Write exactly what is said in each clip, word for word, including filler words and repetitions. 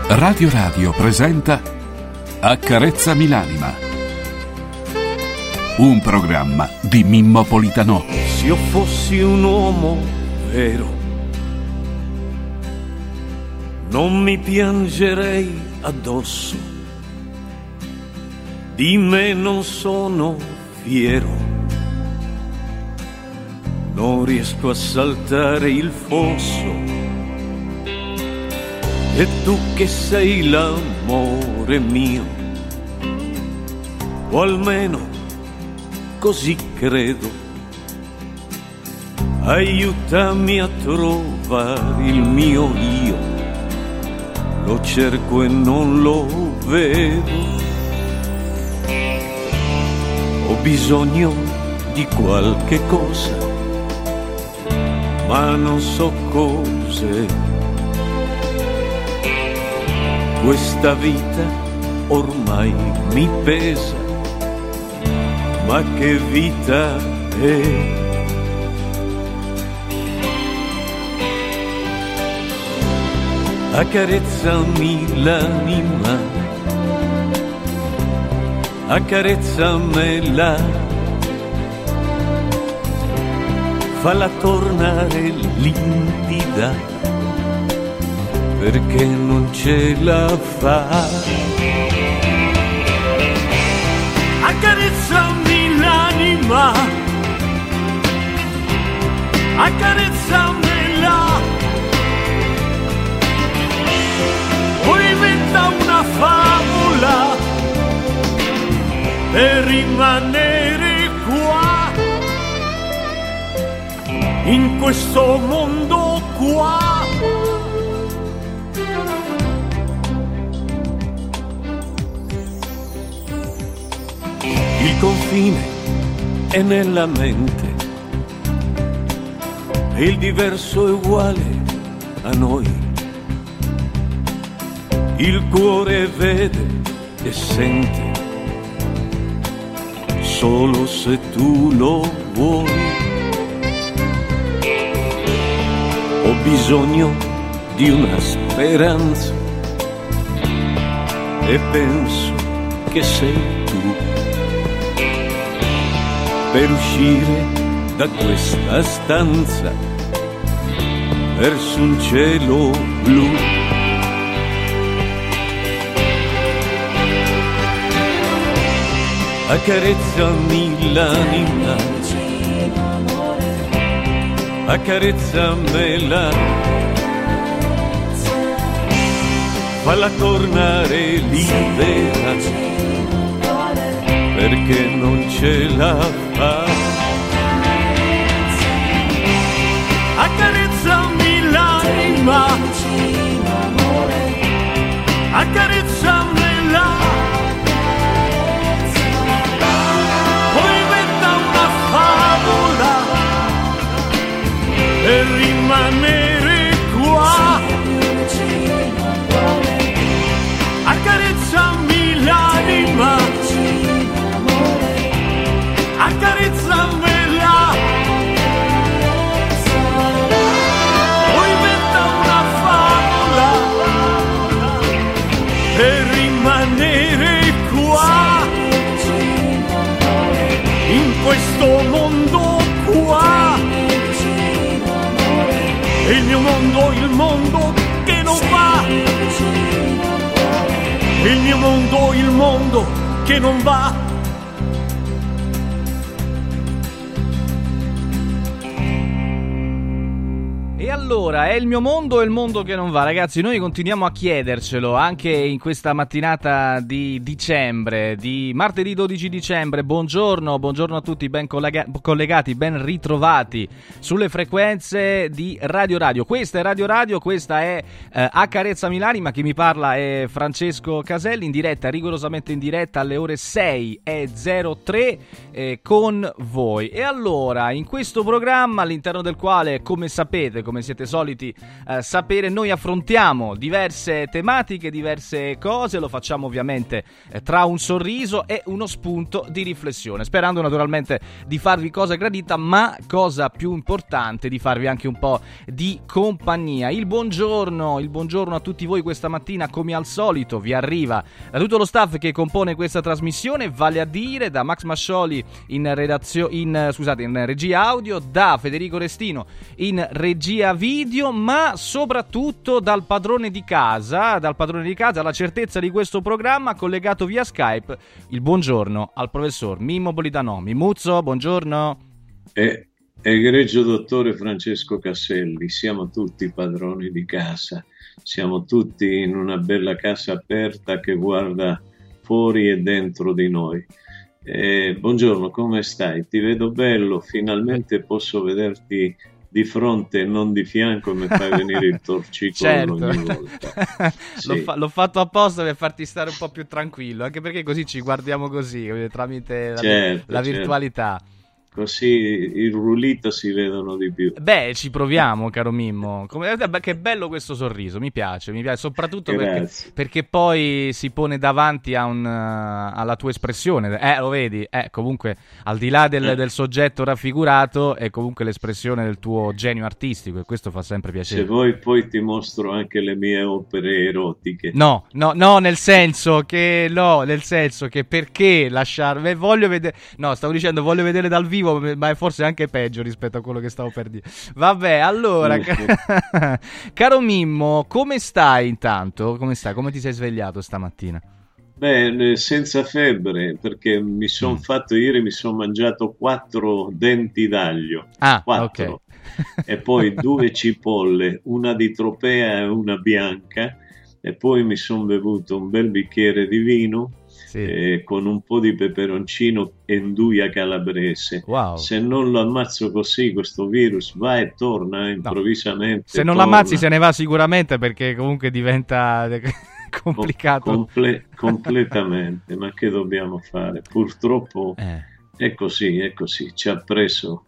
Radio Radio presenta Accarezzami l'anima, un programma di Mimmo Politano. Se io fossi un uomo vero, non mi piangerei addosso, di me non sono fiero, non riesco a saltare il fosso. E tu che sei l'amore mio, o almeno così credo, aiutami a trovare il mio io, lo cerco e non lo vedo. Ho bisogno di qualche cosa, ma non so cos'è. Questa vita ormai mi pesa, ma che vita è? Accarezzami l'anima, accarezzamela, falla tornare limpida, perché non ce la fa. Accarezzami l'anima, accarezzamela, poi inventa una favola per rimanere qua, in questo mondo qua. Il confine è nella mente, e il diverso è uguale a noi. Il cuore vede e sente, solo se tu lo vuoi. Ho bisogno di una speranza e penso che sei tu, per uscire da questa stanza verso un cielo blu. Accarezzami l'anima, accarezzamela, falla tornare libera, perché non ce la fa. Accarezzami l'anima, accarezzamela, poi inventa una favola per rimanere qua. Accarezzami l'anima, accarezzamela, poi inventa una favola per rimanere qua, in questo mondo qua. E il mio mondo, il mondo che non va, il mio mondo, il mondo che non va. E allora, è il mio mondo o il mondo che non va? Ragazzi, noi continuiamo a chiedercelo anche in questa mattinata di dicembre, di martedì dodici dicembre. Buongiorno, buongiorno a tutti, ben collega- collegati, ben ritrovati sulle frequenze di Radio Radio. Questa è Radio Radio, questa è eh, Accarezzami l'anima, chi mi parla è Francesco Caselli, in diretta, rigorosamente in diretta alle ore sei e zero tre eh, con voi. E allora, in questo programma, all'interno del quale, come sapete, come siete soliti eh, sapere, noi affrontiamo diverse tematiche, diverse cose, lo facciamo ovviamente eh, tra un sorriso e uno spunto di riflessione, sperando naturalmente di farvi cosa gradita, ma cosa più importante, di farvi anche un po' di compagnia. Il buongiorno, il buongiorno a tutti voi questa mattina, come al solito, vi arriva da tutto lo staff che compone questa trasmissione, vale a dire da Max Mascioli in redazio- in, scusate, in regia audio, da Federico Restino in regia video, ma soprattutto dal padrone di casa, dal padrone di casa, alla certezza di questo programma, collegato via Skype, il buongiorno al professor Mimmo Politano. Mimuzzo, buongiorno. E, egregio dottore Francesco Casselli, siamo tutti padroni di casa, siamo tutti in una bella casa aperta che guarda fuori e dentro di noi. Eh, buongiorno, come stai? Ti vedo bello, finalmente posso vederti di fronte e non di fianco, mi fai venire il torcicollo certo. ogni volta. Sì. L'ho, fa- l'ho fatto apposta per farti stare un po' più tranquillo, anche perché così ci guardiamo così, tramite la, certo, la certo. virtualità. Così il rullito si vedono di più. Beh, ci proviamo, caro Mimmo. Come, che bello questo sorriso, mi piace, mi piace soprattutto perché, perché poi si pone davanti a un, uh, alla tua espressione. Eh, lo vedi? Eh, comunque, al di là del, eh. del soggetto raffigurato, è comunque l'espressione del tuo genio artistico, e questo fa sempre piacere. Se vuoi poi ti mostro anche le mie opere erotiche. No, no, no, nel senso che no, nel senso che perché lasciarmi? Voglio vedere. No, stavo dicendo voglio vedere dal vivo, ma è forse anche peggio rispetto a quello che stavo per dire. Vabbè, allora, car- caro Mimmo, come stai intanto? Come stai? Come ti sei svegliato stamattina? Beh, senza febbre, perché mi sono mm. fatto ieri, mi sono mangiato quattro denti d'aglio. Ah, quattro. Ok. E poi due cipolle, una di tropea e una bianca, e poi mi sono bevuto un bel bicchiere di vino. Sì. Eh, con un po' di peperoncino e nduja calabrese. Wow. Se non lo ammazzo così, questo virus va e torna improvvisamente. No. Se non torna. l'ammazzi se ne va sicuramente, perché comunque diventa complicato. Comple- completamente, ma che dobbiamo fare? Purtroppo eh. è così, è così, ci ha preso.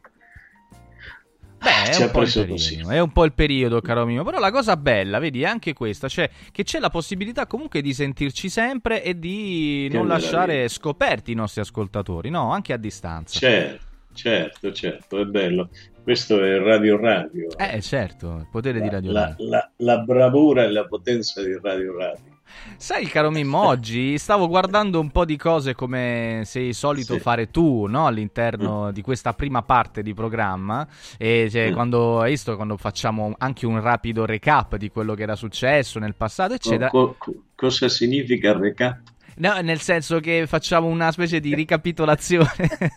Beh, è un, po' il periodo, è un po' il periodo, caro mio. Però la cosa bella, vedi, è anche questa, cioè che c'è la possibilità comunque di sentirci sempre e di che non meraviglia. lasciare scoperti i nostri ascoltatori, no? Anche a distanza. Certo, certo, certo, è bello. Questo è Radio Radio. Eh, certo, il potere la, di Radio la, Radio. La, la bravura e la potenza di Radio Radio. Sai, caro Mimmo, oggi stavo guardando un po' di cose come sei solito sì. fare tu, no? All'interno mm. di questa prima parte di programma, e cioè, mm. quando hai visto, quando facciamo anche un rapido recap di quello che era successo nel passato, eccetera. Co- co- cosa significa recap? No, nel senso che facciamo una specie di ricapitolazione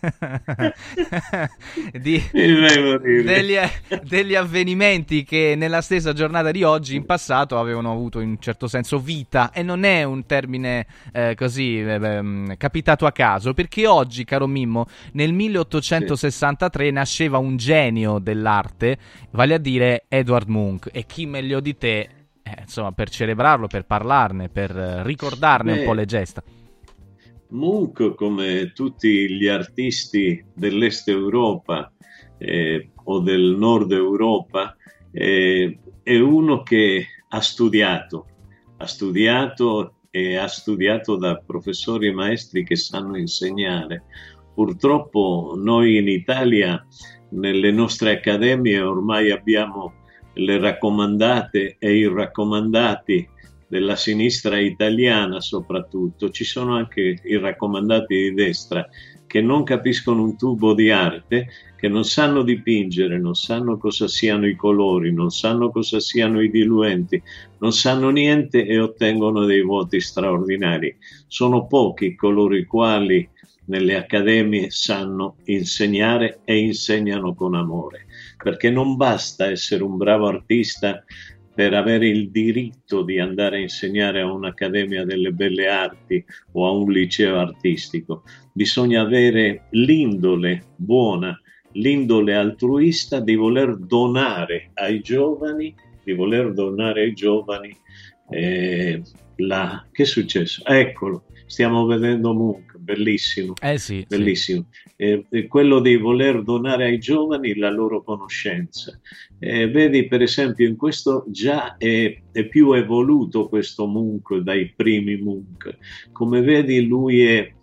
di, degli, degli avvenimenti che nella stessa giornata di oggi in passato avevano avuto in un certo senso vita, e non è un termine eh, così eh, capitato a caso, perché oggi, caro Mimmo, nel milleottocentosessantatré sì. nasceva un genio dell'arte, vale a dire Edvard Munch, e chi meglio di te Eh, insomma, per celebrarlo, per parlarne, per ricordarne Beh, un po' le gesta. Munch, come tutti gli artisti dell'Est Europa eh, o del Nord Europa, eh, è uno che ha studiato, ha studiato e ha studiato da professori e maestri che sanno insegnare. Purtroppo noi in Italia, nelle nostre accademie, ormai abbiamo le raccomandate e i raccomandati della sinistra italiana soprattutto. Ci sono anche i raccomandati di destra che non capiscono un tubo di arte, che non sanno dipingere, non sanno cosa siano i colori, non sanno cosa siano i diluenti, non sanno niente e ottengono dei voti straordinari. Sono pochi coloro i quali nelle accademie sanno insegnare e insegnano con amore, perché non basta essere un bravo artista per avere il diritto di andare a insegnare a un'accademia delle belle arti o a un liceo artistico. Bisogna avere l'indole buona, l'indole altruista di voler donare ai giovani, di voler donare ai giovani eh, la... Che è successo? Eccolo, stiamo vedendo Munch. bellissimo, eh sì, bellissimo. Sì. Eh, quello di voler donare ai giovani la loro conoscenza. Eh, vedi, per esempio, in questo già è, è più evoluto questo Munch dai primi Munch. Come vedi, lui è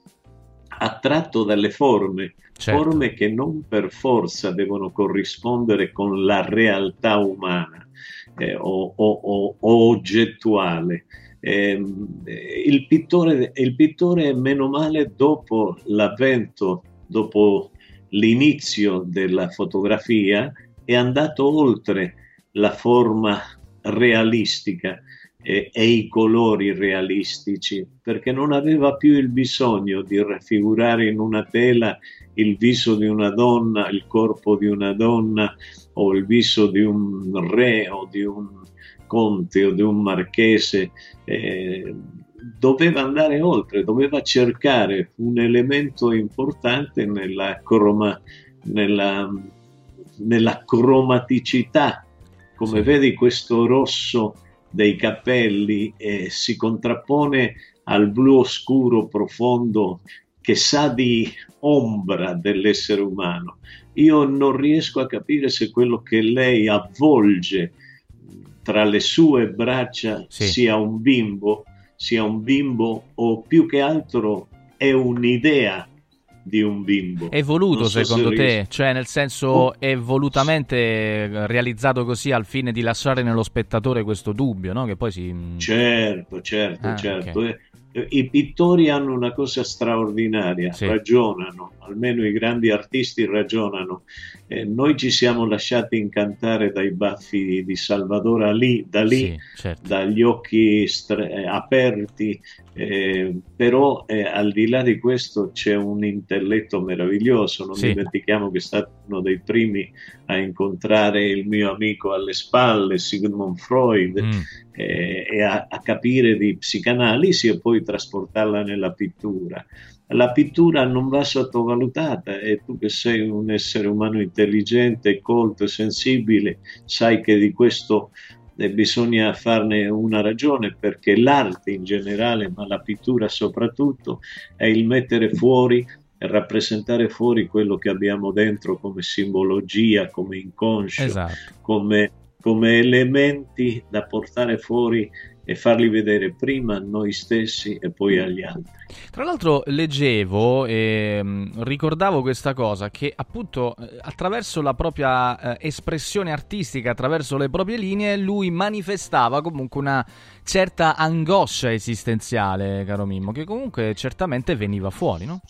attratto dalle forme, certo. forme che non per forza devono corrispondere con la realtà umana eh, o, o, o, o oggettuale. Eh, il pittore, il pittore, meno male, dopo l'avvento, dopo l'inizio della fotografia, è andato oltre la forma realistica e, e i colori realistici, perché non aveva più il bisogno di raffigurare in una tela il viso di una donna, il corpo di una donna o il viso di un re o di un conte o di un marchese. Eh, doveva andare oltre, doveva cercare un elemento importante nella, croma, nella, nella cromaticità. Come sì. vedi, questo rosso dei capelli eh, si contrappone al blu oscuro profondo che sa di ombra dell'essere umano. Io non riesco a capire se quello che lei avvolge tra le sue braccia sì. sia un bimbo, sia un bimbo o più che altro è un'idea di un bimbo. È voluto so secondo se te? Riesco. Cioè nel senso oh. è volutamente realizzato così al fine di lasciare nello spettatore questo dubbio, no? Che poi si... Certo, certo, ah, certo. Okay. I pittori hanno una cosa straordinaria, sì. ragionano, almeno i grandi artisti ragionano. Eh, noi ci siamo lasciati incantare dai baffi di Salvador Dalì, Dalì sì, certo. dagli occhi stre- aperti, eh, però eh, al di là di questo c'è un intelletto meraviglioso. Non sì. dimentichiamo che è stato uno dei primi a incontrare il mio amico alle spalle, Sigmund Freud, mm. eh, e a, a capire di psicanalisi e poi trasportarla nella pittura. La pittura non va sottovalutata e tu che sei un essere umano intelligente, colto e sensibile, sai che di questo eh, bisogna farne una ragione, perché l'arte in generale, ma la pittura soprattutto, è il mettere fuori e rappresentare fuori quello che abbiamo dentro come simbologia, come inconscio, esatto. come, come elementi da portare fuori e farli vedere prima a noi stessi e poi agli altri. Tra l'altro leggevo e mh, ricordavo questa cosa, che appunto eh, attraverso la propria eh, espressione artistica, attraverso le proprie linee, lui manifestava comunque una certa angoscia esistenziale, caro Mimmo, che comunque certamente veniva fuori, no?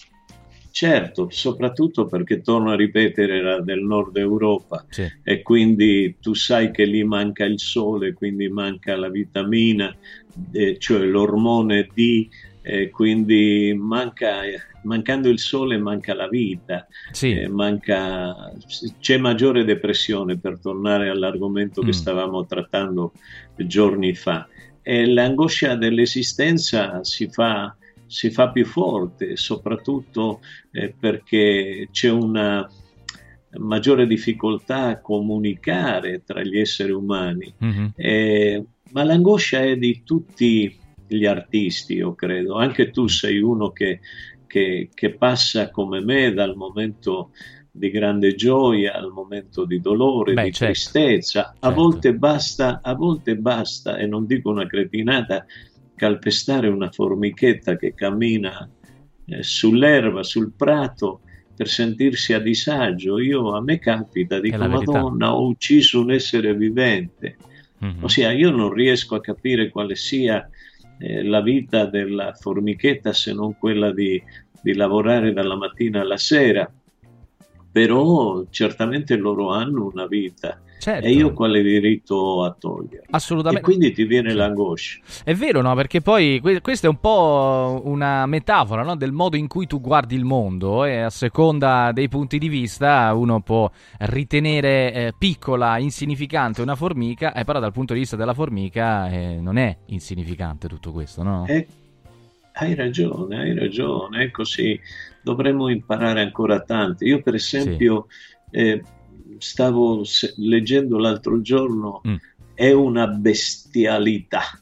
Certo, soprattutto perché, torno a ripetere, era del nord Europa sì. e quindi tu sai che lì manca il sole, quindi manca la vitamina, eh, cioè l'ormone D, eh, quindi manca, mancando il sole manca la vita, sì. eh, manca, c'è maggiore depressione, per tornare all'argomento mm. che stavamo trattando giorni fa, e l'angoscia dell'esistenza si fa si fa più forte, soprattutto eh, perché c'è una maggiore difficoltà a comunicare tra gli esseri umani. Mm-hmm. Eh, ma l'angoscia è di tutti gli artisti, io credo. Anche tu sei uno che, che, che passa come me dal momento di grande gioia al momento di dolore, Beh, di certo. tristezza. A certo. volte basta, a volte basta, e non dico una cretinata, calpestare una formichetta che cammina eh, sull'erba, sul prato, per sentirsi a disagio. Io, a me capita, dico, Madonna, ho ucciso un essere vivente. Mm-hmm. Ossia, io non riesco a capire quale sia eh, la vita della formichetta, se non quella di, di lavorare dalla mattina alla sera, però certamente loro hanno una vita. Certo. E io quale diritto ho a togliere? Assolutamente. E quindi ti viene l'angoscia. È vero, no? Perché poi que- questa è un po' una metafora, no? Del modo in cui tu guardi il mondo, e a seconda dei punti di vista uno può ritenere eh, piccola, insignificante una formica, e eh, però dal punto di vista della formica eh, non è insignificante tutto questo, no? Eh, hai ragione, hai ragione, è così. Dovremmo imparare ancora tanto. Io per esempio... Sì. Eh, stavo se- leggendo l'altro giorno, mm. è una bestialità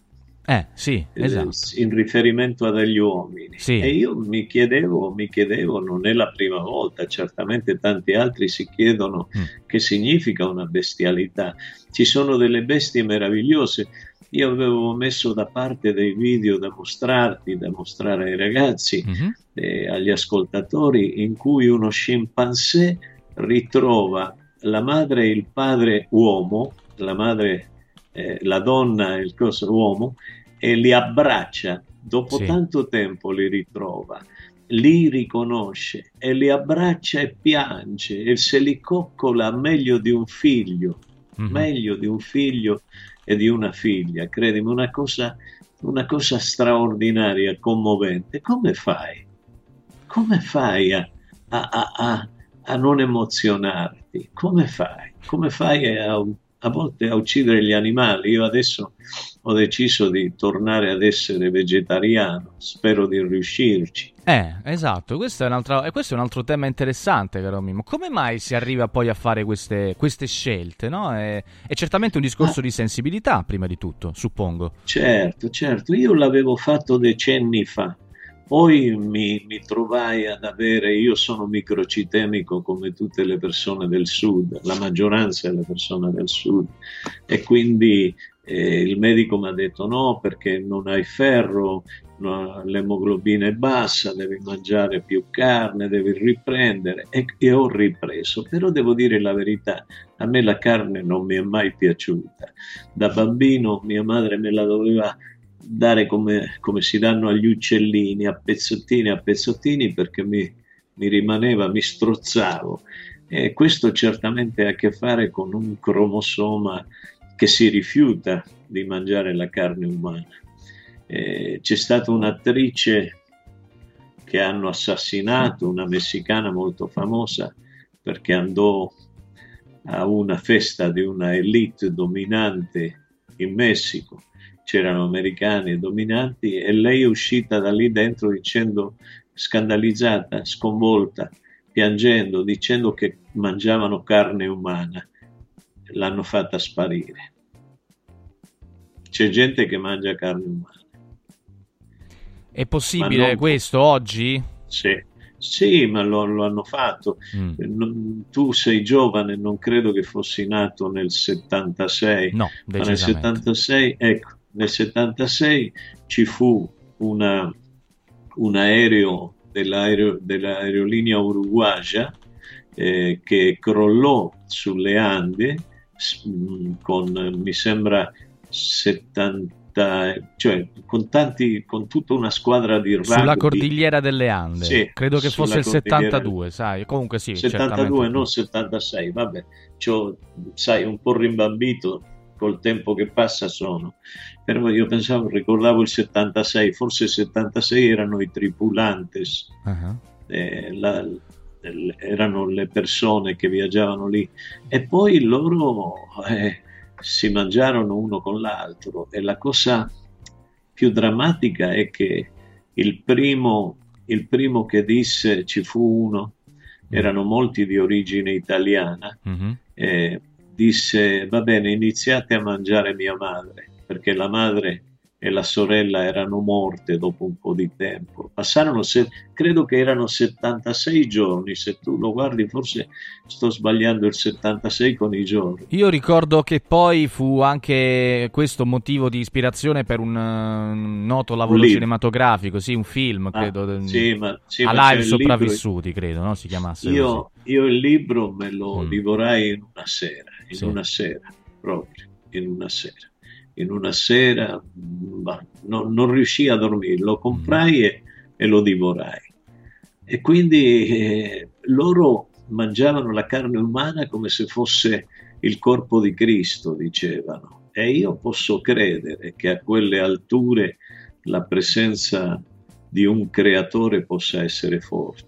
Eh, sì, esatto. eh, in riferimento a degli uomini. Sì. E io mi chiedevo, mi chiedevo, non è la prima volta, certamente tanti altri si chiedono Mm. che significa una bestialità. Ci sono delle bestie meravigliose. Io avevo messo da parte dei video da mostrarti, da mostrare ai ragazzi, Mhm. eh, agli ascoltatori, in cui uno scimpanzé ritrova la madre e il padre uomo, la madre, eh, la donna e il coso uomo, e li abbraccia. Dopo Sì. tanto tempo li ritrova, li riconosce e li abbraccia e piange e se li coccola meglio di un figlio, Mhm. meglio di un figlio e di una figlia. Credimi, una cosa, una cosa straordinaria, commovente. Come fai? Come fai a, a- a- a- a non emozionarti? Come fai? Come fai a, a volte a uccidere gli animali? Io adesso ho deciso di tornare ad essere vegetariano, spero di riuscirci. Eh, esatto, questo è un altro, e questo è un altro tema interessante, caro Mimmo. Come mai si arriva poi a fare queste, queste scelte, no? È, è certamente un discorso Ah. di sensibilità, prima di tutto, suppongo. Certo, certo, io l'avevo fatto decenni fa, poi mi, mi trovai ad avere, io sono microcitemico come tutte le persone del sud, la maggioranza delle persone del sud, e quindi eh, il medico mi ha detto no perché non hai ferro, no, l'emoglobina è bassa, devi mangiare più carne, devi riprendere, e, e ho ripreso, però devo dire la verità, a me la carne non mi è mai piaciuta. Da bambino mia madre me la doveva dare come, come si danno agli uccellini, a pezzettini a pezzettini, perché mi, mi rimaneva, mi strozzavo. E questo certamente ha a che fare con un cromosoma che si rifiuta di mangiare la carne umana. Eh, c'è stata un'attrice che hanno assassinato, una messicana molto famosa, perché andò a una festa di una elite dominante in Messico, c'erano americani e dominanti, e lei è uscita da lì dentro dicendo, scandalizzata, sconvolta, piangendo, dicendo che mangiavano carne umana. L'hanno fatta sparire. C'è gente che mangia carne umana. È possibile non... questo oggi? Sì, sì, ma lo, lo hanno fatto. Mm. Non, tu sei giovane, non credo che fossi nato nel settantasei. No, ma nel decisamente. settantasei, ecco, nel settantasei ci fu una, un aereo dell'aereo, dell'aerolinea uruguagia eh, che crollò sulle Ande con, mi sembra, settanta, cioè con tanti, con tutta una squadra di rugby. Sulla cordigliera delle Ande, Sì, credo che fosse il sulla cordigliera- settantadue, sai, comunque sì, settantadue, certamente. non settantasei, vabbè, c'ho, sai, un po' rimbambito col tempo che passa sono, però io pensavo, ricordavo il settantasei, forse il settantasei erano i tripulantes, Uh-huh. eh, la, el- erano le persone che viaggiavano lì, e poi loro eh, si mangiarono uno con l'altro, e la cosa più drammatica è che il primo, il primo che disse, ci fu uno, erano molti di origine italiana, Mhm. eh, disse, va bene, iniziate a mangiare mia madre, perché la madre e la sorella erano morte dopo un po' di tempo. Passarono, se, credo che erano settantasei giorni, se tu lo guardi forse sto sbagliando il settantasei con i giorni. Io ricordo che poi fu anche questo motivo di ispirazione per un uh, noto lavoro libro. cinematografico, sì, un film, Ah, credo, del- sì, ma, sì, ma A c'è live il libro- sopravvissuti, credo, no? Si chiamasse Io, io il libro me lo Mm. divorai in una sera, in Sì. una sera, proprio, in una sera. In una sera, bah, no- non riuscii a dormire, lo comprai e, e lo divorai. E quindi eh, loro mangiavano la carne umana come se fosse il corpo di Cristo, dicevano. E io posso credere che a quelle alture la presenza di un creatore possa essere forte.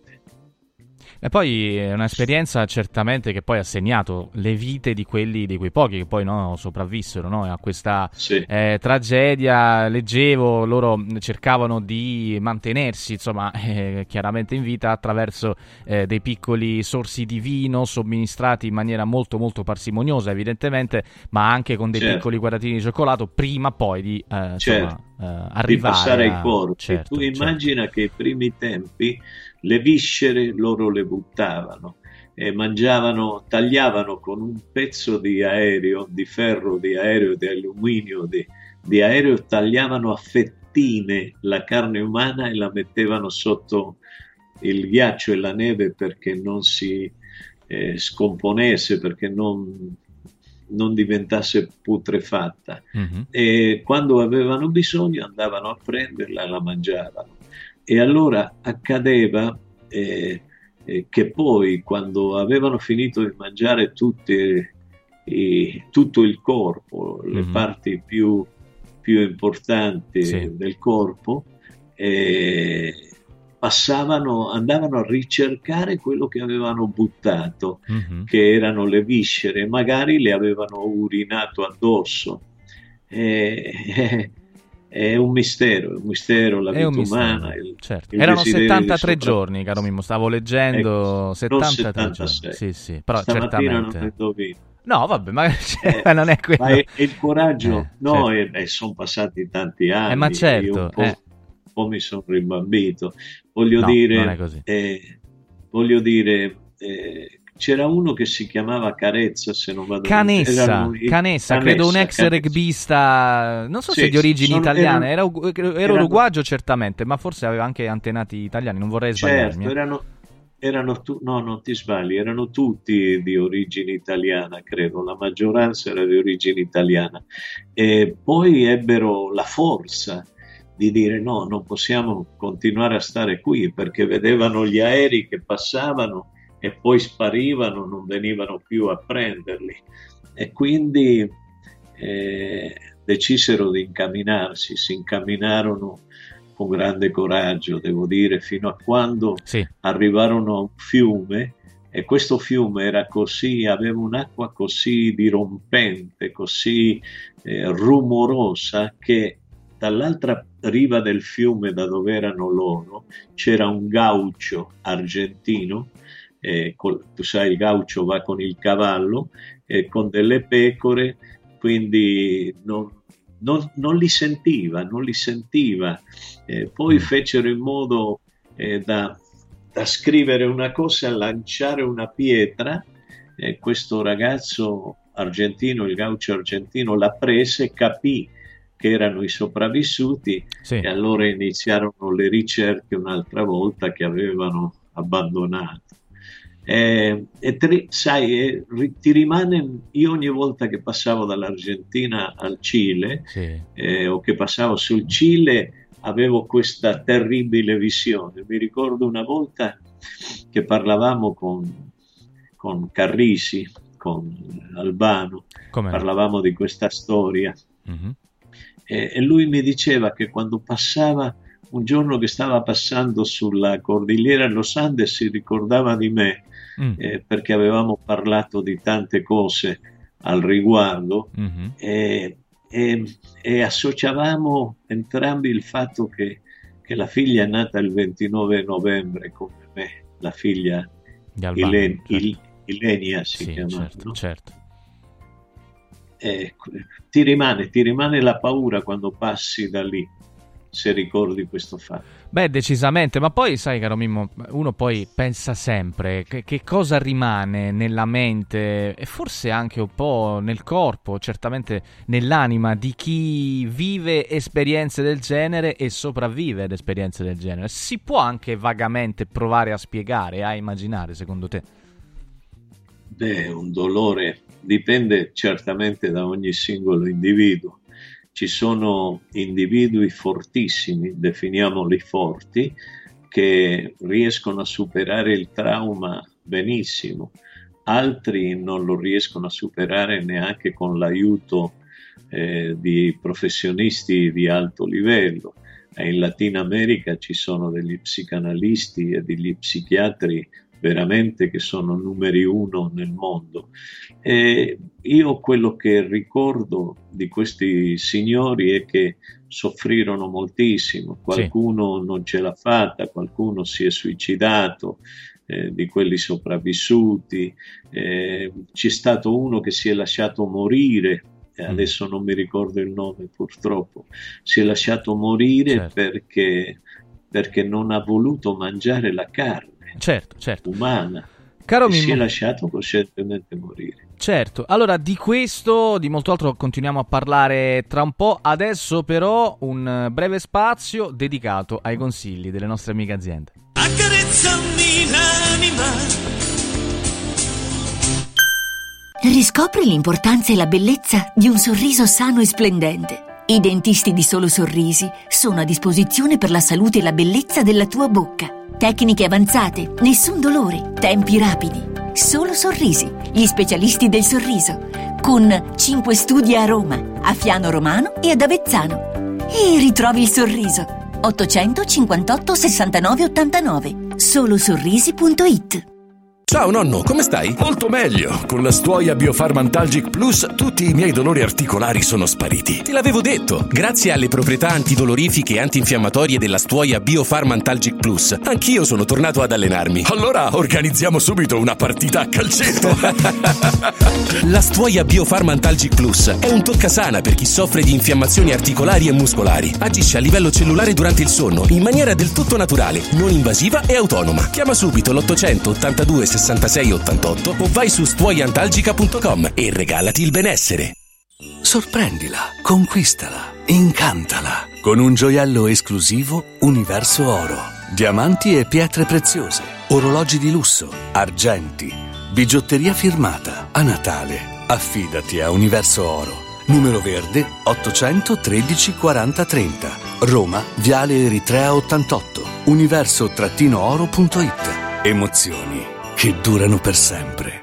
E poi è un'esperienza certamente che poi ha segnato le vite di quelli, di quei pochi che poi no, sopravvissero, no, a questa Sì. eh, tragedia. Leggevo, loro cercavano di mantenersi, insomma, eh, chiaramente in vita attraverso eh, dei piccoli sorsi di vino somministrati in maniera molto molto parsimoniosa, evidentemente, ma anche con dei Certo. piccoli quadratini di cioccolato prima poi di eh, insomma, Certo. arrivare di passare a... ai corpi. Certo, tu immagina certo. che ai primi tempi le viscere loro le buttavano e mangiavano, tagliavano con un pezzo di aereo, di ferro, di aereo, di alluminio, di, di aereo, tagliavano a fettine la carne umana e la mettevano sotto il ghiaccio e la neve perché non si eh, scomponesse, perché non, non diventasse putrefatta. Mm-hmm. E quando avevano bisogno andavano a prenderla e la mangiavano. E allora accadeva eh, eh, che poi, quando avevano finito di mangiare tutti, i, tutto il corpo, le mm-hmm. parti più, più importanti sì. del corpo, eh, passavano, andavano a ricercare quello che avevano buttato, mm-hmm. che erano le viscere, magari le avevano urinato addosso. Eh, eh, È un mistero, è un mistero la è vita umana. Il, certo. il Erano settantatré giorni, caro Mimmo, stavo leggendo, ecco, settantatré giorni. Sì, sì, però stamattina certamente... non indovino. No, vabbè, ma eh, non è quello. Ma è, è il coraggio, eh, no, certo. eh, sono passati tanti anni. Eh, ma certo. Io un po', eh. un po' mi sono rimbambito. Voglio no, dire, non è così. Eh, voglio dire, eh, c'era uno che si chiamava Carezza, se non vado Canessa, erano, Canessa, Canessa, credo un ex Canessa. rugbista, non so sì, se di origini sono, italiane, erano, era, era erano, uruguagio certamente, ma forse aveva anche antenati italiani, non vorrei sbagliarmi. Certo, erano, erano tu, no, non ti sbagli, erano tutti di origine italiana, credo, la maggioranza era di origine italiana. E poi ebbero la forza di dire no, non possiamo continuare a stare qui, perché vedevano gli aerei che passavano e poi sparivano, non venivano più a prenderli, e quindi eh, decisero di incamminarsi, si incamminarono con grande coraggio, devo dire, fino a quando sì. arrivarono a un fiume, e questo fiume era così, aveva un'acqua così dirompente, così eh, rumorosa, che dall'altra riva del fiume, da dove erano loro, c'era un gaucho argentino. Eh, col, tu sai, il gaucho va con il cavallo e eh, con delle pecore, quindi non, non, non li sentiva, non li sentiva. Eh, poi mm. fecero in modo eh, da, da scrivere una cosa, lanciare una pietra, e eh, questo ragazzo argentino, il gaucho argentino, la prese, capì che erano i sopravvissuti, sì. e allora iniziarono le ricerche un'altra volta, che avevano abbandonato. Eh, e te, sai, eh, ti rimane, io ogni volta che passavo dall'Argentina al Cile, sì. eh, o che passavo sul Cile, avevo questa terribile visione. Mi ricordo una volta che parlavamo con, con Carrisi, con Albano, Come parlavamo no? di questa storia, mm-hmm. eh, e lui mi diceva che quando passava, un giorno che stava passando sulla cordigliera Los Andes, si ricordava di me, mm. eh, perché avevamo parlato di tante cose al riguardo, mm-hmm. e, e, e associavamo entrambi il fatto che, che la figlia è nata il ventinove novembre come me, la figlia Ilen, certo. Il, Ilenia si sì, chiama, certo, no? certo. Eh, ti rimane, ti rimane la paura quando passi da lì, se ricordi questo fatto. Beh, decisamente, ma poi sai, caro Mimmo, uno poi pensa sempre che, che cosa rimane nella mente e forse anche un po' nel corpo, certamente nell'anima di chi vive esperienze del genere e sopravvive ad esperienze del genere. Si può anche vagamente provare a spiegare, a immaginare, secondo te? Beh, un dolore dipende certamente da ogni singolo individuo. Ci sono individui fortissimi, definiamoli forti, che riescono a superare il trauma benissimo, altri non lo riescono a superare neanche con l'aiuto eh, di professionisti di alto livello. E in Latina America ci sono degli psicanalisti e degli psichiatri veramente che sono numeri uno nel mondo. E io quello che ricordo di questi signori è che soffrirono moltissimo, qualcuno sì. non ce l'ha fatta, qualcuno si è suicidato, eh, di quelli sopravvissuti, eh, c'è stato uno che si è lasciato morire eh, adesso non mi ricordo il nome purtroppo, si è lasciato morire certo. perché, perché non ha voluto mangiare la carne certo, certo. umana. Caro e Mimmo, si è lasciato coscientemente morire. Certo, allora di questo, di molto altro continuiamo a parlare tra un po'. Adesso però un breve spazio dedicato ai consigli delle nostre amiche aziende. Accarezzami l'anima. Riscopri l'importanza e la bellezza di un sorriso sano e splendente. I dentisti di Solo Sorrisi sono a disposizione per la salute e la bellezza della tua bocca. Tecniche avanzate, nessun dolore, tempi rapidi. Solo Sorrisi, gli specialisti del sorriso, con cinque studi a Roma, a Fiano Romano e ad Avezzano. E ritrovi il sorriso. ottocentocinquantotto sessantanove ottantanove. solo sorrisi punto it. Ciao nonno, come stai? Molto meglio. Con la Stuoia Biofarmantalgic Plus tutti i miei dolori articolari sono spariti. Te l'avevo detto. Grazie alle proprietà antidolorifiche e antinfiammatorie della Stuoia Biofarmantalgic Plus, anch'io sono tornato ad allenarmi. Allora organizziamo subito una partita a calcetto. La Stuoia Biofarmantalgic Plus è un toccasana per chi soffre di infiammazioni articolari e muscolari. Agisce a livello cellulare durante il sonno in maniera del tutto naturale, non invasiva e autonoma. Chiama subito l'ottocento ottantadue sessantasei ottantotto o vai su stuoiantalgica punto com e regalati il benessere. Sorprendila, conquistala, incantala con un gioiello esclusivo Universo Oro. Diamanti e pietre preziose, orologi di lusso, argenti, bigiotteria firmata. A Natale affidati a Universo Oro. Numero verde ottocentotredici quaranta trenta. Roma, Viale Eritrea ottantotto. universo oro punto it. Emozioni che durano per sempre.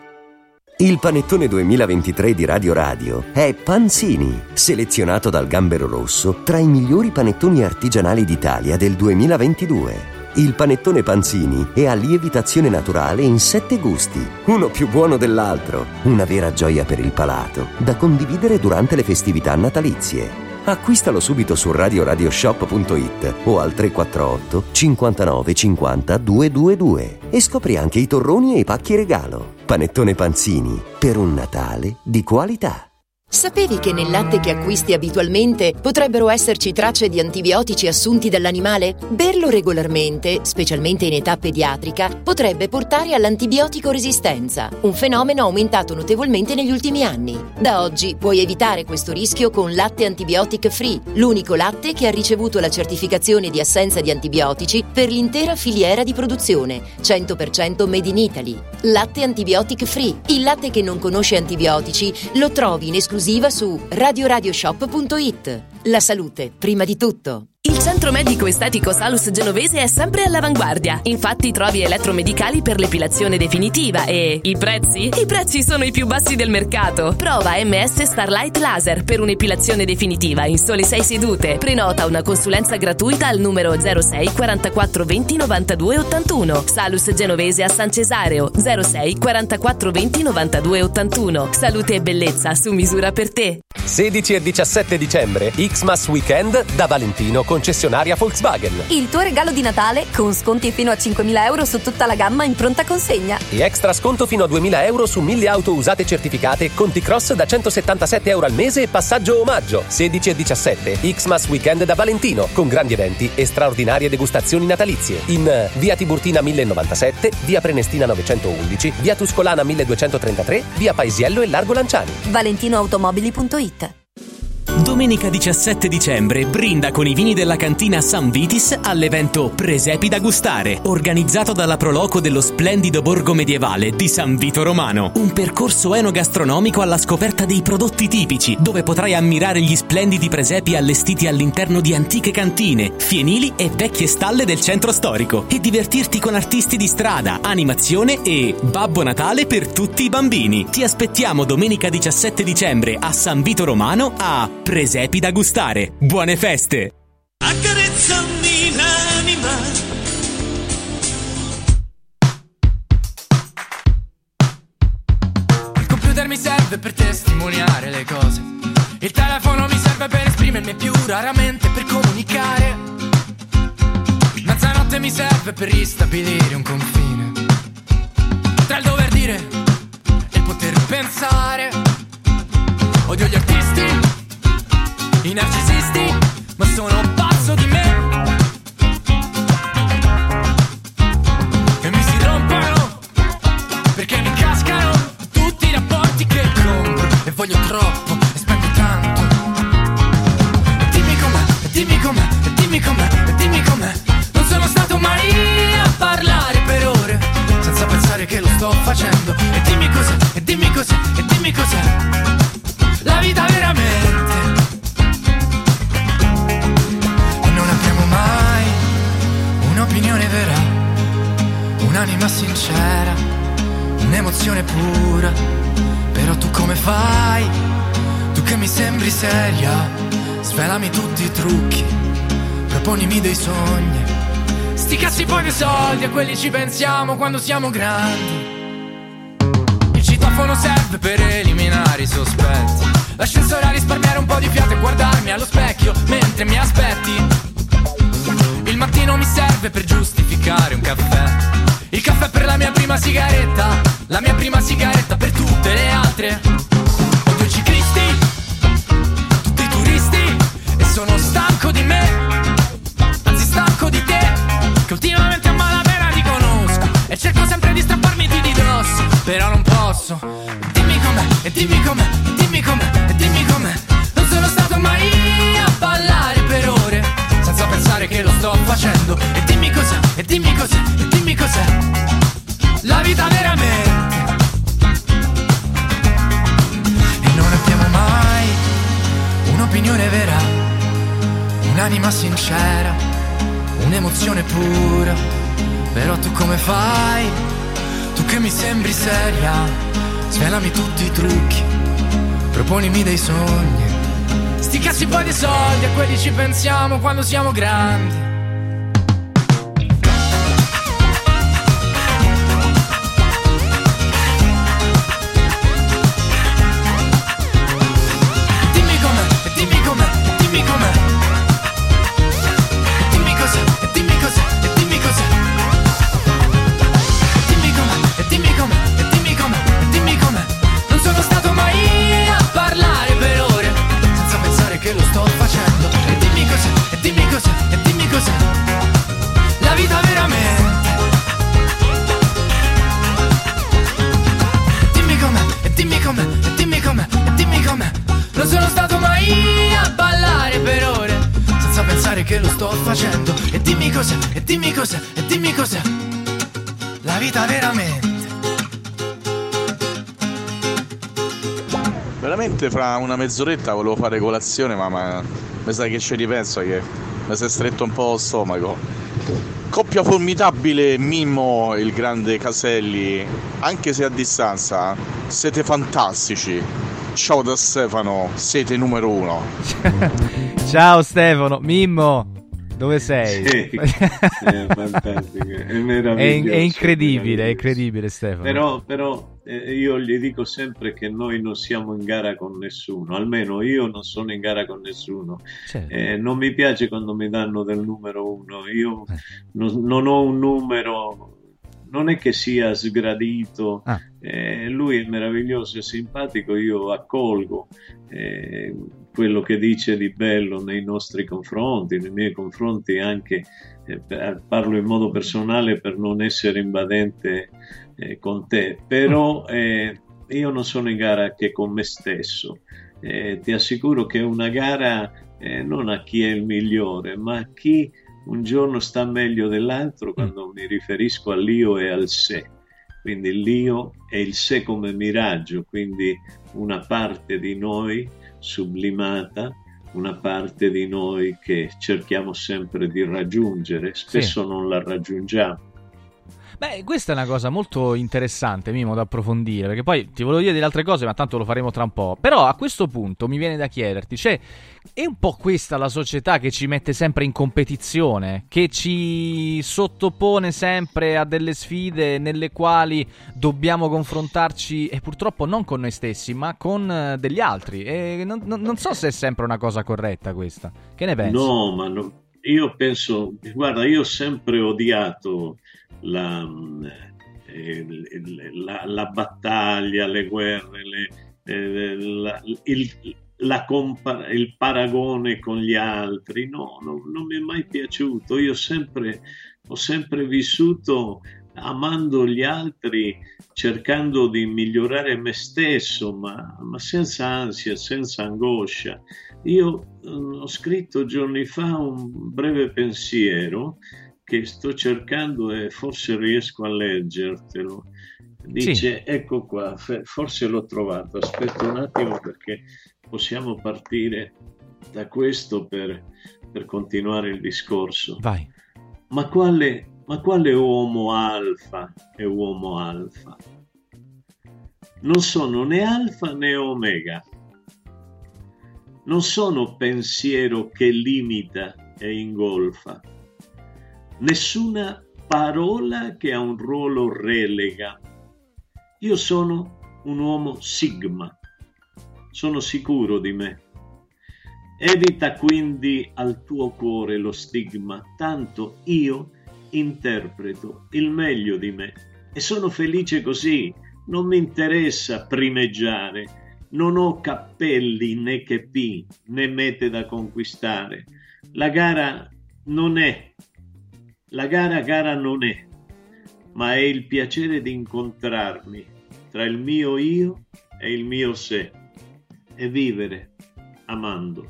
Il panettone duemilaventitré di Radio Radio è Panzini, selezionato dal Gambero Rosso tra i migliori panettoni artigianali d'Italia del duemilaventidue. Il panettone Panzini è a lievitazione naturale in sette gusti, uno più buono dell'altro, una vera gioia per il palato, da condividere durante le festività natalizie. Acquistalo subito su radio radio shop punto it o al tre quattro otto cinquantanove cinquanta duecentoventidue e scopri anche i torroni e i pacchi regalo. Panettone Panzini, per un Natale di qualità. Sapevi che nel latte che acquisti abitualmente potrebbero esserci tracce di antibiotici assunti dall'animale? Berlo regolarmente, specialmente in età pediatrica, potrebbe portare all'antibiotico resistenza, un fenomeno aumentato notevolmente negli ultimi anni. Da oggi puoi evitare questo rischio con Latte Antibiotic Free, l'unico latte che ha ricevuto la certificazione di assenza di antibiotici per l'intera filiera di produzione, cento per cento Made in Italy. Latte Antibiotic Free, il latte che non conosce antibiotici, lo trovi in esclusiva su radio radio shop punto it. La salute, prima di tutto. Il centro medico estetico Salus Genovese è sempre all'avanguardia. Infatti trovi elettromedicali per l'epilazione definitiva e i prezzi? I prezzi sono i più bassi del mercato. Prova M S Starlight Laser per un'epilazione definitiva in sole sei sedute. Prenota una consulenza gratuita al numero zero sei quarantaquattro venti novantadue ottantuno. Salus Genovese a San Cesareo zero sei quarantaquattro venti novantadue ottantuno. Salute e bellezza su misura per te. sedici e diciassette dicembre Xmas Weekend da Valentino, concessionaria Volkswagen. Il tuo regalo di Natale con sconti fino a cinquemila euro su tutta la gamma in pronta consegna. E extra sconto fino a duemila euro su mille auto usate certificate con T-Cross da centosettantasette euro al mese e passaggio omaggio. sedici e diciassette Xmas Weekend da Valentino, con grandi eventi e straordinarie degustazioni natalizie. In via Tiburtina mille novantasette, via Prenestina novecentoundici, via Tuscolana milleduecentotrentatré, via Paesiello e Largo Lanciani. valentinoautomobili punto it. Domenica diciassette dicembre brinda con i vini della cantina San Vitis all'evento Presepi da gustare, organizzato dalla Proloco dello splendido borgo medievale di San Vito Romano. Un percorso enogastronomico alla scoperta dei prodotti tipici, dove potrai ammirare gli splendidi presepi allestiti all'interno di antiche cantine, fienili e vecchie stalle del centro storico, e divertirti con artisti di strada, animazione e Babbo Natale per tutti i bambini. Ti aspettiamo domenica diciassette dicembre a San Vito Romano a Presepi da gustare. Buone feste! Accarezzami l'anima. Il computer mi serve per testimoniare le cose. Il telefono mi serve per esprimermi, più raramente per comunicare. Mezzanotte mi serve per ristabilire un confine tra il dover dire e il poter pensare. Odio gli artisti, i narcisisti, ma sono pazzo di me. E mi si rompono perché mi cascano tutti i rapporti che compro. E voglio troppo e spendo tanto. E dimmi com'è, e dimmi com'è, e dimmi com'è, e dimmi com'è. Non sono stato mai a parlare per ore senza pensare che lo sto facendo. E dimmi cos'è, e dimmi cos'è, e dimmi cos'è la vita veramente. E non abbiamo mai un'opinione vera, un'anima sincera, un'emozione pura. Però tu come fai? Tu che mi sembri seria, svelami tutti i trucchi, proponimi dei sogni. Sti cazzi poi dei soldi, a quelli ci pensiamo quando siamo grandi. Il citofono serve per eliminare i sospetti, l'ascensore a risparmiare un po' di fiato e guardarmi allo specchio mentre mi aspetti. Il mattino mi serve per giustificare un caffè, il caffè per la mia prima sigaretta, la mia prima sigaretta per tutte le altre. Odio i ciclisti, tutti i turisti, e sono stanco di me, anzi stanco di te, che ultimamente a malapena ti conosco e cerco sempre di strapparmi di dosso, però non posso. Dimmi com'è, e dimmi com'è, e dimmi com'è, e dimmi com'è. Non sono stato mai a ballare per ore senza pensare che lo sto facendo. E dimmi cos'è, e dimmi cos'è, e dimmi cos'è la vita veramente. E non abbiamo mai un'opinione vera, un'anima sincera, un'emozione pura. Però tu come fai? Tu che mi sembri seria, svelami tutti i trucchi, proponimi dei sogni. Sti cazzi poi dei soldi, a quelli ci pensiamo quando siamo grandi. Dimmi com'è, e dimmi com'è, e dimmi com'è. E dimmi cos'è, e dimmi cos'è, e dimmi cos'è. E dimmi com'è, e dimmi com'è, e dimmi com'è, e dimmi com'è. Non sono stato mai a parlare per ore senza pensare che lo sto facendo. E dimmi cos'è, e dimmi cos'è, e dimmi cos'è la vita veramente. Dimmi com'è, e dimmi com'è, e dimmi com'è, e dimmi com'è. Non sono stato mai a ballare per ore senza pensare che lo sto facendo. E dimmi cos'è, e dimmi cos'è, e dimmi cos'è la vita veramente. Veramente fra una mezz'oretta volevo fare colazione, ma, ma mi sa che ci ripenso, che mi si è stretto un po' lo stomaco. Coppia formidabile Mimmo e il grande Caselli, anche se a distanza, siete fantastici. Ciao da Stefano, siete numero uno. Ciao Stefano, Mimmo, dove sei? Sì, è fantastico, è meraviglioso. È, in- è incredibile, è incredibile Stefano. Però, però eh, io gli dico sempre che noi non siamo in gara con nessuno, almeno io non sono in gara con nessuno. Certo. Eh, non mi piace quando mi danno del numero uno, io non, non ho un numero. Non è che sia sgradito, Ah. eh, lui è meraviglioso e simpatico, io accolgo eh, quello che dice di bello nei nostri confronti, nei miei confronti anche, eh, per- parlo in modo personale per non essere invadente eh, con te, però eh, io non sono in gara che con me stesso, eh, ti assicuro che è una gara eh, non a chi è il migliore, ma a chi un giorno sta meglio dell'altro, quando mi riferisco all'io e al sé. Quindi l'io e il sé come miraggio, quindi una parte di noi sublimata, una parte di noi che cerchiamo sempre di raggiungere, spesso Sì. non la raggiungiamo. Beh, questa è una cosa molto interessante, Mimo, da approfondire, perché poi ti volevo dire delle altre cose, ma tanto lo faremo tra un po'. Però a questo punto mi viene da chiederti, cioè, è un po' questa la società che ci mette sempre in competizione, che ci sottopone sempre a delle sfide nelle quali dobbiamo confrontarci, e purtroppo non con noi stessi, ma con eh, degli altri. E non, non- non so se è sempre una cosa corretta questa. Che ne pensi? No, ma no- io penso, guarda, io ho sempre odiato la, eh, la, la battaglia, le guerre, le, eh, la, il, la compa- il paragone con gli altri, no, no, non mi è mai piaciuto. Io sempre, ho sempre vissuto amando gli altri, cercando di migliorare me stesso, ma, ma senza ansia, senza angoscia. Io eh, ho scritto giorni fa un breve pensiero che sto cercando e forse riesco a leggertelo. Dice, sì. Ecco qua, forse l'ho trovato, aspetta un attimo perché possiamo partire da questo per, per continuare il discorso. Vai. Ma quale, ma quale uomo alfa è uomo alfa? Non sono né alfa né omega. Non sono pensiero che limita e ingolfa. Nessuna parola che a un ruolo relega. Io sono un uomo sigma. Sono sicuro di me. Evita quindi al tuo cuore lo stigma, tanto io interpreto il meglio di me e sono felice così, non mi interessa primeggiare, non ho cappelli né chepi né mete da conquistare. La gara non è, la gara gara non è, ma è il piacere di incontrarmi tra il mio io e il mio sé e vivere amando.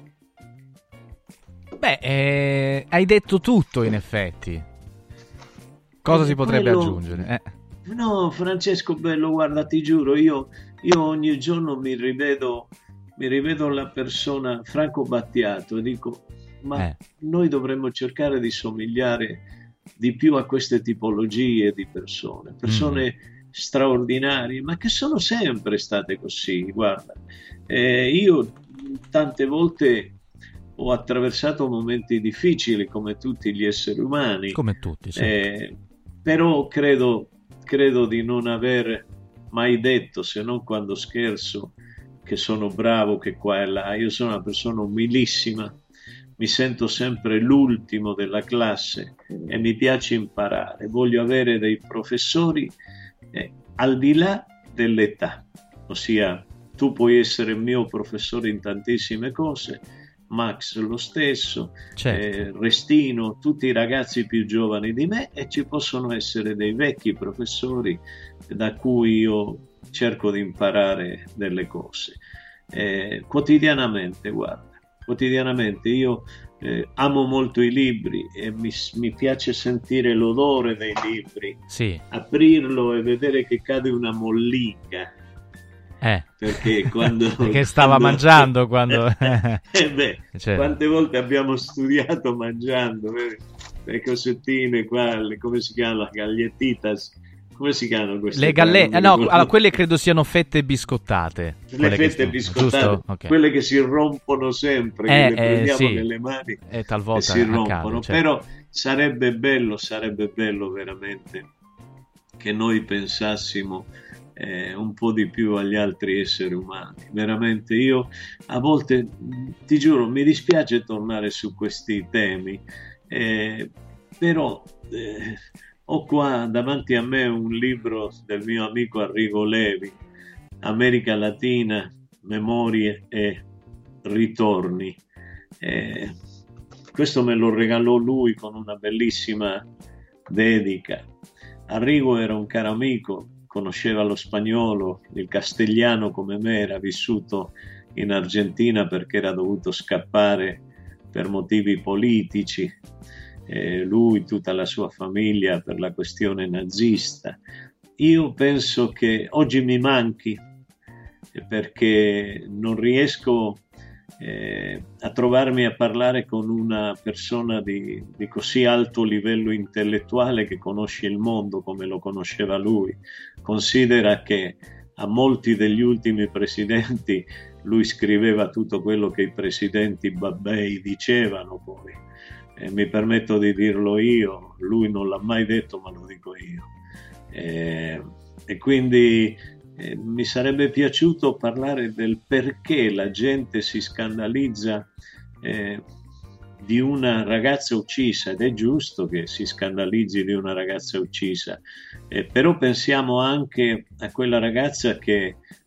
Beh, eh, hai detto tutto in effetti. Cosa eh, si potrebbe quello... aggiungere? Eh. No, Francesco Bello, guarda, ti giuro, io, io ogni giorno mi rivedo, mi rivedo la persona Franco Battiato e dico, ma eh. noi dovremmo cercare di somigliare di più a queste tipologie di persone, persone mm. straordinarie, ma che sono sempre state così. Guarda, eh, io tante volte ho attraversato momenti difficili come tutti gli esseri umani, come tutti, sì. eh, però credo, credo di non aver mai detto, se non quando scherzo, che sono bravo, che qua e là. Io sono una persona umilissima, mi sento sempre l'ultimo della classe e mi piace imparare. Voglio avere dei professori eh, al di là dell'età, ossia tu puoi essere mio professore in tantissime cose, Max lo stesso, certo. eh, Restino, tutti i ragazzi più giovani di me, e ci possono essere dei vecchi professori da cui io cerco di imparare delle cose. Eh, quotidianamente, guarda, quotidianamente io eh, amo molto i libri e mi, mi piace sentire l'odore dei libri, sì. aprirlo e vedere che cade una mollica. Eh. Perché quando perché stava quando, mangiando quando eh beh, cioè. Quante volte abbiamo studiato mangiando, vedi? Le cosettine qua, le, come si chiamano, le gallettitas, come si chiamano queste? Le gallette, eh, no, allora, quelle credo siano fette biscottate. Le fette che, biscottate, okay. Quelle che si rompono sempre, eh, che le eh, prendiamo sì. nelle mani e talvolta e si rompono. Accade, certo. Però sarebbe bello, sarebbe bello veramente che noi pensassimo Eh, un po' di più agli altri esseri umani. Veramente io a volte, ti giuro, mi dispiace tornare su questi temi, eh, però eh, ho qua davanti a me un libro del mio amico Arrigo Levi, America Latina, Memorie e Ritorni. Eh, questo me lo regalò lui con una bellissima dedica. Arrigo era un caro amico, conosceva lo spagnolo, il castigliano come me, era vissuto in Argentina perché era dovuto scappare per motivi politici, eh, lui, tutta la sua famiglia per la questione nazista. Io penso che oggi mi manchi perché non riesco eh, a trovarmi a parlare con una persona di, di così alto livello intellettuale che conosce il mondo come lo conosceva lui. Considera che a molti degli ultimi presidenti lui scriveva tutto quello che i presidenti babbei dicevano poi. E mi permetto di dirlo io, lui non l'ha mai detto ma lo dico io. E, e quindi Eh, mi sarebbe piaciuto parlare del perché la gente si scandalizza eh, di una ragazza uccisa, ed è giusto che si scandalizzi di una ragazza uccisa, eh, però pensiamo anche a quella ragazza che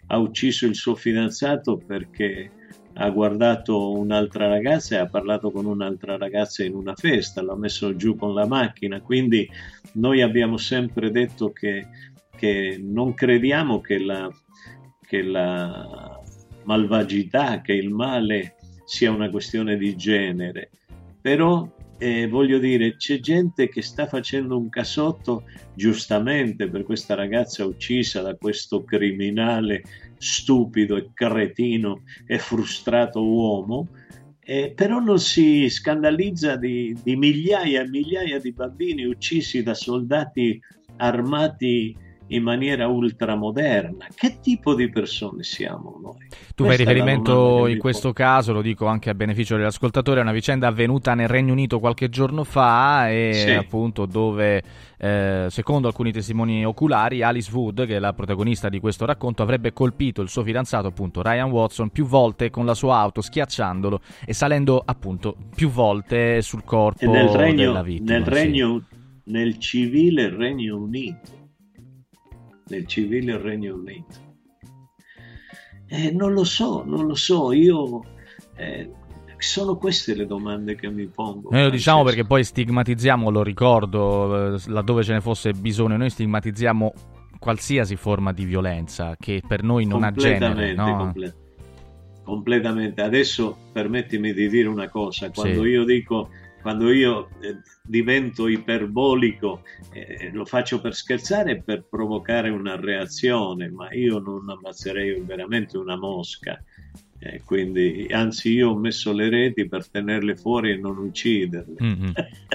ha ucciso il suo fidanzato perché ha guardato un'altra ragazza e ha parlato con un'altra ragazza in una festa, l'ha messo giù con la macchina. Quindi noi abbiamo sempre detto che, che non crediamo che la, che la malvagità, che il male sia una questione di genere, però eh, voglio dire, c'è gente che sta facendo un casotto giustamente per questa ragazza uccisa da questo criminale stupido e cretino e frustrato uomo, eh, però non si scandalizza di, di migliaia e migliaia di bambini uccisi da soldati armati in maniera ultramoderna. Che tipo di persone siamo noi? Tu fai riferimento in questo può... caso, lo dico anche a beneficio dell'ascoltatore, a una vicenda avvenuta nel Regno Unito qualche giorno fa e sì. appunto dove eh, secondo alcuni testimoni oculari Alice Wood, che è la protagonista di questo racconto, avrebbe colpito il suo fidanzato appunto Ryan Watson più volte con la sua auto, schiacciandolo e salendo appunto più volte sul corpo nel regno, della vittima. Nel, regno, sì. nel civile Regno Unito nel civile Regno Unito. Eh, non lo so, non lo so, io eh, sono queste le domande che mi pongo. Noi lo diciamo perché poi stigmatizziamo, lo ricordo, eh, laddove ce ne fosse bisogno, noi stigmatizziamo qualsiasi forma di violenza che per noi non ha genere, no? Comple- completamente. Adesso permettimi di dire una cosa, quando sì. io dico Quando io eh, divento iperbolico, eh, lo faccio per scherzare e per provocare una reazione, ma io non ammazzerei veramente una mosca. Eh, quindi, anzi, io ho messo le reti per tenerle fuori e non ucciderle. Mm-hmm.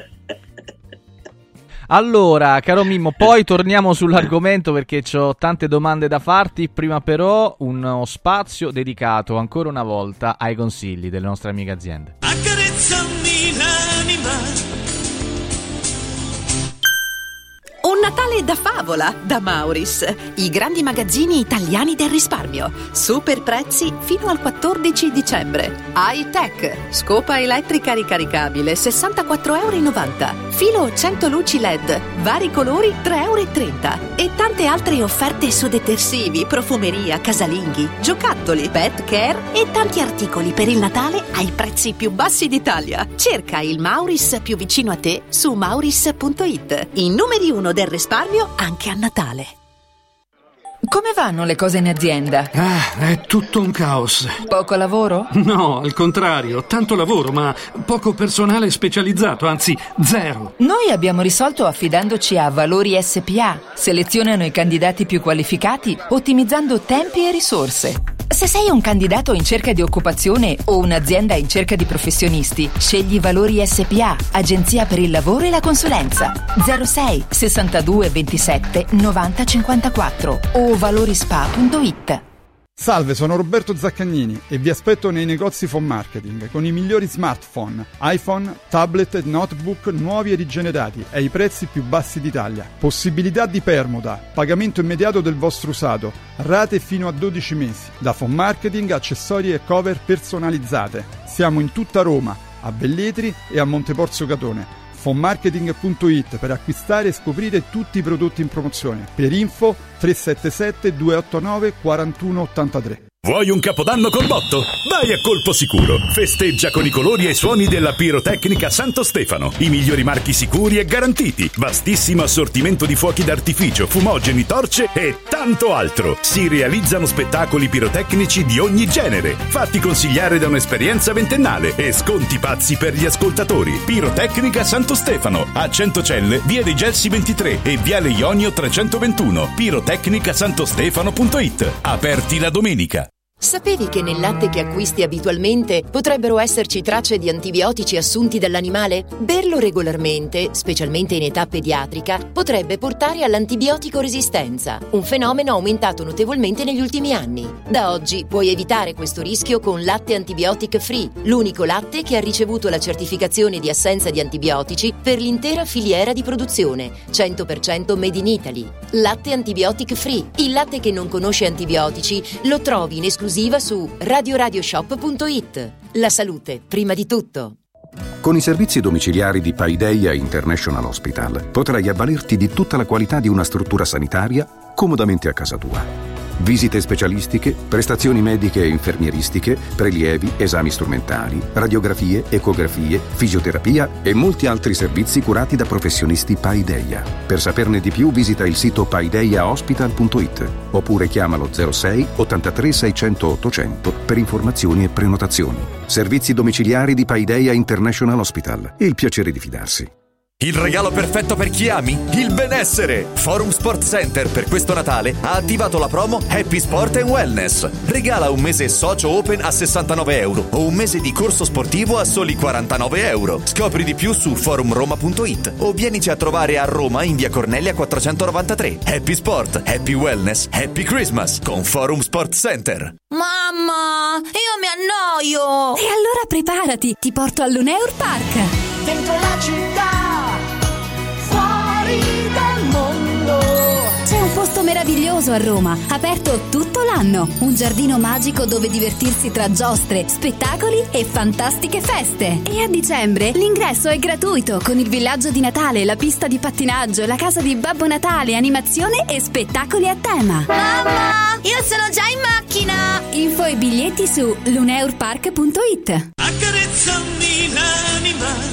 Allora, caro Mimmo, poi torniamo sull'argomento perché ho tante domande da farti. Prima però uno spazio dedicato ancora una volta ai consigli delle nostre amiche aziende. Accarezzami l'anima. Un Natale da favola da Mauris, i grandi magazzini italiani del risparmio. Super prezzi fino al quattordici dicembre. High Tech, scopa elettrica ricaricabile sessantaquattro virgola novanta euro. Filo cento luci L E D, vari colori tre virgola trenta euro. E tante altre offerte su detersivi, profumeria, casalinghi, giocattoli, pet care e tanti articoli per il Natale ai prezzi più bassi d'Italia. Cerca il Mauris più vicino a te su mauris punto it. I numeri uno del risparmio anche a Natale. Come vanno le cose in azienda? Ah, è tutto un caos. Poco lavoro? No, al contrario, tanto lavoro, ma poco personale specializzato, anzi zero. Noi abbiamo risolto affidandoci a Valori S P A. Selezionano i candidati più qualificati, ottimizzando tempi e risorse. Se sei un candidato in cerca di occupazione o un'azienda in cerca di professionisti, scegli Valori S P A, agenzia per il lavoro e la consulenza. zero sei sessantadue ventisette novanta cinquantaquattro o valorispa punto it. Salve, sono Roberto Zaccagnini e vi aspetto nei negozi Phone Marketing con i migliori smartphone, iPhone, tablet e notebook nuovi e rigenerati ai prezzi più bassi d'Italia. Possibilità di permuta, pagamento immediato del vostro usato, rate fino a dodici mesi. Da Phone Marketing, accessori e cover personalizzate. Siamo in tutta Roma, a Velletri e a Monteporzio Catone. phone marketing punto it per acquistare e scoprire tutti i prodotti in promozione. Per info tre sette sette due otto nove quattro uno otto tre. Vuoi un capodanno col botto? Vai a Colpo Sicuro. Festeggia con i colori e i suoni della Pirotecnica Santo Stefano. I migliori marchi sicuri e garantiti. Vastissimo assortimento di fuochi d'artificio, fumogeni, torce e tanto altro. Si realizzano spettacoli pirotecnici di ogni genere. Fatti consigliare da un'esperienza ventennale e sconti pazzi per gli ascoltatori. Pirotecnica Santo Stefano. A Centocelle, via dei Gelsi ventitré e viale Ionio trecentoventuno. pirotecnica santostefano punto it. Aperti la domenica. Sapevi che nel latte che acquisti abitualmente potrebbero esserci tracce di antibiotici assunti dall'animale? Berlo regolarmente, specialmente in età pediatrica, potrebbe portare all'antibiotico resistenza, un fenomeno aumentato notevolmente negli ultimi anni. Da oggi puoi evitare questo rischio con Latte Antibiotic Free, l'unico latte che ha ricevuto la certificazione di assenza di antibiotici per l'intera filiera di produzione, cento per cento made in Italy. Latte Antibiotic Free, il latte che non conosce antibiotici, lo trovi in esclusiva su radio radio shop punto it. La salute prima di tutto. Con i servizi domiciliari di Paideia International Hospital potrai avvalerti di tutta la qualità di una struttura sanitaria comodamente a casa tua. Visite specialistiche, prestazioni mediche e infermieristiche, prelievi, esami strumentali, radiografie, ecografie, fisioterapia e molti altri servizi curati da professionisti Paideia. Per saperne di più visita il sito paideia hospital punto it oppure chiamalo zero sei ottantatré seicento ottocento per informazioni e prenotazioni. Servizi domiciliari di Paideia International Hospital. Il piacere di fidarsi. Il regalo perfetto per chi ami? Il benessere! Forum Sport Center per questo Natale ha attivato la promo Happy Sport and Wellness. Regala un mese socio open a sessantanove euro o un mese di corso sportivo a soli quarantanove euro. Scopri di più su forum roma punto it o vienici a trovare a Roma in via Cornelia quattrocentonovantatré. Happy Sport, Happy Wellness, Happy Christmas con Forum Sport Center. Mamma, io mi annoio! E allora preparati, ti porto all'Uneur Park. Dentro la città, fuori dal mondo. C'è un posto meraviglioso a Roma, aperto tutto l'anno. Un giardino magico dove divertirsi tra giostre, spettacoli e fantastiche feste. E a dicembre l'ingresso è gratuito con il villaggio di Natale, la pista di pattinaggio, la casa di Babbo Natale, animazione e spettacoli a tema. Mamma, io sono già in macchina. Info e biglietti su luneur park punto it. Accarezzami l'anima.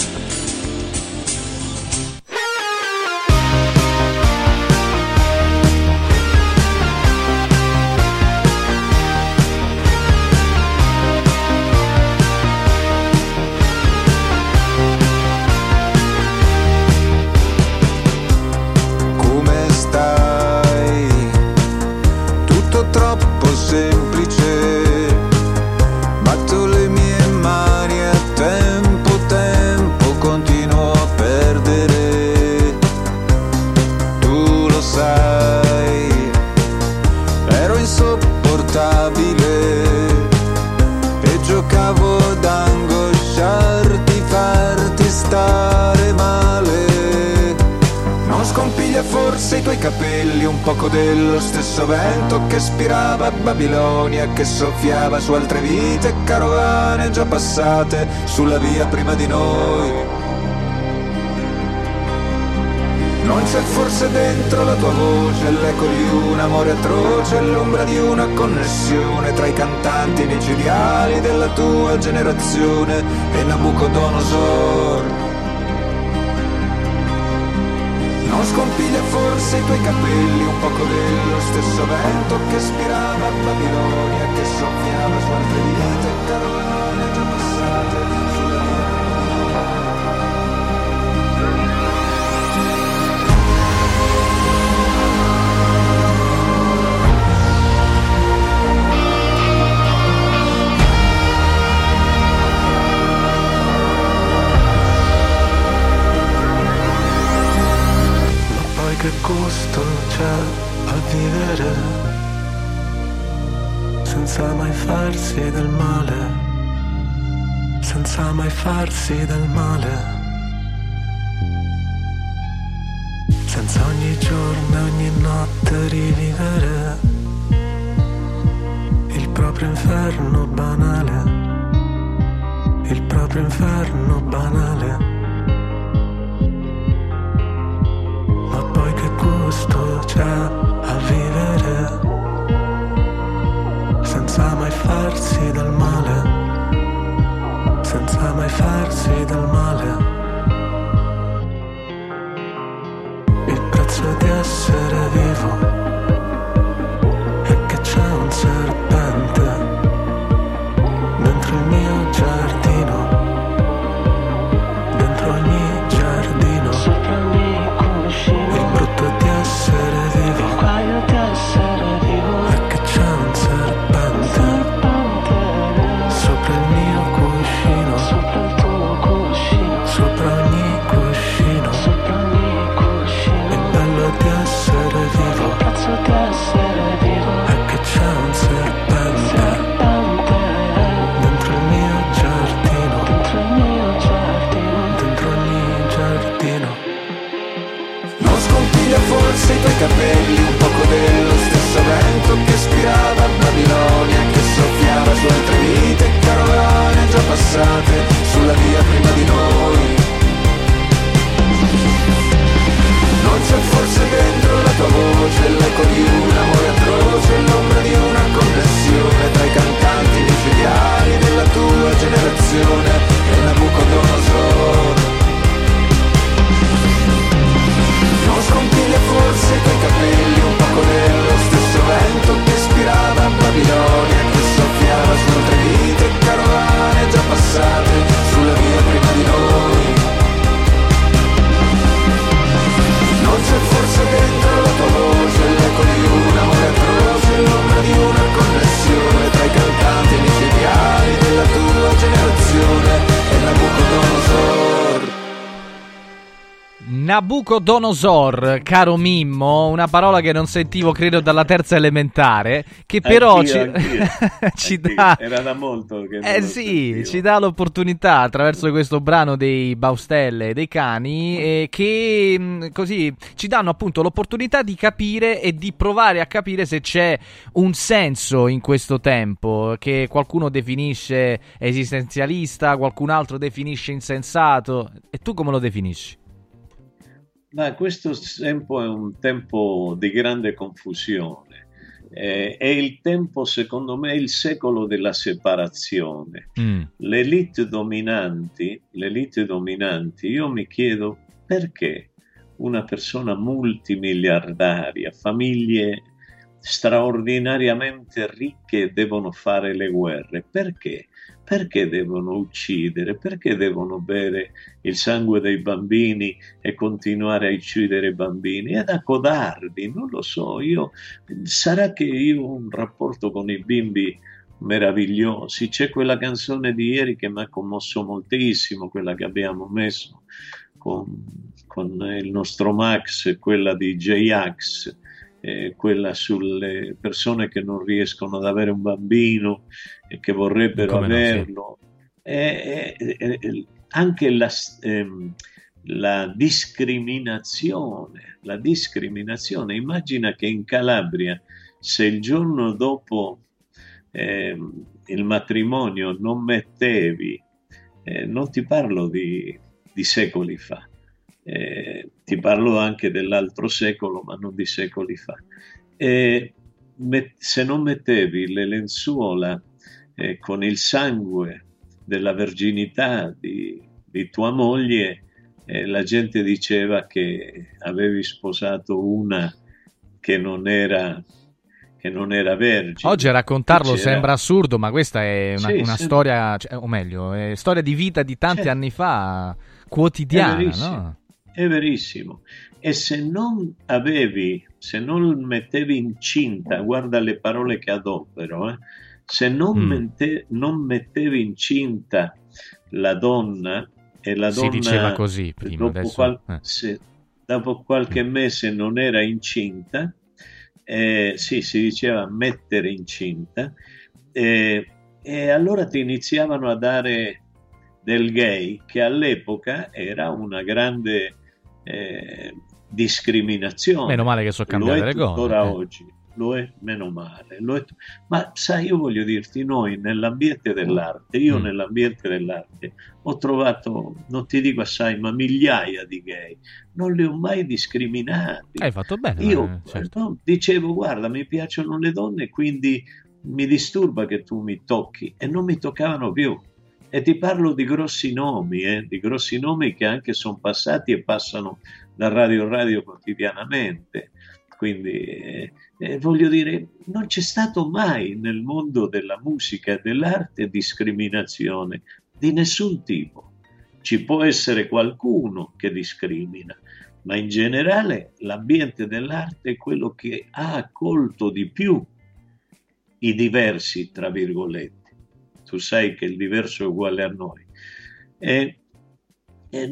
Troppo semplice, batto le mie mani a tempo, tempo, continuo a perdere. Tu lo sai, ero insopportabile e giocavo ad angosciarti, farti stare male. Non scompiglia forse i tuoi capelli, un poco dello stesso vento che spirava a Babilonia, che soffiava su altre vite, carovane già passate sulla via prima di noi. Non c'è forse dentro la tua voce l'eco di un amore atroce, l'ombra di una connessione tra i cantanti micidiali della tua generazione e Nabucodonosor. Non scompiglia forse i tuoi capelli, un poco dello stesso vento che spirava a Babilonia, che soffiava su altre vite, carovane già passate sulla che gusto c'è a vivere senza mai farsi del male, senza mai farsi del male, senza ogni giorno e ogni notte rivivere il proprio inferno banale, il proprio inferno banale. C'è a vivere senza mai farsi del male, senza mai farsi del male. Il prezzo di essere vivo è che c'è un serpente dentro il mio giardino, dentro ogni giardino. Sopra ogni cuscino. Il brutto di essere vivo, il guaio di essere vivo è che c'è un serpente, serpente sopra il mio cuscino, sopra il tuo cuscino, sopra ogni cuscino, sopra ogni cuscino. Il bello di essere vivo, il cazzo di essere vivo è che c'è un serpente, serpente dentro il mio giardino, dentro il mio giardino, dentro ogni giardino. Non scompiglia forse i tuoi capelli, un poco dello stesso vento che spirava a Babilonia, che soffiava su altre vite, carovane già passate sulla via prima di noi. Non c'è forse dentro la tua voce l'eco di un amore atroce, l'ombra Nabucodonosor, caro Mimmo, una parola che non sentivo credo dalla terza elementare, che però Anch'io, ci, anch'io, ci anch'io. dà Era da molto che non eh lo sì, sentivo. ci dà l'opportunità attraverso questo brano dei Baustelle e dei Cani eh, che mh, così ci danno appunto l'opportunità di capire e di provare a capire se c'è un senso in questo tempo che qualcuno definisce esistenzialista, qualcun altro definisce insensato. E tu come lo definisci? Ma questo tempo è un tempo di grande confusione. Eh, è il tempo, secondo me, il secolo della separazione. Mm. Le elite dominanti, le elite dominanti, io mi chiedo perché una persona multimiliardaria, famiglie straordinariamente ricche devono fare le guerre. Perché? Perché devono uccidere? Perché devono bere il sangue dei bambini e continuare a uccidere i bambini? È da codardi, non lo so. Io, sarà che io ho un rapporto con i bimbi meravigliosi. C'è quella canzone di ieri che mi ha commosso moltissimo, quella che abbiamo messo con, con il nostro Max, quella di J-Ax. Eh, quella sulle persone che non riescono ad avere un bambino e che vorrebbero Come no, averlo. sì. Eh, eh, eh, anche la, ehm, la discriminazione, la discriminazione. Immagina che in Calabria, se il giorno dopo ehm, il matrimonio non mettevi, eh, non ti parlo di, di secoli fa, Eh, ti parlo anche dell'altro secolo, ma non di secoli fa. Eh, met- se non mettevi le lenzuola eh, con il sangue della verginità di, di tua moglie, eh, la gente diceva che avevi sposato una che non era che non era vergine. Oggi a raccontarlo C'era... sembra assurdo, ma questa è una, Sì, una sì. storia, cioè, o meglio, è storia di vita di tanti Certo. anni fa, È quotidiana, verissimo, no? è verissimo. E se non avevi, se non mettevi incinta, guarda le parole che adopero, eh, se non, Mm. mette- non mettevi incinta la donna e la Si donna diceva così prima, dopo, adesso, qual- eh. se- dopo qualche mese non era incinta, eh, sì, si diceva mettere incinta, eh, e allora ti iniziavano a dare del gay, che all'epoca era una grande eh, discriminazione. Meno male che sono cambiate Lo è le cose. tuttora eh. oggi, lo è meno male. Lo è t- Ma sai, io voglio dirti, noi nell'ambiente dell'arte, io Mm. nell'ambiente dell'arte ho trovato, non ti dico assai, ma migliaia di gay, non li ho mai discriminati. Hai fatto bene. Io eh, certo. no, dicevo, guarda, mi piacciono le donne, quindi mi disturba che tu mi tocchi, e non mi toccavano più. E ti parlo di grossi nomi, eh, di grossi nomi che anche sono passati e passano da radio a radio quotidianamente. Quindi eh, eh, voglio dire, non c'è stato mai nel mondo della musica e dell'arte discriminazione di nessun tipo. Ci può essere qualcuno che discrimina, ma in generale l'ambiente dell'arte è quello che ha accolto di più i diversi, tra virgolette. Tu sai che il diverso è uguale a noi. E, e,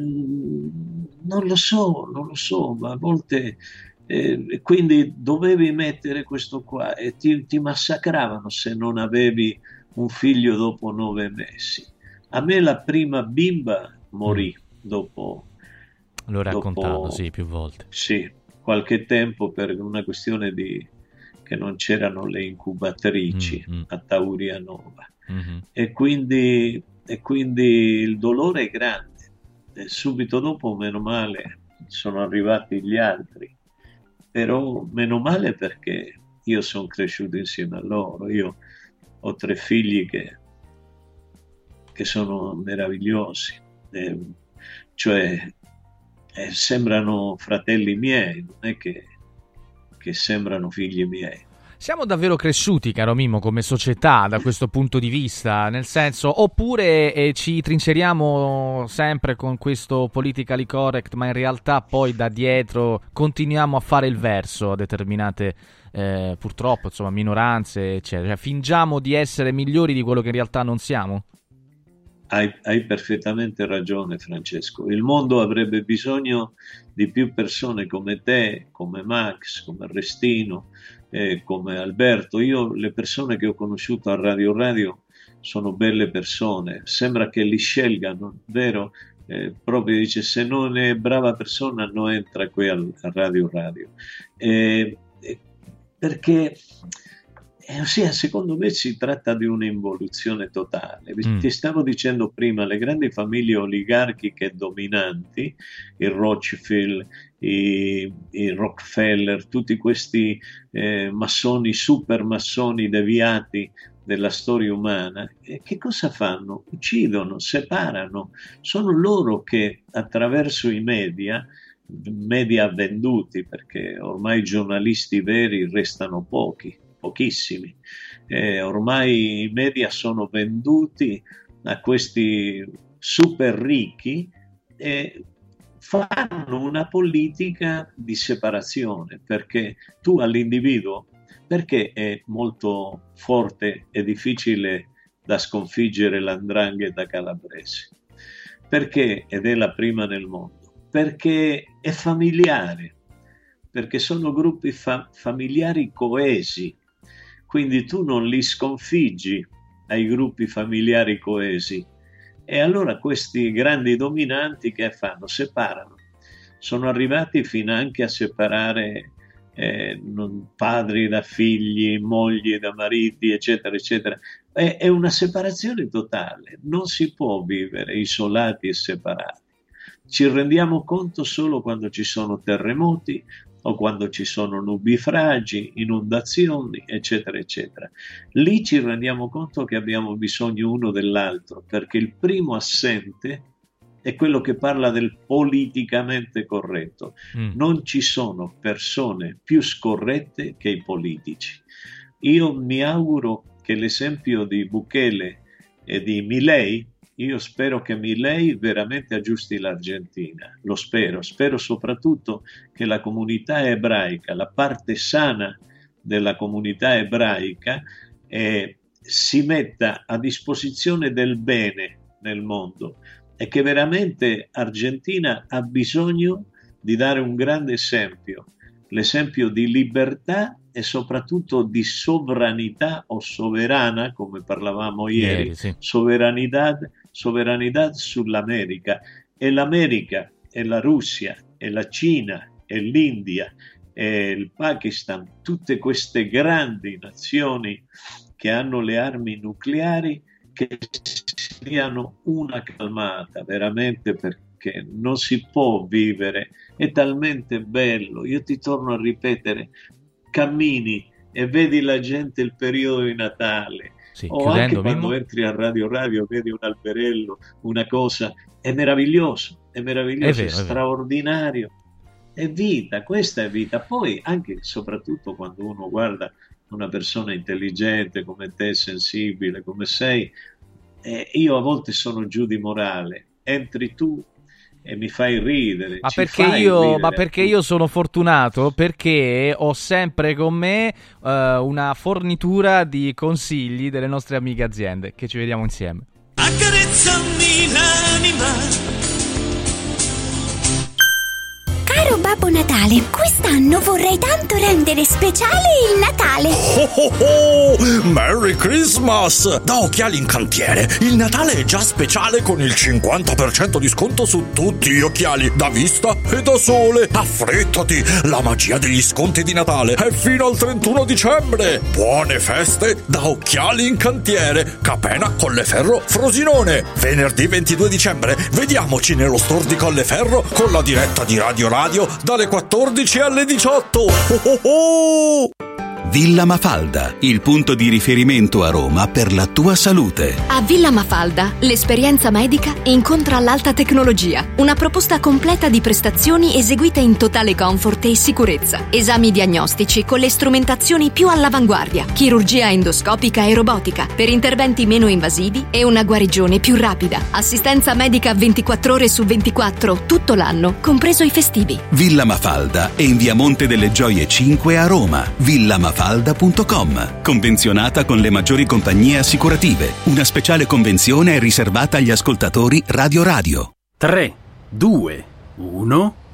non lo so, non lo so, ma a volte... Eh, quindi dovevi mettere questo qua e ti, ti massacravano se non avevi un figlio dopo nove mesi. A me la prima bimba morì dopo... L'ho raccontato, dopo, sì, più volte. Sì, qualche tempo per una questione di che non c'erano le incubatrici Mm, mm. a Taurianova. Mhm. E quindi, e quindi il dolore è grande. E subito dopo, meno male, sono arrivati gli altri, però meno male perché io sono cresciuto insieme a loro. Io ho tre figli che, che sono meravigliosi, eh, cioè eh, sembrano fratelli miei, non è che, che sembrano figli miei. Siamo davvero cresciuti, caro Mimmo, come società da questo punto di vista, nel senso, oppure eh, ci trinceriamo sempre con questo politically correct, ma in realtà poi da dietro continuiamo a fare il verso a determinate, eh, purtroppo, insomma, minoranze, eccetera. Cioè, fingiamo di essere migliori di quello che in realtà non siamo? Hai, hai perfettamente ragione, Francesco. Il mondo avrebbe bisogno di più persone come te, come Max, come Restino, eh, come Alberto. Io le persone che ho conosciuto a Radio Radio sono belle persone, sembra che li scelgano, vero? Eh, proprio dice, se non è brava persona non entra qui al, a Radio Radio, eh, eh, perché eh, ossia, secondo me si tratta di un'involuzione totale. Mm. Ti stavo dicendo prima, le grandi famiglie oligarchiche dominanti, i Rothschild, i, i Rockefeller, tutti questi eh, massoni, super massoni deviati della storia umana, e che cosa fanno? Uccidono, separano. Sono loro che attraverso i media, media venduti, perché ormai i giornalisti veri restano pochi, pochissimi, eh, ormai i media sono venduti a questi super ricchi e fanno una politica di separazione, perché tu all'individuo, perché è molto forte e difficile da sconfiggere l'andrangheta calabrese? Perché, ed è la prima nel mondo, perché è familiare, perché sono gruppi fa- familiari coesi, quindi tu non li sconfiggi ai gruppi familiari coesi, e allora questi grandi dominanti che fanno? Separano. Sono arrivati fino anche a separare Eh, non, padri da figli, mogli da mariti, eccetera, eccetera. È, è una separazione totale, non si può vivere isolati e separati. Ci rendiamo conto solo quando ci sono terremoti o quando ci sono nubifragi, inondazioni, eccetera, eccetera. Lì ci rendiamo conto che abbiamo bisogno uno dell'altro, perché il primo assente è quello che parla del politicamente corretto. Mm. Non ci sono persone più scorrette che i politici. Io mi auguro che l'esempio di Bukele e di Milei, io spero che Milei veramente aggiusti l'Argentina, lo spero. Spero soprattutto che la comunità ebraica, la parte sana della comunità ebraica, eh, si metta a disposizione del bene nel mondo, e che veramente Argentina ha bisogno di dare un grande esempio, l'esempio di libertà e soprattutto di sovranità o sovrana, come parlavamo ieri, ieri sì. sovranità, sovranità sull'America. E l'America, e la Russia, e la Cina, e l'India, e il Pakistan, tutte queste grandi nazioni che hanno le armi nucleari, che siano una calmata veramente, perché non si può vivere, è talmente bello. Io ti torno a ripetere, cammini e vedi la gente il periodo di Natale, sì, o anche quando Mimmo. entri a Radio Radio vedi un alberello, una cosa, è meraviglioso, è meraviglioso, è, vero, è straordinario, è vita, questa è vita. Poi anche soprattutto quando uno guarda una persona intelligente come te, sensibile come sei, eh, io a volte sono giù di morale, entri tu e mi fai ridere. Ma perché io, ridere. ma perché io sono fortunato, perché ho sempre con me uh, una fornitura di consigli delle nostre amiche aziende, che ci vediamo insieme. Accarezzami l'anima. Caro Babbo Natale, quest'anno vorrei tanto rendere speciale il Natale. Oh oh oh! Merry Christmas! Da Occhiali in Cantiere, il Natale è già speciale con il cinquanta per cento di sconto su tutti gli occhiali da vista e da sole. Affrettati! La magia degli sconti di Natale è fino al trentuno dicembre. Buone feste da Occhiali in Cantiere, Capena, Colleferro, Frosinone. Venerdì ventidue dicembre, vediamoci nello store di Colleferro con la diretta di Radio Radio dalle quattordici alle diciotto. Oh oh oh! Villa Mafalda, il punto di riferimento a Roma per la tua salute. A Villa Mafalda, l'esperienza medica incontra l'alta tecnologia. Una proposta completa di prestazioni eseguite in totale comfort e sicurezza. Esami diagnostici con le strumentazioni più all'avanguardia. Chirurgia endoscopica e robotica per interventi meno invasivi e una guarigione più rapida. Assistenza medica ventiquattro ore su ventiquattro tutto l'anno, compreso i festivi. Villa Mafalda è in via Monte delle Gioie cinque a Roma. Villa Mafalda punto com. Convenzionata con le maggiori compagnie assicurative. Una speciale convenzione è riservata agli ascoltatori Radio Radio. tre, due, uno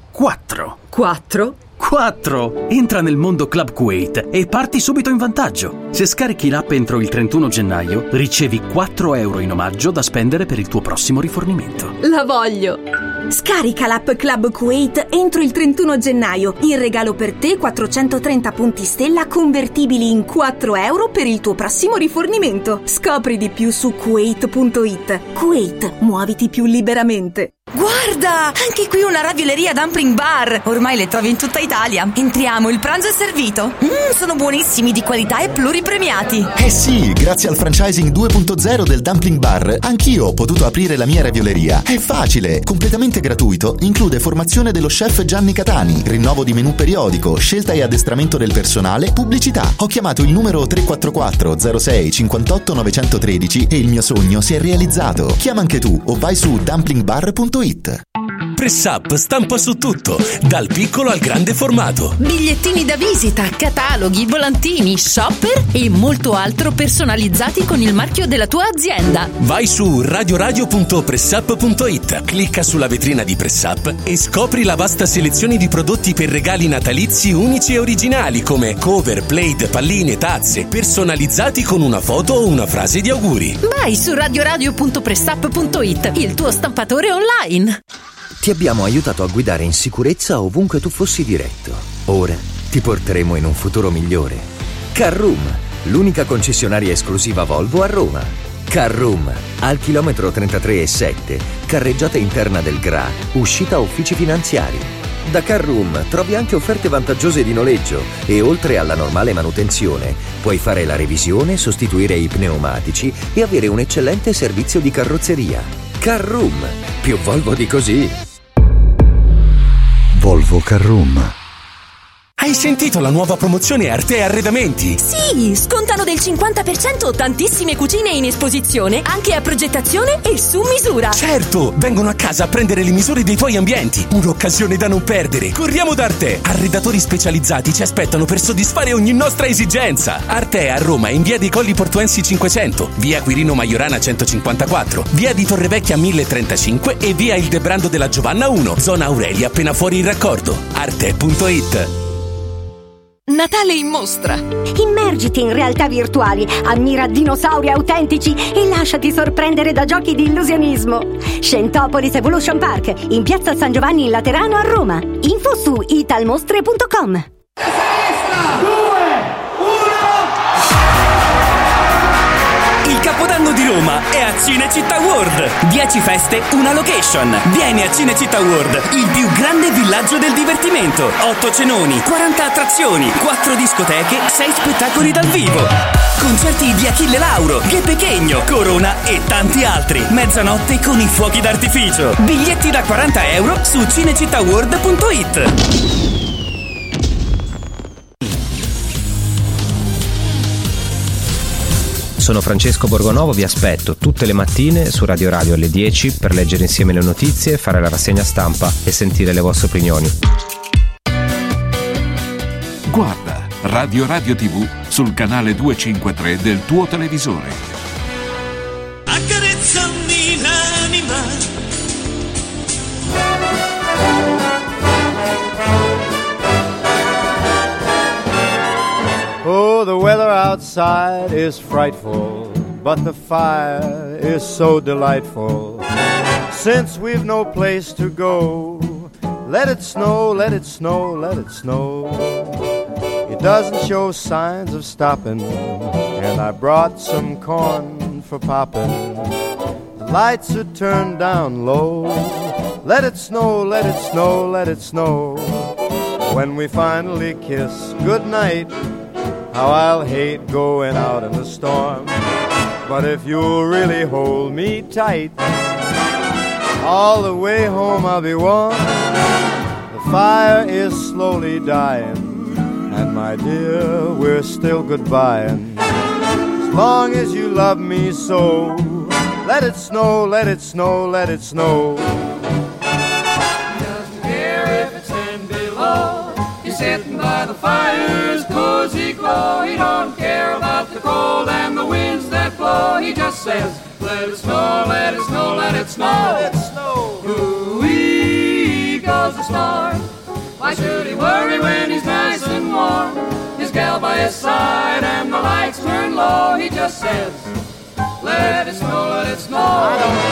quattro. Quattro? quattro. Entra nel mondo Club Kuwait e parti subito in vantaggio. Se scarichi l'app entro il trentuno gennaio, ricevi quattro euro in omaggio da spendere per il tuo prossimo rifornimento. La voglio! Scarica l'app Club Kuwait entro il trentuno gennaio. In regalo per te quattrocentotrenta punti stella convertibili in quattro euro per il tuo prossimo rifornimento. Scopri di più su kuwait punto it. Kuwait, muoviti più liberamente. Guarda, anche qui una ravioleria Dumpling Bar. Ormai le trovi in tutta Italia. Entriamo, il pranzo è servito. Mmm, sono buonissimi, di qualità e pluripremiati. Eh sì, grazie al franchising due punto zero del Dumpling Bar, anch'io ho potuto aprire la mia ravioleria. È facile, completamente gratuito, include formazione dello chef Gianni Catani, rinnovo di menù periodico, scelta e addestramento del personale, pubblicità. Ho chiamato il numero tre quattro quattro zero sei cinquantotto novecentotredici e il mio sogno si è realizzato. Chiama anche tu o vai su dumpling bar punto it. Pressup stampa su tutto, dal piccolo al grande formato. Bigliettini da visita, cataloghi, volantini, shopper e molto altro personalizzati con il marchio della tua azienda. Vai su radioradio punto pressup punto it, clicca sulla vetrina di Pressup e scopri la vasta selezione di prodotti per regali natalizi unici e originali come cover, plate, palline, tazze, personalizzati con una foto o una frase di auguri. Vai su radioradio punto pressup punto it, il tuo stampatore online. Ti abbiamo aiutato a guidare in sicurezza ovunque tu fossi diretto. Ora ti porteremo in un futuro migliore. Carroom, l'unica concessionaria esclusiva Volvo a Roma. Carroom, al chilometro trentatré e sette, carreggiata interna del Gra, uscita uffici finanziari. Da Carroom trovi anche offerte vantaggiose di noleggio e oltre alla normale manutenzione puoi fare la revisione, sostituire i pneumatici e avere un eccellente servizio di carrozzeria. Carroom, più Volvo di così. Volvo Carroom. Hai sentito la nuova promozione Arte Arredamenti? Sì, scontano del cinquanta per cento tantissime cucine in esposizione, anche a progettazione e su misura. Certo, vengono a casa a prendere le misure dei tuoi ambienti. Un'occasione da non perdere. Corriamo da Arte. Arredatori specializzati ci aspettano per soddisfare ogni nostra esigenza. Arte a Roma in via dei Colli Portuensi cinquecento, via Quirino Maiorana centocinquantaquattro, via di Torrevecchia mille trentacinque e via Il Debrando della Giovanna uno, zona Aurelia appena fuori il raccordo. Arte punto it. Natale in mostra. Immergiti in realtà virtuali, ammira dinosauri autentici e lasciati sorprendere da giochi di illusionismo. Scentopolis Evolution Park, in piazza San Giovanni in Laterano a Roma. Info su italmostre punto com. Il Capodanno di Roma è a Cinecittà World. dieci feste, una location. Vieni a Cinecittà World, il più grande villaggio del divertimento. otto cenoni, quaranta attrazioni, quattro discoteche, sei spettacoli dal vivo. Concerti di Achille Lauro, Che Pechegno, Corona e tanti altri. Mezzanotte con i fuochi d'artificio. Biglietti da quaranta euro su cinecittà world punto it. Sono Francesco Borgonovo, vi aspetto tutte le mattine su Radio Radio alle dieci per leggere insieme le notizie, fare la rassegna stampa e sentire le vostre opinioni. Guarda Radio Radio tivù sul canale duecentocinquantatré del tuo televisore. Accarezzami l'anima. Oh, the weather outside is frightful, but the fire is so delightful. Since we've no place to go, let it snow, let it snow, let it snow. It doesn't show signs of stopping, and I brought some corn for popping. The lights are turned down low. Let it snow, let it snow, let it snow. When we finally kiss goodnight, how I'll hate going out in the storm. But if you'll really hold me tight, all the way home I'll be warm. The fire is slowly dying, and my dear, we're still goodbying. As long as you love me so, let it snow, let it snow, let it snow. He doesn't care if it's ten below. He's sitting by the fire's cozy glow. He don't care about the cold and the winds that blow. He just says, let it snow, let it snow, let it snow. Let it snow. Ooh-wee, goes cause the storm. Why should he worry when he's nice and warm? His gal by his side and the lights turn low. He just says, let it snow, let it snow. I don't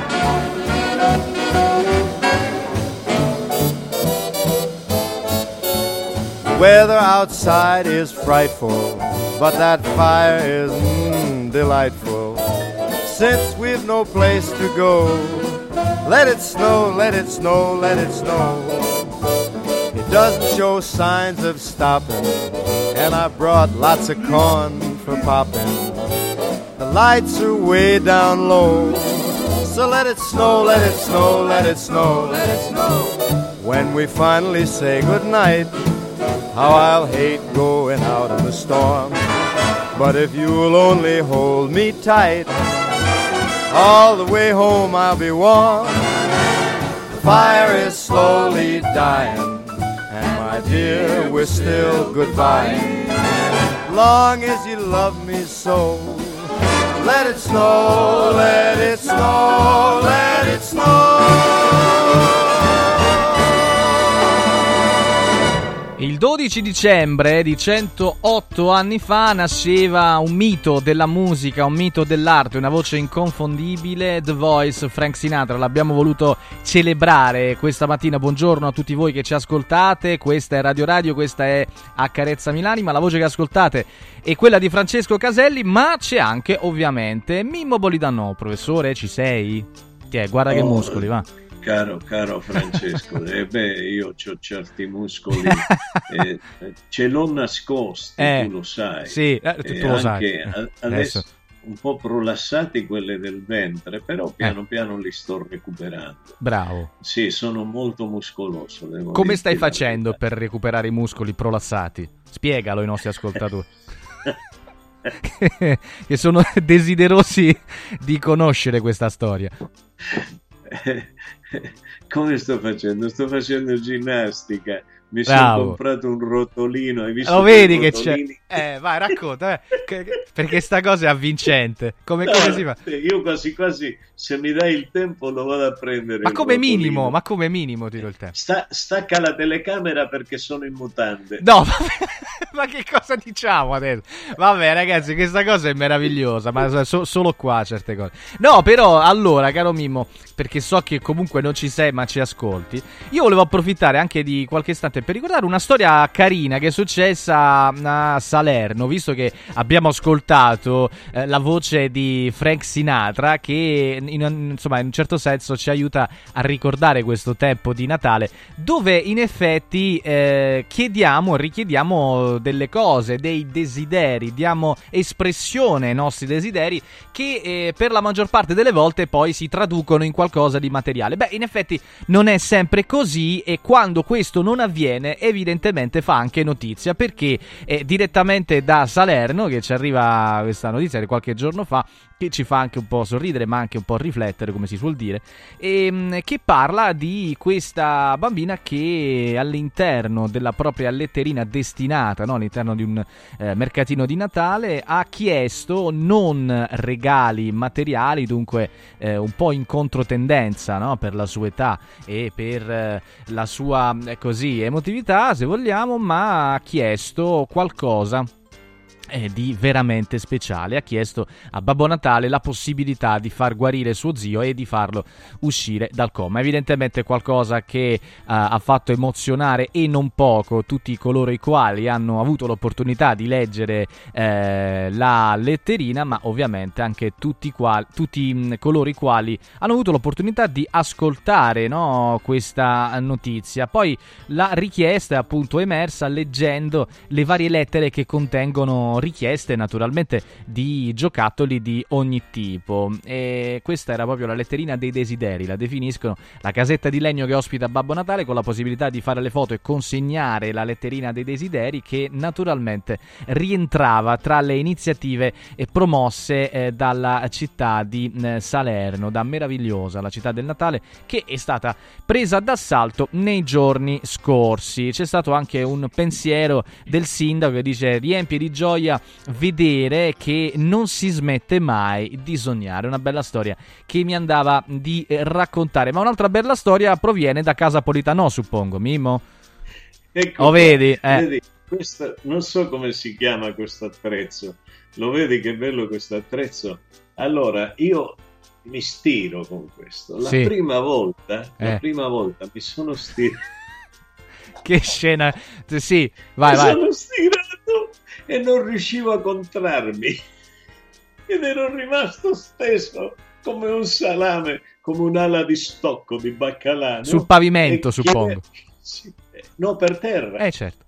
The weather outside is frightful, but that fire is mm, delightful. Since we've no place to go, let it snow, let it snow, let it snow. It doesn't show signs of stopping, and I brought lots of corn for popping. The lights are way down low, so let it snow, let it snow, let it snow, let it snow. When we finally say goodnight, how I'll hate going out in the storm. But if you'll only hold me tight, all the way home I'll be warm. The fire is slowly dying, and my dear, we're still goodbye. Long as you love me so, let it snow, let it snow, let it snow. Il dodici dicembre di centootto anni fa nasceva un mito della musica, un mito dell'arte, una voce inconfondibile, The Voice, Frank Sinatra. L'abbiamo voluto celebrare questa mattina. Buongiorno a tutti voi che ci ascoltate, questa è Radio Radio, questa è Accarezza Milani, ma la voce che ascoltate è quella di Francesco Caselli, ma c'è anche ovviamente Mimmo Polidano. Professore, ci sei? Tiè, guarda oh. che muscoli, va. Caro, caro Francesco, eh beh, io ho certi muscoli, eh, ce l'ho nascosti, eh, tu lo sai. Sì, eh, tu, tu lo anche sai. A, adesso un po' prolassati quelle del ventre, però piano eh. piano li sto recuperando. Bravo. Sì, sono molto muscoloso. Devo Come stai facendo per recuperare i muscoli prolassati? Spiegalo ai nostri ascoltatori. Che sono desiderosi di conoscere questa storia. Come sto facendo? Sto facendo ginnastica. Mi Bravo. sono comprato un rotolino. Hai visto? Lo vedi che c'è? Eh, vai, racconta. Eh. Perché sta cosa è avvincente. Come, no, come si fa? Io quasi quasi, se mi dai il tempo, lo vado a prendere. Ma come rotolino. minimo? Ma come minimo tiro il tempo? Sta, stacca la telecamera perché sono in mutande. No, ma che cosa diciamo adesso? Vabbè, ragazzi, questa cosa è meravigliosa, ma so, solo qua certe cose. No, però, allora, caro Mimmo, perché so che comunque non ci sei, ma ci ascolti, io volevo approfittare anche di qualche istante per ricordare una storia carina che è successa a Salerno, visto che abbiamo ascoltato eh, la voce di Frank Sinatra, che in, insomma in un certo senso ci aiuta a ricordare questo tempo di Natale, dove in effetti eh, chiediamo, richiediamo delle cose, dei desideri, diamo espressione ai nostri desideri che eh, per la maggior parte delle volte poi si traducono in qualcosa di materiale. Beh, in effetti non è sempre così, e quando questo non avviene evidentemente fa anche notizia, perché eh, direttamente da Salerno che ci arriva questa notizia di qualche giorno fa, che ci fa anche un po' sorridere ma anche un po' riflettere, come si suol dire, e che parla di questa bambina che all'interno della propria letterina destinata, no, all'interno di un eh, mercatino di Natale, ha chiesto non regali materiali, dunque eh, un po' in controtendenza, no, per la sua età e per eh, la sua eh, così emotività, se vogliamo, ma ha chiesto qualcosa Eh, di veramente speciale. Ha chiesto a Babbo Natale la possibilità di far guarire suo zio e di farlo uscire dal coma. Evidentemente qualcosa che uh, ha fatto emozionare e non poco tutti coloro i quali hanno avuto l'opportunità di leggere eh, la letterina, ma ovviamente anche tutti, quali, tutti mh, coloro i quali hanno avuto l'opportunità di ascoltare, no, questa notizia. Poi la richiesta è appunto emersa leggendo le varie lettere che contengono richieste naturalmente di giocattoli di ogni tipo, e questa era proprio la letterina dei desideri, la definiscono, la casetta di legno che ospita Babbo Natale, con la possibilità di fare le foto e consegnare la letterina dei desideri, che naturalmente rientrava tra le iniziative promosse eh, dalla città di eh, Salerno, da Meravigliosa, la città del Natale, che è stata presa d'assalto nei giorni scorsi. C'è stato anche un pensiero del sindaco che dice: riempie di gioia voglia vedere che non si smette mai di sognare. Una bella storia che mi andava di eh, raccontare. Ma un'altra bella storia proviene da Casa Politano, suppongo, Mimmo? Ecco, oh, vedi? Eh. vedi questo, non so come si chiama questo attrezzo. Lo vedi che bello questo attrezzo? Allora, io mi stiro con questo. La sì. prima volta, eh. la prima volta mi sono stirato. Che scena! Sì, vai, mi vai. sono stirato e non riuscivo a contrarmi. Ed ero rimasto steso come un salame, come un'ala di stocco di baccalà. No? Sul pavimento, e suppongo. Chiede... No, per terra. Eh, certo.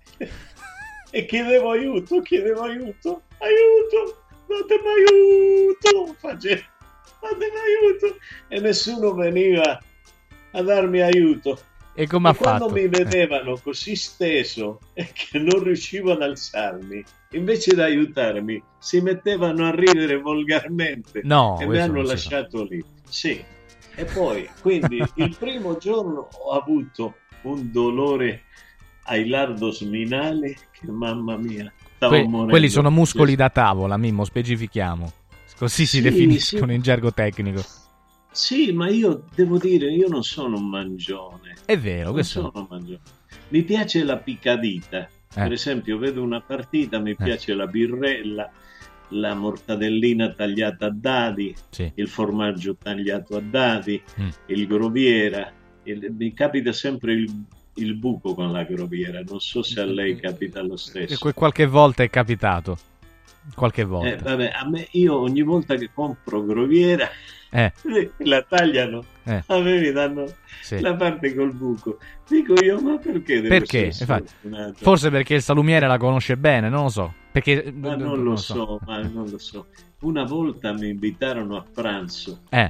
E chiedevo aiuto, chiedevo aiuto, aiuto, datemi aiuto, facevo, datemi aiuto, e nessuno veniva a darmi aiuto. E come ha quando fatto? mi vedevano così steso e che non riuscivo ad alzarmi, invece di aiutarmi, si mettevano a ridere volgarmente no, e mi hanno lasciato lì. Sì. E poi, quindi, il primo giorno ho avuto un dolore ai lardo sminale che mamma mia stavo que- morendo. Quelli sono muscoli da tavola, Mimmo, specifichiamo, così si sì, definiscono sì. in gergo tecnico. Sì, ma io devo dire, io non sono un mangione. È vero, non questo sono un mangione. Mi piace la picadita, eh. per esempio vedo una partita, mi eh. piace la birrella, la mortadellina tagliata a dadi, sì. il formaggio tagliato a dadi, mm. il groviera, il, mi capita sempre il il buco con la groviera, non so se a lei capita lo stesso. E qualche volta è capitato, qualche volta. Eh, vabbè, a me, io ogni volta che compro groviera eh. la tagliano, eh. a me mi danno sì. la parte col buco. Dico io, ma perché deve perché? essere Forse perché il salumiere la conosce bene, non lo so. Perché ma non, non lo so, so. ma non lo so. Una volta mi invitarono a pranzo eh.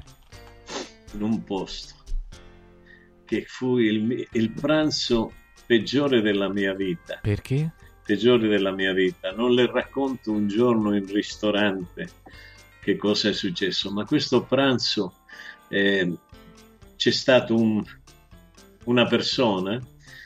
in un posto che fu il, il pranzo peggiore della mia vita. Perché? Peggiore della mia vita. Non le racconto un giorno in ristorante che cosa è successo, ma questo pranzo eh, c'è stato un, una persona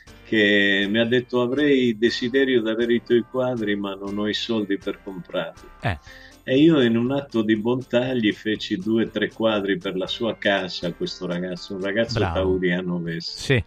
che mi ha detto: avrei desiderio di avere i tuoi quadri, ma non ho i soldi per comprarli. Eh. E io, in un atto di bontà, gli feci due o tre quadri per la sua casa, questo ragazzo, un ragazzo Bravo. tauriano Veste. Sì.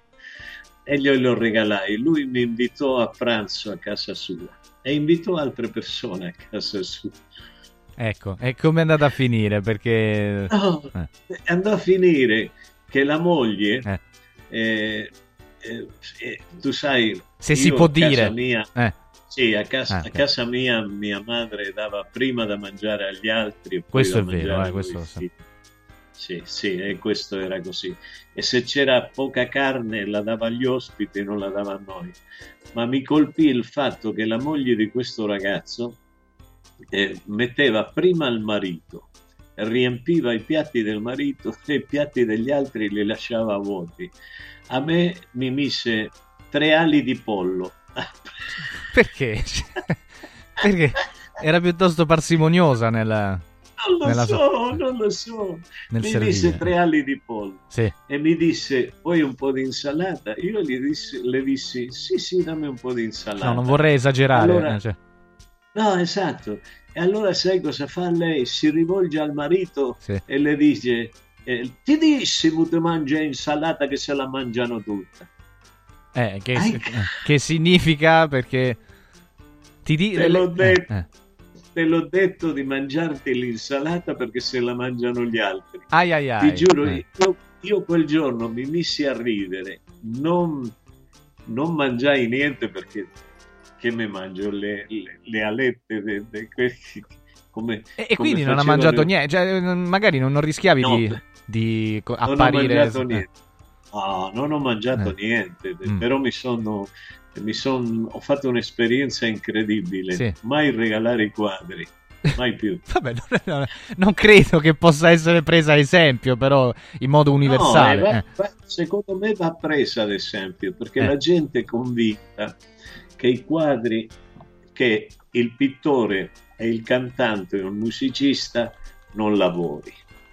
E glielo regalai. Lui mi invitò a pranzo a casa sua e invitò altre persone a casa sua. Ecco, e come è andata a finire? Perché no, eh. andò a finire che la moglie, eh. Eh, eh, eh, tu sai, se si può dire, casa mia, eh. sì, a casa, ah, a okay. casa mia mia madre dava prima da mangiare agli altri e poi questo da è vero, eh, a questo noi. so. Sì. Sì, sì, e questo era così. E se c'era poca carne la dava agli ospiti, non la dava a noi. Ma mi colpì il fatto che la moglie di questo ragazzo eh, metteva prima il marito, riempiva i piatti del marito e i piatti degli altri li lasciava vuoti. A me mi mise tre ali di pollo. Perché? Perché era piuttosto parsimoniosa nella... Non lo nella... so, non lo so. Nel mi servire. disse tre ali di pollo sì. e mi disse: vuoi un po' di insalata? Io gli dissi, le dissi: sì, sì, dammi un po' di insalata. No, non vorrei esagerare. Allora, eh, cioè. No, esatto. E allora sai cosa fa lei? Si rivolge al marito sì. e le dice: eh, ti dissi che mangia insalata, che se la mangiano tutta. Eh, che, eh, che significa? Perché ti di... Te l'ho detto. Eh, eh. Te l'ho detto di mangiarti l'insalata perché se la mangiano gli altri. Ai ai ai. Ti giuro, eh. io, io quel giorno mi missi a ridere, non, non mangiai niente perché che mi mangio le, le, le alette de, de questi, come, e, e come quindi non ha mangiato le... niente, cioè, magari non, non rischiavi no, di, di apparire. Non ho mangiato niente. No, non ho mangiato eh. niente, mm. però mi sono Mi son, ho fatto un'esperienza incredibile, sì. mai regalare i quadri, mai più. Vabbè, non, non, non credo che possa essere presa ad esempio, però in modo universale. No, eh, eh. va, secondo me va presa ad esempio, perché eh. la gente è convinta che i quadri, che il pittore e il cantante o il musicista non lavori.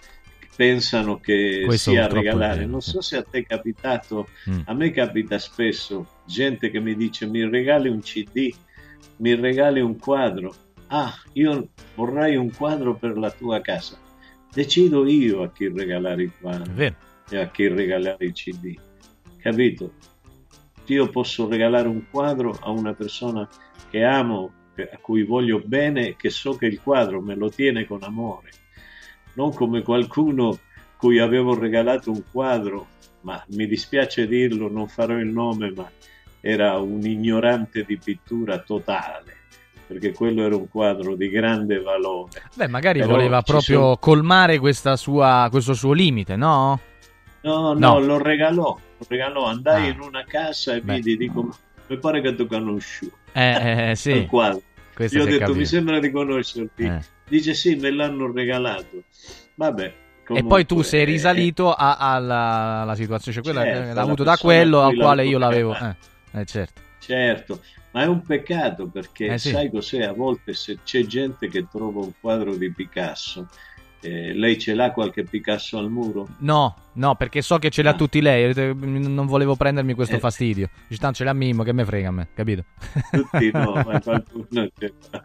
Pensano che questo sia a regalare. vero, non sì. so se a te è capitato, mm. a me capita spesso gente che mi dice: mi regali un C D, mi regali un quadro, ah, io vorrei un quadro per la tua casa. Decido io a chi regalare i quadri e a chi regalare i C D, capito? Io posso regalare un quadro a una persona che amo, a cui voglio bene, che so che il quadro me lo tiene con amore, non come qualcuno cui avevo regalato un quadro, ma mi dispiace dirlo, non farò il nome, ma era un ignorante di pittura totale, perché quello era un quadro di grande valore. Beh, magari Però voleva proprio sono... colmare questa sua, questo suo limite, no? No, no, no, lo regalò, lo regalò. Andai ah. in una casa e Beh. vidi, dico, mi pare che tu conosci. Eh, eh, sì. Il quadro. Questo Io ho si è detto, capito. mi sembra di conoscerti. Eh. Dice, sì, me l'hanno regalato. Vabbè. E poi tu sei eh, risalito a- alla, alla situazione, cioè quella certo, l'ha alla avuto da persona quello a al cui quale l'avevo io l'avevo. regalato. Eh, eh, certo. Certo, ma è un peccato perché Eh, sì. sai cos'è? A volte se c'è gente che trova un quadro di Picasso, eh, lei ce l'ha qualche Picasso al muro? No, no, perché so che ce l'ha Ah. tutti lei, eh, non volevo prendermi questo Eh. fastidio. Dici, tanto ce l'ha Mimmo, che me frega a me, capito? Tutti no, ma qualcuno ce l'ha.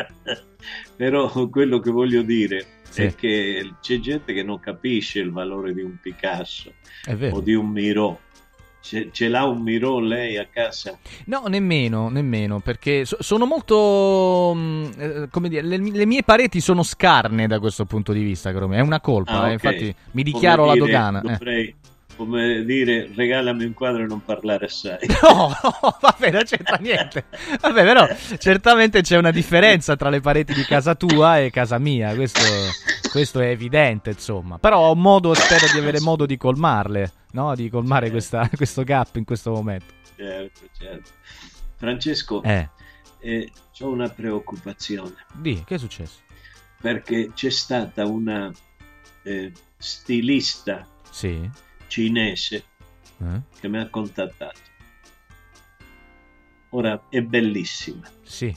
Però quello che voglio dire Sì. è che c'è gente che non capisce il valore di un Picasso È vero. o di un Miró. Ce, ce l'ha un Miró lei a casa? No, nemmeno, nemmeno, perché so- sono molto, mh, eh, come dire, le, le mie pareti sono scarne da questo punto di vista, caro me. È una colpa, Ah, eh, ok. infatti mi dichiaro Come la dire, dogana. eh. Dovrei, come dire, regalami un quadro e non parlare assai. No, no, vabbè, non c'entra niente. Vabbè, però certamente c'è una differenza tra le pareti di casa tua e casa mia, questo, questo è evidente, insomma. Però ho modo, spero di avere modo di colmarle, no? Di colmare questa, questo gap in questo momento. Certo, certo. Francesco, Eh. eh, ho una preoccupazione. Di, che è successo? Perché c'è stata una eh, stilista Sì. cinese Eh? che mi ha contattato. Ora è bellissima. Sì.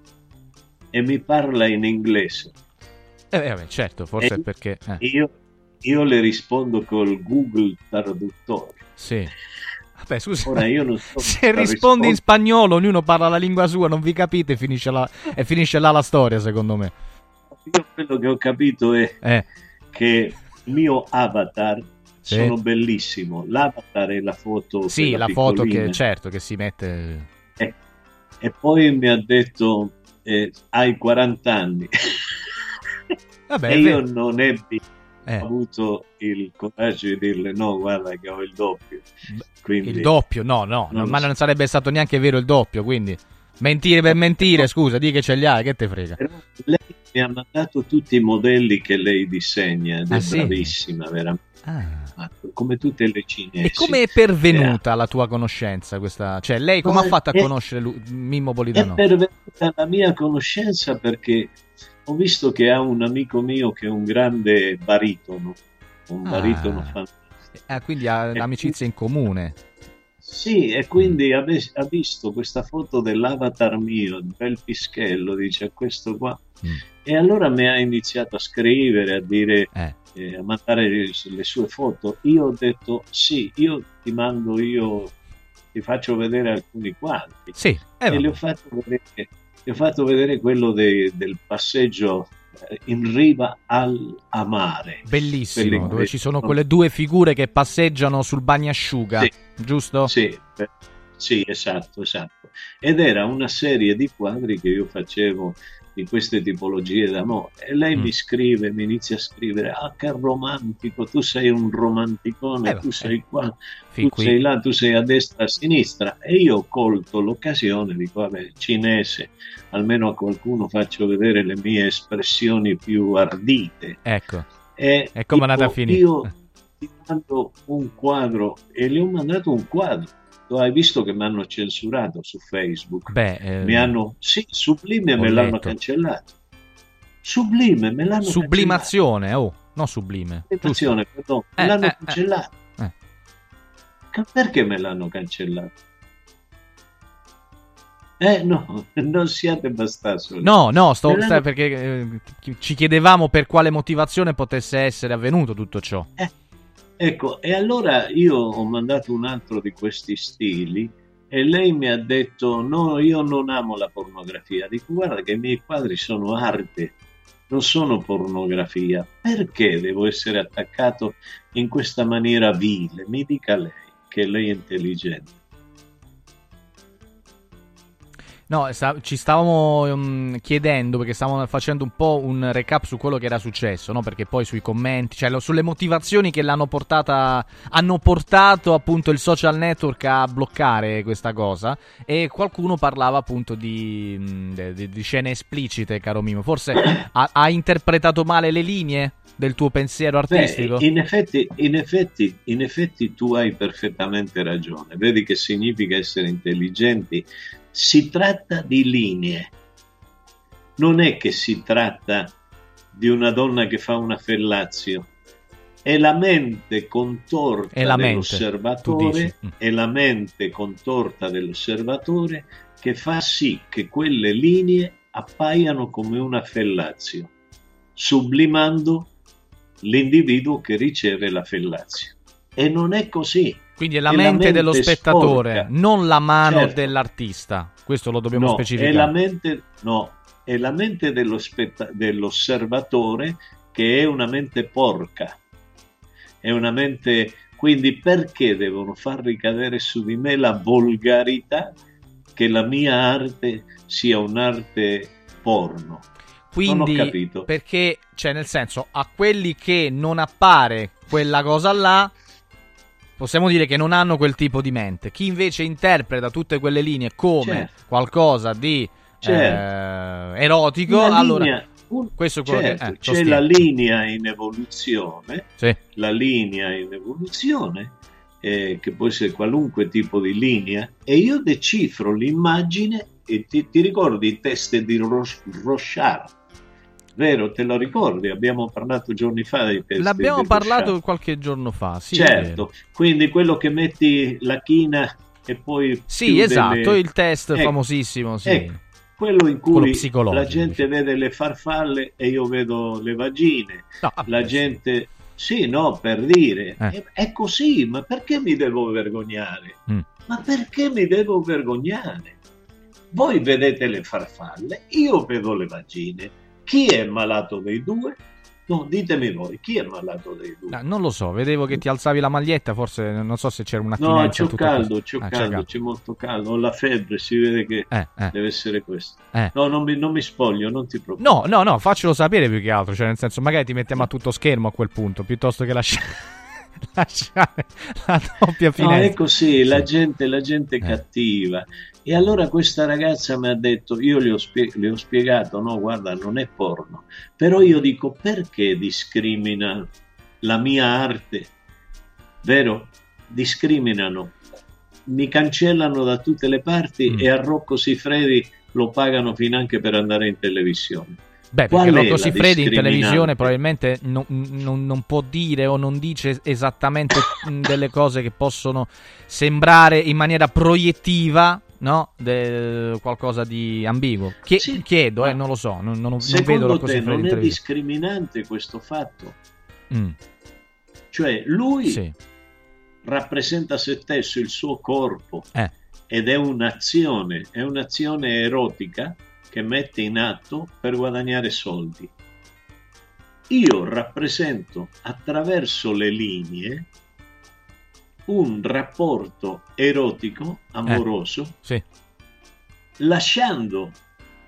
E mi parla in inglese. Eh, vabbè, certo, forse E è perché... eh. Io, io le rispondo col Google Traduttore. Sì. Vabbè, scusa. Ora io non so Se cosa rispondi in rispondere. spagnolo, ognuno parla la lingua sua, non vi capite, finisce la... e finisce là la storia, secondo me. Io quello che ho capito è Eh. che il mio avatar Sì. sono bellissimo. L'avatar è la foto. Sì, quella la foto piccolina. che, certo, che si mette... Eh, e poi mi ha detto eh, hai quaranta anni. Vabbè, e è io vero. non ebbi Eh. avuto il coraggio di dirle no, guarda che ho il doppio. Quindi, Il doppio, no, no, Non lo ma so. non sarebbe stato neanche vero il doppio, quindi... Mentire per mentire, scusa, di che ce li hai, che te frega. Però lei mi ha mandato tutti i modelli che lei disegna ed Ah, è sì? bravissima, veramente. Ah. Come tutte le cinesi. E come è pervenuta la tua conoscenza questa? Cioè, lei come Ma ha fatto a è- conoscere lui- Mimmo È Politano? pervenuta la mia conoscenza perché ho visto che ha un amico mio che è un grande baritono, un Ah. baritono fantastico. Ah, quindi ha amicizie in comune. Sì, e quindi ha, ves- ha visto questa foto dell'avatar mio, il bel pischello, dice questo qua. Mm. E allora mi ha iniziato a scrivere, a dire, Eh. eh, a mandare le, le sue foto. Io ho detto sì, io ti mando, io ti faccio vedere alcuni quadri. Sì, eh, e le ho, vabbè. fatto vedere, le ho fatto vedere quello dei- del passeggio eh, in riva al a mare. Bellissimo, Quelli- dove ci sono quelle due figure che passeggiano sul bagnasciuga, Sì. giusto? Sì, eh, sì, esatto, esatto. Ed era una serie di quadri che io facevo di queste tipologie d'amore. E lei Mm. mi scrive, mi inizia a scrivere, ah che romantico, tu sei un romanticone, Eh, tu vabbè. sei qua, Fin tu qui. sei là, tu sei a destra, a sinistra. E io ho colto l'occasione, dico, vabbè, cinese, almeno a qualcuno faccio vedere le mie espressioni più ardite. Ecco. E E come è andata a dico, finire? Io ti mando un quadro e gli ho mandato un quadro. Tu hai visto che mi hanno censurato su Facebook? Beh, eh, Mi hanno, sì, Sublime ho me l'hanno letto. cancellato. Sublime me l'hanno Sublimazione, oh, no sublime. cancellato. Sublimazione, perdono, me Eh, l'hanno eh, eh. cancellato. Eh. Ca- Perché me l'hanno cancellato? Eh no, non siate bastardi. No, no, sto, Me l'hanno- sta- perché eh, chi- ci chiedevamo per quale motivazione potesse essere avvenuto tutto ciò. Ecco, e allora io ho mandato un altro di questi stili e lei mi ha detto no, io non amo la pornografia. Dico guarda che i miei quadri sono arte, non sono pornografia, perché devo essere attaccato in questa maniera vile? Mi dica lei, che lei è intelligente. No, sta- ci stavamo um, chiedendo, perché stavamo facendo un po' un recap su quello che era successo, no? Perché poi sui commenti, cioè lo- sulle motivazioni che l'hanno portata, hanno portato appunto il social network a bloccare questa cosa, e qualcuno parlava appunto di, mh, di, di scene esplicite, caro Mimo. Forse ha, ha interpretato male le linee del tuo pensiero artistico? Beh, in effetti, in effetti, in effetti tu hai perfettamente ragione. Vedi che significa essere intelligenti? Si tratta di linee, non è che si tratta di una donna che fa una fellazio, è la mente contorta È la mente, dell'osservatore, tu dici. è la mente contorta dell'osservatore che fa sì che quelle linee appaiano come una fellazio, sublimando l'individuo che riceve la fellazio. E non è così. Quindi è la È mente dello spettatore, sporca. non la mano Certo. dell'artista. Questo lo dobbiamo No, specificare. È la mente, no, è la mente dello spetta- dell'osservatore, che è una mente porca. È una mente. Quindi perché devono far ricadere su di me la volgarità che la mia arte sia un'arte porno? Quindi, non ho capito. perché, cioè, nel senso, a quelli che non appare quella cosa là, possiamo dire che non hanno quel tipo di mente. Chi invece interpreta tutte quelle linee come Certo. qualcosa di Certo. eh, erotico, Una allora linea- un- questo è quello certo, che eh, c'è sostiene. la linea in evoluzione, Sì. la linea in evoluzione, eh, che può essere qualunque tipo di linea, e io decifro l'immagine. E ti, ti ricordi i test di Roch- Rochard? Vero, te lo ricordi? Abbiamo parlato giorni fa dei test. L'abbiamo di parlato Rochard. qualche giorno fa, sì. è Certo, vero. quindi quello che metti la china e poi Sì, chiude esatto, le- il test Ecco, famosissimo, sì. ecco, quello in Quello cui psicologico, la gente vede le farfalle e io vedo le vagine. No, la gente, sì, no, per dire, Eh. è, è così, ma perché mi devo vergognare? Mm. Ma perché mi devo vergognare? Voi vedete le farfalle, io vedo le vagine. Chi è malato dei due? No, ditemi voi, chi è malato dei due? No, non lo so, vedevo che ti alzavi la maglietta, forse non so se c'era No, un'attinenza a c'ho tutto caldo, questo. c'ho Ah, caldo, c'è molto caldo, ho la febbre, si vede che Eh, eh. deve essere questo. Eh. No, non mi, non mi spoglio, non ti preoccupare. No, no, no, faccelo sapere più che altro, cioè nel senso magari ti mettiamo a tutto schermo a quel punto, piuttosto che lasciare, lasciare la doppia No, finestra. è così, la gente, la gente è cattiva. E allora questa ragazza mi ha detto, io le ho, spie- le ho spiegato, no, guarda, non è porno. Però io dico, perché discrimina la mia arte? Vero? Discriminano. Mi cancellano da tutte le parti Mm. e a Rocco Siffredi lo pagano finanche per andare in televisione. Beh, Qual perché è Rocco la Siffredi in televisione discriminante? probabilmente non, non- non può dire o non dice esattamente mh, delle cose che possono sembrare in maniera proiettiva, no? De- qualcosa di ambiguo. Chie- Sì, chiedo, ma eh, non lo so, non, non- non Secondo vedo Rocco te Siffredi non in è televisione. discriminante questo fatto? Mm, Cioè lui sì. rappresenta se stesso, il suo corpo, Eh. ed è un'azione, è un'azione erotica che mette in atto per guadagnare soldi. Io rappresento attraverso le linee un rapporto erotico, amoroso, Eh. Sì. lasciando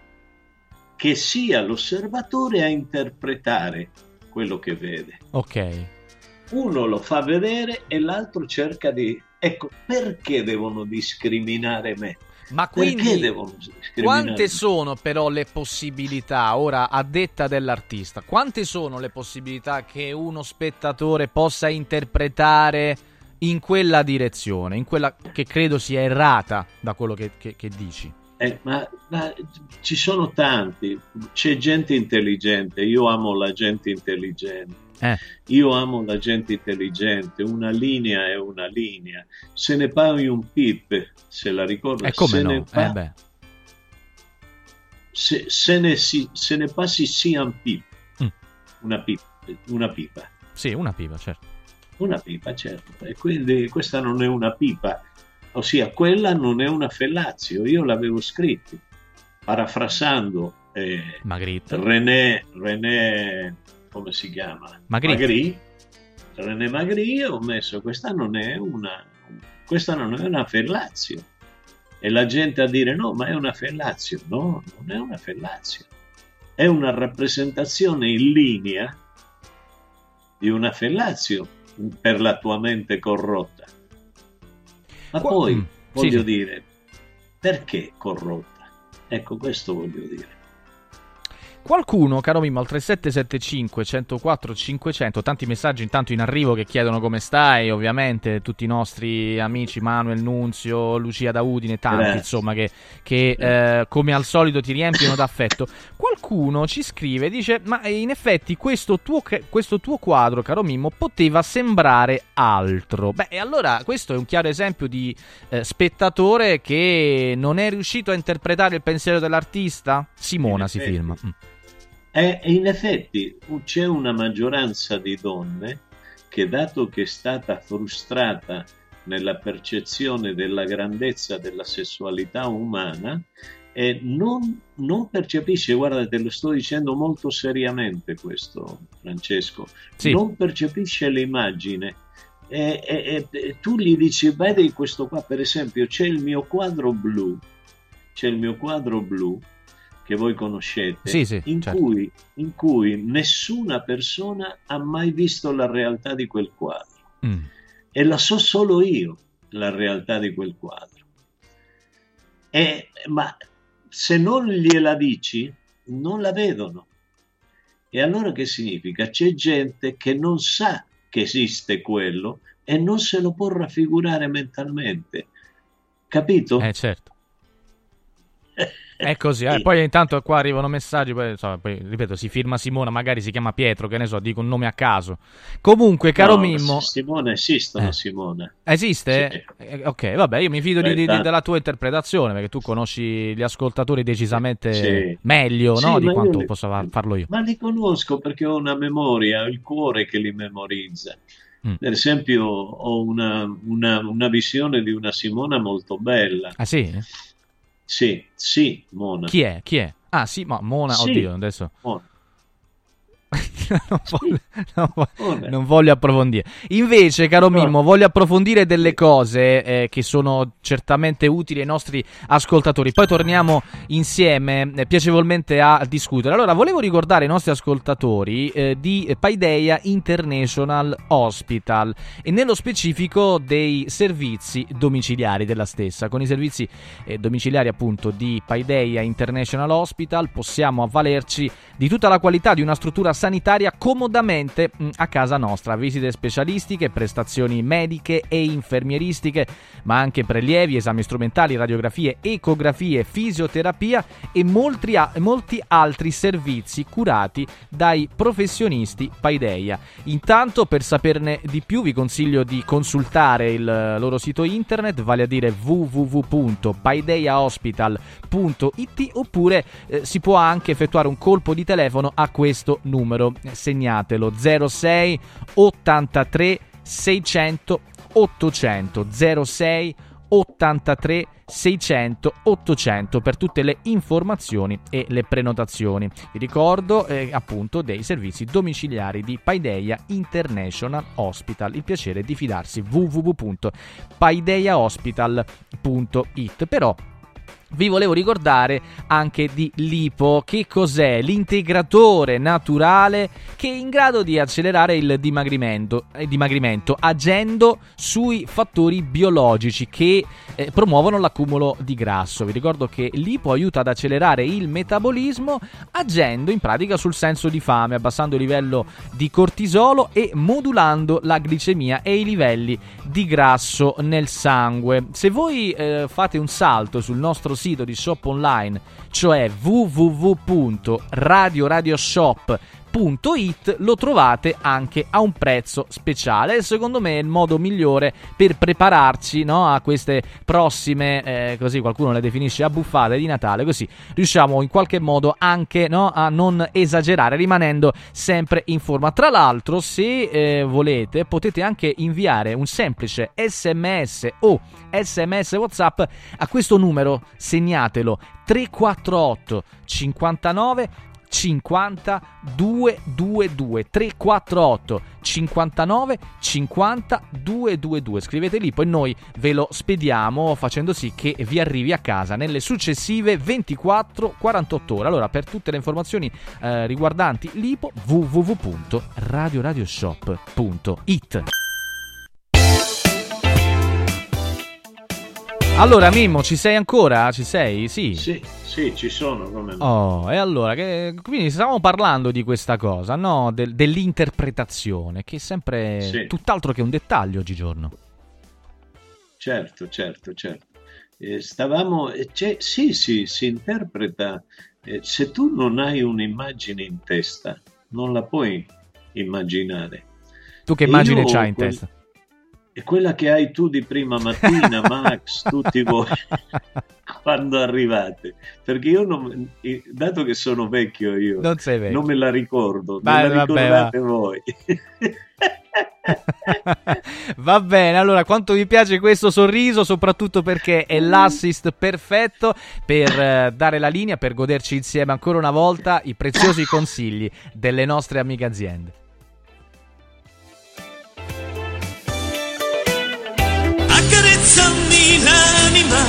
che sia l'osservatore a interpretare quello che vede. Ok. Uno lo fa vedere e l'altro cerca di... Ecco, perché devono discriminare me? Ma Perché quindi devono discriminare quante me? sono però le possibilità, ora a detta dell'artista, quante sono le possibilità che uno spettatore possa interpretare in quella direzione, in quella che credo sia errata da quello che, che, che dici? Eh, ma, ma ci sono tanti, c'è gente intelligente, io amo la gente intelligente. Eh. Io amo la gente intelligente, una linea è una linea. Se ne paghi un pip, se la ricordi, E come se, no? ne pa- Eh beh. se, se, ne, si, se ne passi sia un pip, Mm. una, pip, una pipa, Sì, una pipa, certo. una pipa, certo. E quindi questa non è una pipa, ossia quella non è una fellatio, io l'avevo scritto, parafrasando eh, René, René, come si chiama? Magritte. Magritte. René Magritte, ho messo questa non è una, questa non è una fellatio. E la gente a dire no, ma è una fellatio. No, non è una fellatio. È una rappresentazione in linea di una fellatio per la tua mente corrotta. Ma Qua- poi mm, voglio sì, sì. dire, perché corrotta? Ecco, questo voglio dire. Qualcuno, caro Mimmo, al tre sette sette cinque uno zero quattro cinquecento, tanti messaggi intanto in arrivo che chiedono come stai, ovviamente tutti i nostri amici Manuel Nunzio, Lucia da Udine, tanti Grazie. insomma che, che eh, come al solito ti riempiono d'affetto. Qualcuno ci scrive, dice, ma in effetti questo tuo, questo tuo quadro, caro Mimmo, poteva sembrare altro. Beh, e allora questo è un chiaro esempio di eh, spettatore che non è riuscito a interpretare il pensiero dell'artista? Simona si effetti. firma. Mm. E in effetti c'è una maggioranza di donne che, dato che è stata frustrata nella percezione della grandezza della sessualità umana, e non, non percepisce, guarda, te lo sto dicendo molto seriamente questo, Francesco, Sì. non percepisce l'immagine. E, e, e tu gli dici, vedi questo qua, per esempio, c'è il mio quadro blu, c'è il mio quadro blu, che voi conoscete, Sì, sì, in, certo. cui, in cui nessuna persona ha mai visto la realtà di quel quadro. Mm. E la so solo io, la realtà di quel quadro. E, ma se non gliela dici, non la vedono. E allora che significa? C'è gente che non sa che esiste quello e non se lo può raffigurare mentalmente. Capito? Eh, certo. È così, eh. Poi intanto qua arrivano messaggi, poi, insomma, poi ripeto, si firma Simona, magari si chiama Pietro, che ne so, dico un nome a caso. Comunque, caro No, Mimmo, Simone, esistono Eh. Simone. esiste? Sì. Eh, ok, vabbè, io mi fido di- di- Aspetta. della tua interpretazione, perché tu conosci gli ascoltatori decisamente Sì. meglio, Sì, no, di ma io quanto li- possa far- farlo io. Ma li conosco perché ho una memoria, ho il cuore che li memorizza. Mm. Per esempio, ho una, una, una visione di una Simona molto bella. Ah sì? Sì, sì, Mona. Chi è? Chi è? Ah sì, ma Mona, Sì. oddio, adesso... Mona. non, voglio, non voglio- Vabbè. non voglio approfondire. Invece, caro Mimmo, voglio approfondire delle cose eh, che sono certamente utili ai nostri ascoltatori. Poi torniamo insieme eh, piacevolmente a discutere. Allora, volevo ricordare ai nostri ascoltatori eh, di Paideia International Hospital e nello specifico dei servizi domiciliari della stessa. Con i servizi eh, domiciliari appunto di Paideia International Hospital possiamo avvalerci di tutta la qualità di una struttura sanitaria comodamente mh, a casa nostra. Visite specialistiche, prestazioni mediche e infermieristiche, ma anche prelievi, esami strumentali, radiografie, ecografie, fisioterapia e molti, a- molti altri servizi curati dai professionisti Paideia. Intanto, per saperne di più, vi consiglio di consultare il loro sito internet, vale a dire w w w punto paideia hospital punto i t, oppure eh, si può anche effettuare un colpo di telefono a questo numero, segnatelo: zero sei ottantatré seicento ottocento, zero sei ottantatré seicento ottocento per tutte le informazioni e le prenotazioni. Vi ricordo eh, appunto dei servizi domiciliari di Paideia International Hospital. Il piacere di fidarsi: w w w punto paideia hospital punto i t. Però vi volevo ricordare anche di Lipo. Che cos'è? L'integratore naturale che è in grado di accelerare il dimagrimento, eh, dimagrimento agendo sui fattori biologici che eh, promuovono l'accumulo di grasso. Vi ricordo che Lipo aiuta ad accelerare il metabolismo agendo in pratica sul senso di fame, abbassando il livello di cortisolo e modulando la glicemia e i livelli di grasso nel sangue. Se voi eh, fate un salto sul nostro sito di shop online, cioè w w w punto radio radio shop punto it lo trovate anche a un prezzo speciale e secondo me è il modo migliore per prepararci, no, a queste prossime, eh, così qualcuno le definisce abbuffate di Natale, così riusciamo in qualche modo anche, no, a non esagerare, rimanendo sempre in forma. Tra l'altro, se eh, volete potete anche inviare un semplice sms o sms WhatsApp a questo numero, segnatelo: tre quattro otto cinquantanove cinquanta duecentoventidue, tre quattro otto cinquantanove cinquanta duecentoventidue. Scrivete lì, poi noi ve lo spediamo facendo sì che vi arrivi a casa nelle successive ventiquattro quarantotto ore. Allora, per tutte le informazioni eh, riguardanti l'I P O, w w w punto radio radio shop punto it. Allora Mimmo, ci sei ancora? Ci sei? Sì. Sì, sì, ci sono, come no. Oh, e allora, che, quindi stavamo parlando di questa cosa, no? Del, dell'interpretazione, che è sempre Sì. tutt'altro che un dettaglio oggigiorno. Certo, certo, certo. Eh, stavamo, eh, c'è, sì, sì, si interpreta. Eh, se tu non hai un'immagine in testa, non la puoi immaginare. Tu che E immagine io c'hai in quel- testa? È quella che hai tu di prima mattina, Max, tutti voi, quando arrivate. Perché io, non, eh, dato che sono vecchio io, Non sei vecchio. non me la ricordo, Vai, me la vabbè, ricordate voi. Va bene, allora quanto mi piace questo sorriso, soprattutto perché è l'assist perfetto per eh, dare la linea, per goderci insieme ancora una volta i preziosi consigli delle nostre amiche aziende. Accarezzami l'anima.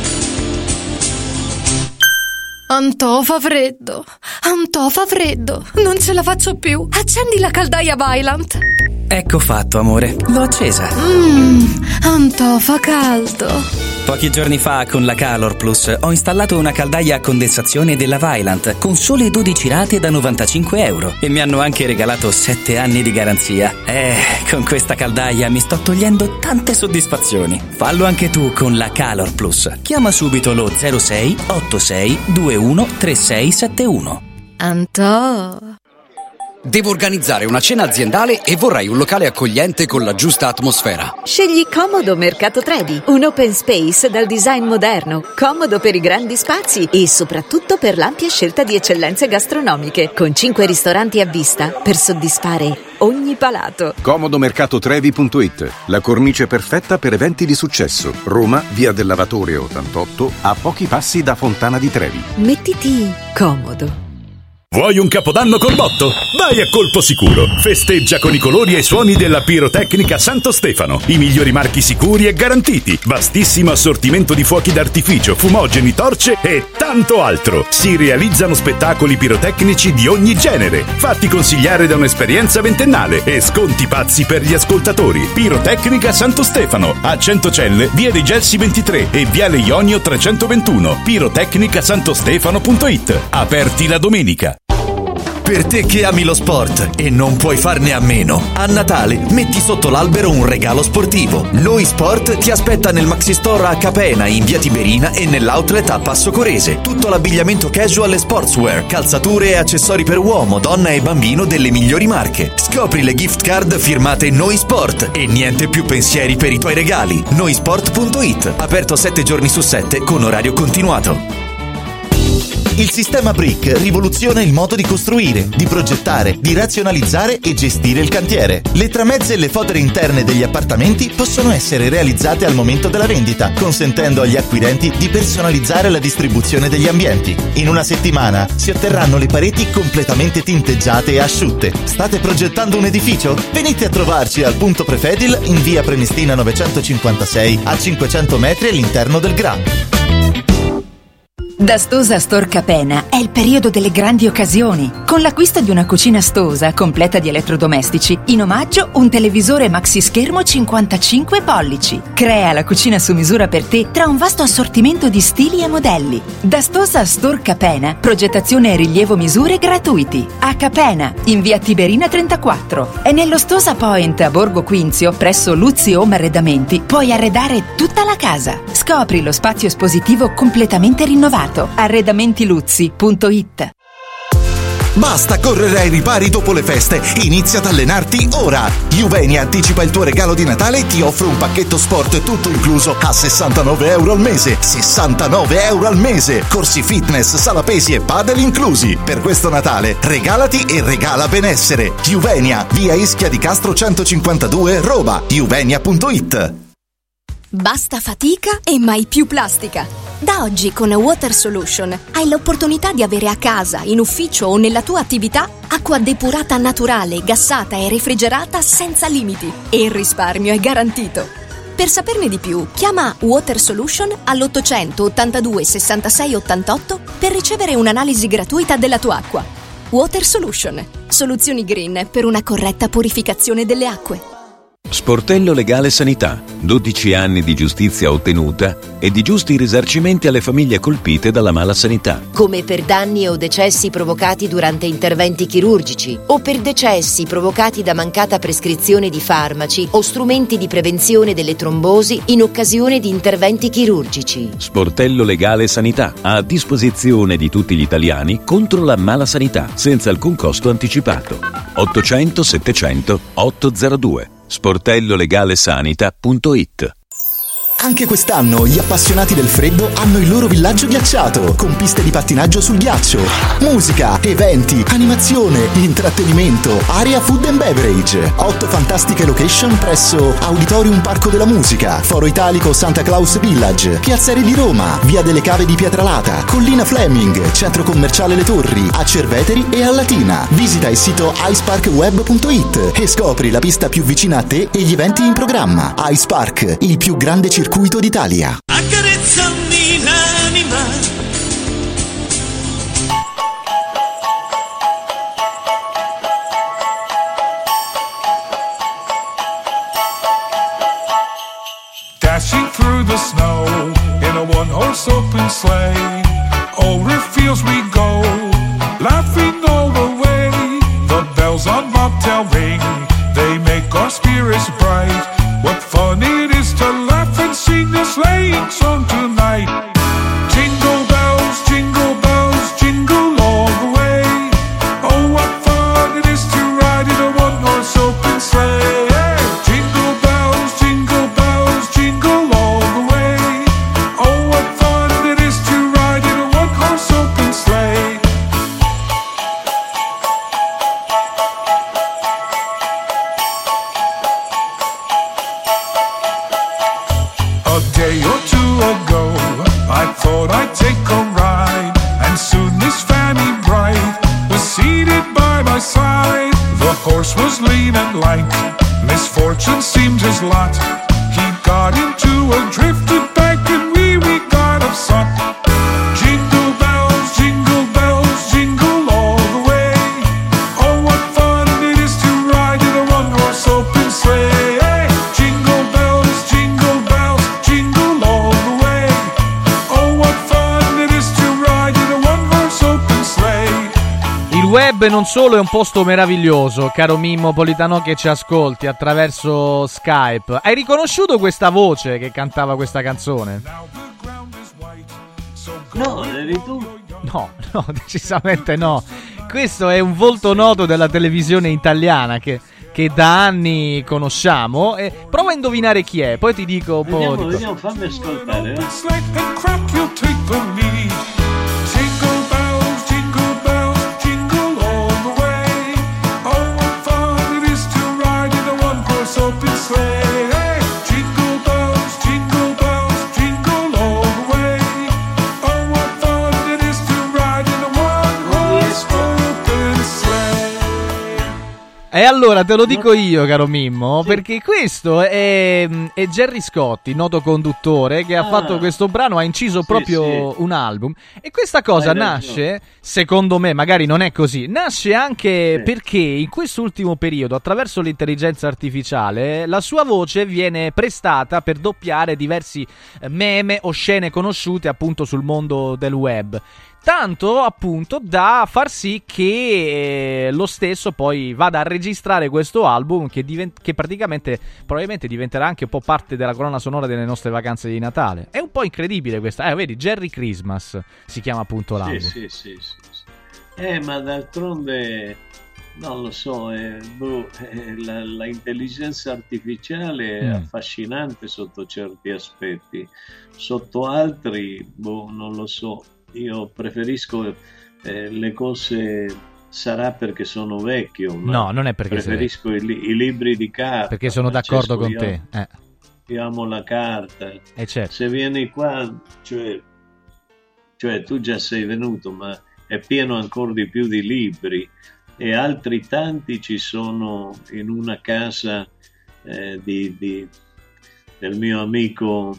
Antò fa freddo, Antò fa freddo, non ce la faccio più. Accendi la caldaia Vaillant. Ecco fatto, amore, l'ho accesa. Mmm, Antò fa caldo. Pochi giorni fa con la Calor Plus ho installato una caldaia a condensazione della Vaillant con sole dodici rate da novantacinque euro e mi hanno anche regalato sette anni di garanzia. Eh, con questa caldaia mi sto togliendo tante soddisfazioni. Fallo anche tu con la Calor Plus. Chiama subito lo zero sei otto sei due uno tre sei sette uno. Antò. Devo organizzare una cena aziendale e vorrei un locale accogliente con la giusta atmosfera. Scegli Comodo Mercato Trevi, un open space dal design moderno, comodo per i grandi spazi e soprattutto per l'ampia scelta di eccellenze gastronomiche, con cinque ristoranti a vista per soddisfare ogni palato. Comodomercatotrevi punto it, la cornice perfetta per eventi di successo. Roma, via del Lavatore ottantotto, a pochi passi da Fontana di Trevi. Mettiti comodo. Vuoi un capodanno col botto? Vai a colpo sicuro. Festeggia con i colori e i suoni della Pirotecnica Santo Stefano. I migliori marchi sicuri e garantiti. Vastissimo assortimento di fuochi d'artificio, fumogeni, torce e tanto altro. Si realizzano spettacoli pirotecnici di ogni genere. Fatti consigliare da un'esperienza ventennale e sconti pazzi per gli ascoltatori. Pirotecnica Santo Stefano. A Centocelle, via dei Gelsi ventitré e viale Ionio trecentoventuno. pirotecnica santostefano punto it. Aperti la domenica. Per te che ami lo sport e non puoi farne a meno, a Natale metti sotto l'albero un regalo sportivo. Noi Sport ti aspetta nel Maxi Store a Capena in via Tiberina e nell'outlet a Passo Corese. Tutto l'abbigliamento casual e sportswear, calzature e accessori per uomo, donna e bambino delle migliori marche. Scopri le gift card firmate Noi Sport e niente più pensieri per i tuoi regali. Noisport punto it, aperto sette giorni su sette con orario continuato. Il sistema Brick rivoluziona il modo di costruire, di progettare, di razionalizzare e gestire il cantiere. Le tramezze e le fodere interne degli appartamenti possono essere realizzate al momento della vendita, consentendo agli acquirenti di personalizzare la distribuzione degli ambienti. In una settimana si otterranno le pareti completamente tinteggiate e asciutte. State progettando un edificio? Venite a trovarci al punto Prefedil in via Prenestina novecentocinquantasei a cinquecento metri all'interno del Gra. Da Stosa Store Capena è il periodo delle grandi occasioni. Con l'acquisto di una cucina Stosa completa di elettrodomestici, in omaggio un televisore maxi schermo cinquantacinque pollici. Crea la cucina su misura per te tra un vasto assortimento di stili e modelli. Da Stosa Store Capena, progettazione e rilievo misure gratuiti. A Capena, in via Tiberina trentaquattro. E nello Stosa Point a Borgo Quinzio, presso Luzzi Home Arredamenti, puoi arredare tutta la casa. Scopri lo spazio espositivo completamente rinnovato. arredamentiluzzi punto it. Basta correre ai ripari dopo le feste, inizia ad allenarti ora. Juvenia anticipa il tuo regalo di Natale e ti offre un pacchetto sport tutto incluso a sessantanove euro al mese. sessantanove euro al mese! Corsi fitness, sala pesi e padel inclusi. Per questo Natale regalati e regala benessere. Juvenia, via Ischia di Castro centocinquantadue, Roma. juvenia punto it. Basta fatica e mai più plastica. Da oggi con Water Solution hai l'opportunità di avere a casa, in ufficio o nella tua attività acqua depurata naturale, gassata e refrigerata senza limiti. E il risparmio è garantito. Per saperne di più, chiama Water Solution all'ottocento ottantadue sessantasei ottantotto per ricevere un'analisi gratuita della tua acqua. Water Solution. Soluzioni green per una corretta purificazione delle acque. Sportello Legale Sanità. dodici anni di giustizia ottenuta e di giusti risarcimenti alle famiglie colpite dalla mala sanità. Come per danni o decessi provocati durante interventi chirurgici o per decessi provocati da mancata prescrizione di farmaci o strumenti di prevenzione delle trombosi in occasione di interventi chirurgici. Sportello Legale Sanità, a disposizione di tutti gli italiani contro la mala sanità, senza alcun costo anticipato. ottocento settecento ottocentodue. sportello legale sanita punto it. Anche quest'anno gli appassionati del freddo hanno il loro villaggio ghiacciato, con piste di pattinaggio sul ghiaccio, musica, eventi, animazione, intrattenimento, area food and beverage, otto fantastiche location presso Auditorium Parco della Musica, Foro Italico Santa Claus Village, Piazzere di Roma, Via delle Cave di Pietralata, Collina Fleming, Centro Commerciale Le Torri, a Cerveteri e a Latina. Visita il sito ice park web punto it e scopri la pista più vicina a te e gli eventi in programma. Ice Park, il più grande circuito d'Italia. Accarezzami l'anima. Dashing through the snow in a one-horse open sleigh, over fields we go, laughing all the way. The bells on bobtail ring, they make our spirits bright. What fun it is to laugh and sing a sleighing song tonight. Jingle bells, jingle bells, jingle all the way. Oh, what fun it is to ride in a one-horse open sleigh. Jingle bells, jingle bells, jingle all the way. Oh, what fun it is to ride in a one-horse open sleigh. A day or two ago, I thought I'd take a ride, and soon Miss Fanny Bright was seated by my side. The horse was lean and lank, misfortune seemed his lot. He got into a drifted bank, and we we got upset. Jingle bells, jingle bells, jingle all the way. Oh, what fun it is to ride in a one-horse open sleigh. Jingle bells, jingle bells, jingle all the way. Oh, what fun it is to ride in a one-horse open sleigh. Il web non solo è un posto meraviglioso, caro Mimmo Politano che ci ascolti attraverso Skype. Hai riconosciuto questa voce che cantava questa canzone? No, eri tu? No, no, decisamente no. Questo è un volto noto della televisione italiana che, che da anni conosciamo. E prova a indovinare chi è, poi ti dico un po'. Vediamo, vediamo, fammi ascoltare. Eh. E allora te lo dico io, caro Mimmo, sì. Perché questo è, è Gerry Scotti, noto conduttore, che ha ah. fatto questo brano, ha inciso sì, proprio sì. un album. E questa cosa nasce, secondo me, magari non è così, nasce anche sì. perché in quest'ultimo periodo, attraverso l'intelligenza artificiale, la sua voce viene prestata per doppiare diversi meme o scene conosciute appunto sul mondo del web. Tanto appunto da far sì che eh, lo stesso poi vada a registrare questo album che, divent- che praticamente probabilmente diventerà anche un po' parte della colonna sonora delle nostre vacanze di Natale. È un po' incredibile questa. Eh, vedi, Jerry Christmas si chiama appunto l'album. Sì, sì, sì, sì. Eh, ma d'altronde, non lo so, eh, boh, eh, la, la intelligenza artificiale è Mm. affascinante sotto certi aspetti, sotto altri, boh, non lo so. Io preferisco eh, le cose, sarà perché sono vecchio, ma No, non è perché sei preferisco i, li- i libri di carta. Perché sono d'accordo con Francesco, te. io- Eh. Io amo la carta. Eh, certo. Se vieni qua, cioè, cioè tu già sei venuto, ma è pieno ancora di più di libri, e altri tanti ci sono in una casa eh, di, di- del mio amico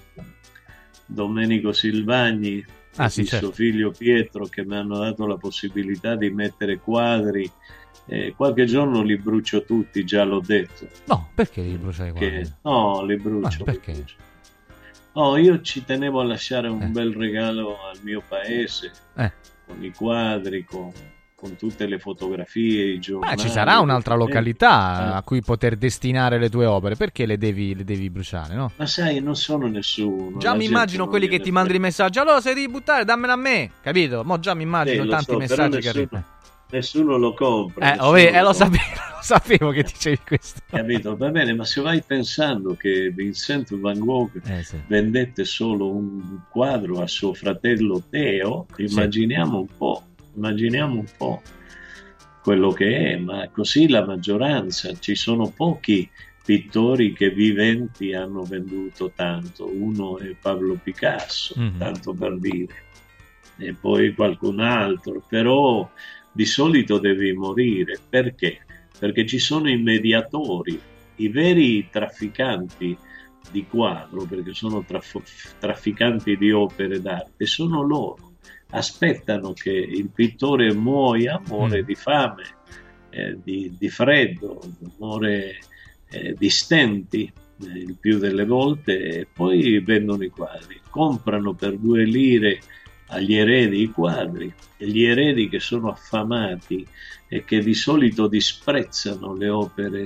Domenico Silvagni Ah, e sì, di certo. suo figlio Pietro, che mi hanno dato la possibilità di mettere quadri. Eh, qualche giorno li brucio tutti, già l'ho detto. No, perché li bruciai qua? Che- no, li brucio. Ah, li perché? brucio. Oh, io ci tenevo a lasciare un bel regalo al mio paese, Eh. con i quadri, con, con tutte le fotografie, i Ma giornali. ci sarà un'altra i località Eh. a cui poter destinare le tue opere, perché le devi, le devi bruciare, no? Ma sai, non sono nessuno. Già la mi gente immagino non quelli che viene ti mandano i messaggi. Allora se devi buttare, dammela a me, capito? Mo già mi Sì, immagino lo tanti so, però messaggi che nessuno, arrivano. nessuno lo compra. Eh, nessuno oh, eh, lo lo compra. sapevo, lo sapevo che dicevi questo. Capito? Va bene, ma se vai pensando che Vincent van Gogh Eh, sì. vendette solo un quadro a suo fratello Teo, immaginiamo un po', immaginiamo un po' quello che è, ma così la maggioranza, ci sono pochi pittori che viventi hanno venduto tanto, uno è Pablo Picasso, Mhm. tanto per dire, e poi qualcun altro, però di solito devi morire, perché? Perché ci sono i mediatori, i veri trafficanti di quadro, perché sono traf- trafficanti di opere d'arte, sono loro. Aspettano che il pittore muoia, muore Mm. di fame, eh, di, di freddo, muore eh, di stenti eh, il più delle volte, e poi vendono i quadri, comprano per due lire agli eredi i quadri, e gli eredi che sono affamati e che di solito disprezzano le opere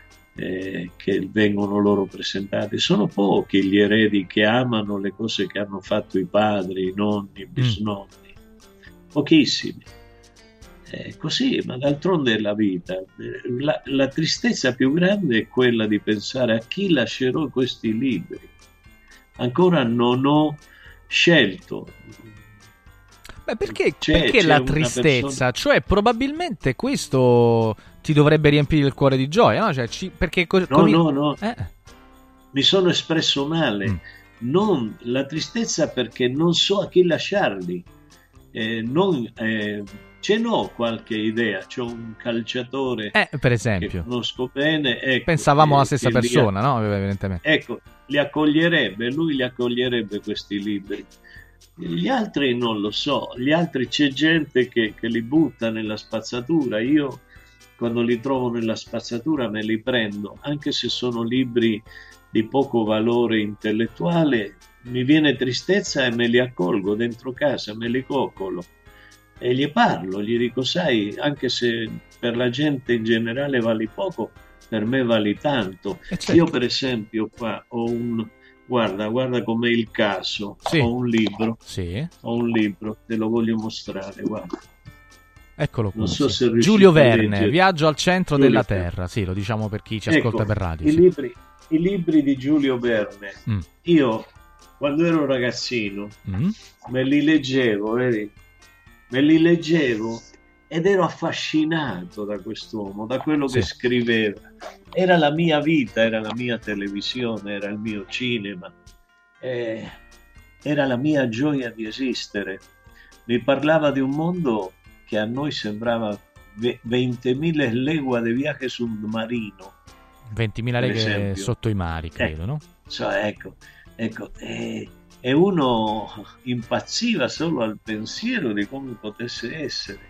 eh, che vengono loro presentate. Sono pochi gli eredi che amano le cose che hanno fatto i padri, i nonni, i bisnonni, pochissimi. È così, ma d'altronde è la vita. La, la tristezza più grande è quella di pensare a chi lascerò questi libri. Ancora non ho scelto. Beh, perché, C'è- perché c'è la una tristezza? persona- Cioè, probabilmente questo ti dovrebbe riempire il cuore di gioia, no? Cioè, ci- perché co- No, comi- no, no. Eh. Mi sono espresso male. Mm. Non la tristezza perché non so a chi lasciarli. Eh, non, eh, ce n'ho qualche idea. C'ho un calciatore Eh, per che esempio. conosco bene. Ecco, Pensavamo alla eh, stessa che li- persona, no? Evidentemente. Ecco, li accoglierebbe, lui li accoglierebbe questi libri. Gli altri non lo so, gli altri c'è gente che, che li butta nella spazzatura. Io quando li trovo nella spazzatura me li prendo, anche se sono libri di poco valore intellettuale, mi viene tristezza e me li accolgo dentro casa, me li coccolo e gli parlo, gli dico: sai, anche se per la gente in generale vali poco, per me vali tanto. certo. Io per esempio qua ho un guarda, guarda com'è il caso. Sì. Ho un libro. Sì. Ho un libro, te lo voglio mostrare, guarda. Eccolo qua. Non so sì. se riuscite Giulio a Verne, leggere. Viaggio al centro Giulio della Verne. Terra. Sì, lo diciamo per chi ci Ecco, ascolta per radio. I sì. libri, i libri di Giulio Verne. Mm. Io quando ero ragazzino Mm. me li leggevo, vedi? Me li leggevo ed ero affascinato da quest'uomo, da quello Sì. che scriveva. Era la mia vita, era la mia televisione, era il mio cinema, eh, era la mia gioia di esistere. Mi parlava di un mondo che a noi sembrava ve- ventimila legua di viaje submarino. ventimila per leghe esempio. sotto i mari, credo, Eh, no? Cioè, ecco, ecco e, e uno impazziva solo al pensiero di come potesse essere.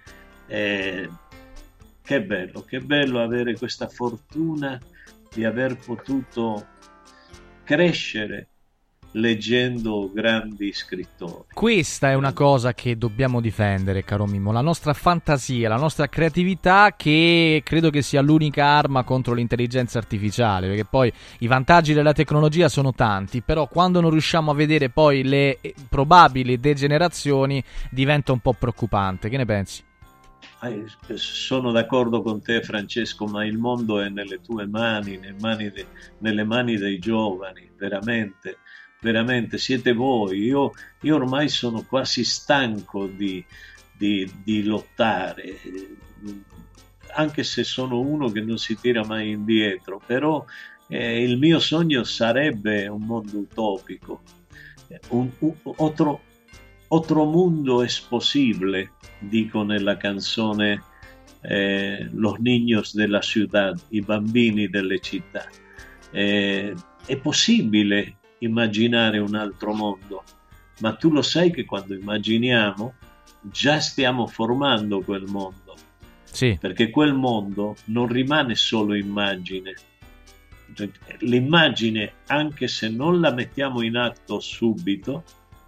Eh, che bello, che bello avere questa fortuna di aver potuto crescere leggendo grandi scrittori. Questa è una cosa che dobbiamo difendere, caro Mimmo, la nostra fantasia, la nostra creatività, che credo che sia l'unica arma contro l'intelligenza artificiale, perché poi i vantaggi della tecnologia sono tanti, però quando non riusciamo a vedere poi le eh, probabili degenerazioni diventa un po' preoccupante. Che ne pensi? sono d'accordo con te, Francesco, ma il mondo è nelle tue mani, nelle mani, de, nelle mani dei giovani, veramente, veramente, siete voi. Io, io ormai sono quasi stanco di, di, di lottare, anche se sono uno che non si tira mai indietro, però eh, il mio sogno sarebbe un mondo utopico, un, un, otro, otro mundo es posible, dico nella canzone eh, Los niños de la ciudad, i bambini delle città. Eh, è possibile immaginare un altro mondo, ma tu lo sai che quando immaginiamo già stiamo formando quel mondo, sì. Perché quel mondo non rimane solo immagine. L'immagine, anche se non la mettiamo in atto subito,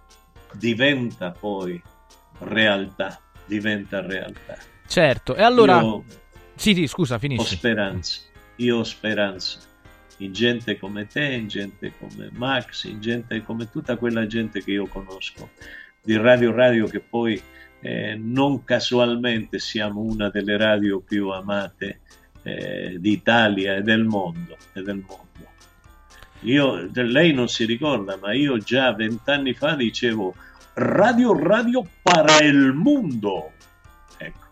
diventa poi realtà, diventa realtà. Certo, e allora... Io sì, sì, scusa, finisci. Ho speranza, io ho speranza in gente come te, in gente come Max, in gente come tutta quella gente che io conosco di Radio Radio, che poi eh, non casualmente siamo una delle radio più amate eh, d'Italia e del mondo, e del mondo. Io, lei non si ricorda, ma io già vent'anni fa dicevo Radio Radio para el mundo. Ecco.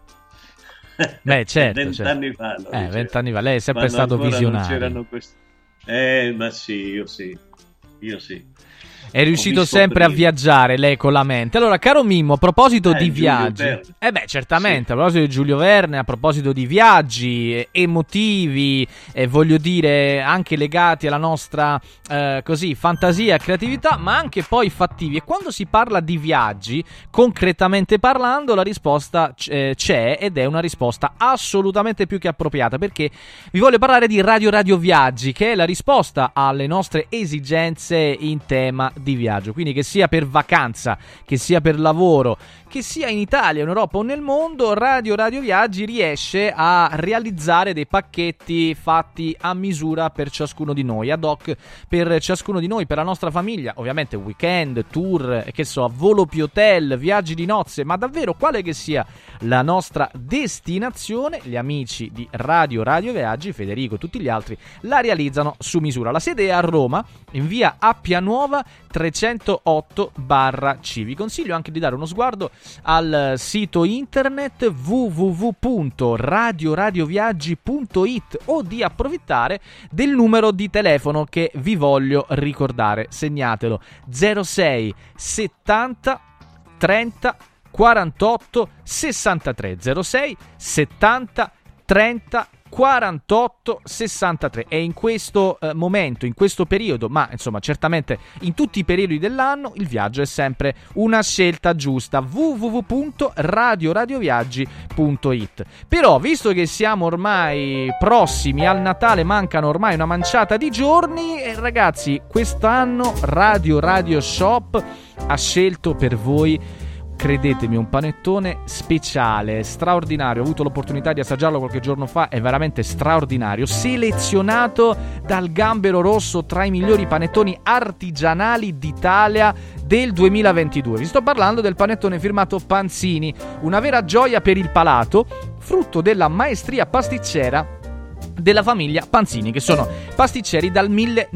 Beh, certo. Vent'anni certo. fa. Lo eh, vent'anni fa. Lei è sempre Quando stato visionario. Non c'erano questi... Eh, ma sì, io sì. Io sì. È riuscito sempre prima. a viaggiare lei con la mente. Allora, caro Mimmo, a proposito eh, di Giulio viaggi, Verne. eh beh, certamente, sì. a proposito di Giulio Verne, a proposito di viaggi eh, emotivi, eh, voglio dire, anche legati alla nostra eh, così fantasia e creatività, ma anche poi fattivi. E quando si parla di viaggi, concretamente parlando, la risposta c- c'è ed è una risposta assolutamente più che appropriata, perché vi voglio parlare di Radio Radio Viaggi, che è la risposta alle nostre esigenze in tema di viaggio, quindi che sia per vacanza, che sia per lavoro, che sia in Italia, in Europa o nel mondo, Radio Radio Viaggi riesce a realizzare dei pacchetti fatti a misura per ciascuno di noi, ad hoc per ciascuno di noi, per la nostra famiglia, ovviamente weekend, tour, che so, volo più hotel, viaggi di nozze, ma davvero quale che sia la nostra destinazione, gli amici di Radio Radio Viaggi, Federico e tutti gli altri, la realizzano su misura. La sede è a Roma, in via Appia Nuova trecentootto barra C. Vi consiglio anche di dare uno sguardo al sito internet w w w punto radio radio viaggi punto i t o di approfittare del numero di telefono che vi voglio ricordare. Segnatelo: zero sei settanta trenta quarantotto sessantatré, zero sei settanta trenta quarantotto sessantatré. E in questo eh, momento, in questo periodo, ma insomma certamente in tutti i periodi dell'anno, il viaggio è sempre una scelta giusta. w w w punto radio radio viaggi punto i t. Però, visto che siamo ormai prossimi al Natale, mancano ormai una manciata di giorni, eh, ragazzi, quest'anno Radio Radio Shop ha scelto per voi, credetemi, un panettone speciale, straordinario. Ho avuto l'opportunità di assaggiarlo qualche giorno fa, è veramente straordinario, selezionato dal Gambero Rosso tra i migliori panettoni artigianali d'Italia del duemilaventidue. Vi sto parlando del panettone firmato Panzini, una vera gioia per il palato, frutto della maestria pasticcera della famiglia Panzini, che sono pasticceri dal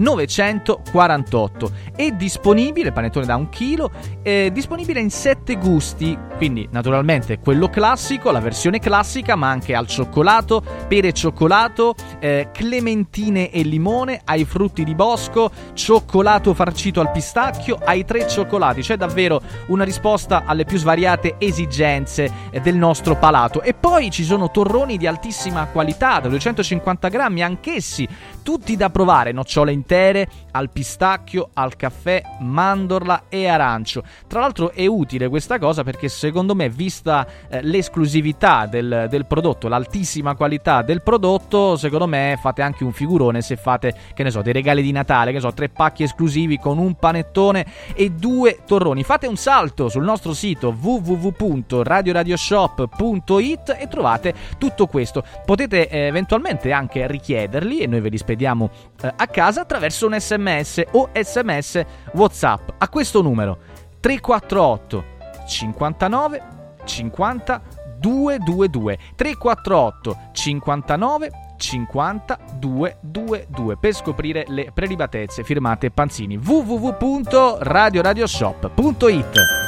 millenovecentoquarantotto. È disponibile, il panettone da un chilo, è disponibile in sette gusti, quindi naturalmente quello classico, la versione classica, ma anche al cioccolato, pere e cioccolato, eh, clementine e limone, ai frutti di bosco, cioccolato farcito al pistacchio, ai tre cioccolati. C'è davvero una risposta alle più svariate esigenze eh, del nostro palato. E poi ci sono torroni di altissima qualità da duecentocinquanta grammi, anch'essi tutti da provare, nocciole intere, al pistacchio, al caffè, mandorla e arancio. Tra l'altro è utile questa cosa perché secondo me, vista eh, l'esclusività del, del prodotto, l'altissima qualità del prodotto, secondo me fate anche un figurone se fate, che ne so, dei regali di Natale, che ne so, tre pacchi esclusivi con un panettone e due torroni. Fate un salto sul nostro sito w w w punto radio radio shop punto i t e trovate tutto questo. Potete eh, eventualmente anche richiederli e noi ve li spediamo eh, a casa attraverso un sms o sms WhatsApp a questo numero tre quattro otto cinquantanove cinquanta due due due tre quattro otto cinquantanove cinquanta duecentoventidue per scoprire le prelibatezze firmate Panzini. w w w punto radio radio shop punto it.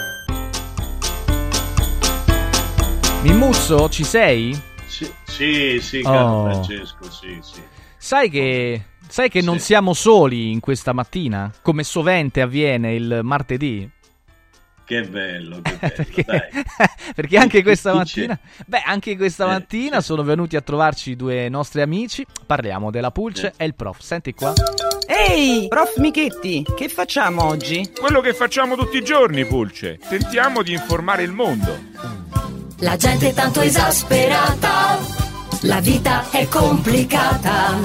Mimuzzo, ci sei? Sì, sì, sì caro Oh. Francesco, sì, sì. Sai che, sai che non Sì. siamo soli in questa mattina, come sovente avviene il martedì? Che bello, che bello, perché, dai. perché anche questa Chi mattina, beh, anche questa Eh, mattina sono venuti a trovarci due nostri amici. Parliamo della Pulce e il prof. Senti qua. Ehi, prof Michetti, che facciamo oggi? Quello che facciamo tutti i giorni, Pulce. Tentiamo di informare il mondo. La gente è tanto esasperata, la vita è complicata.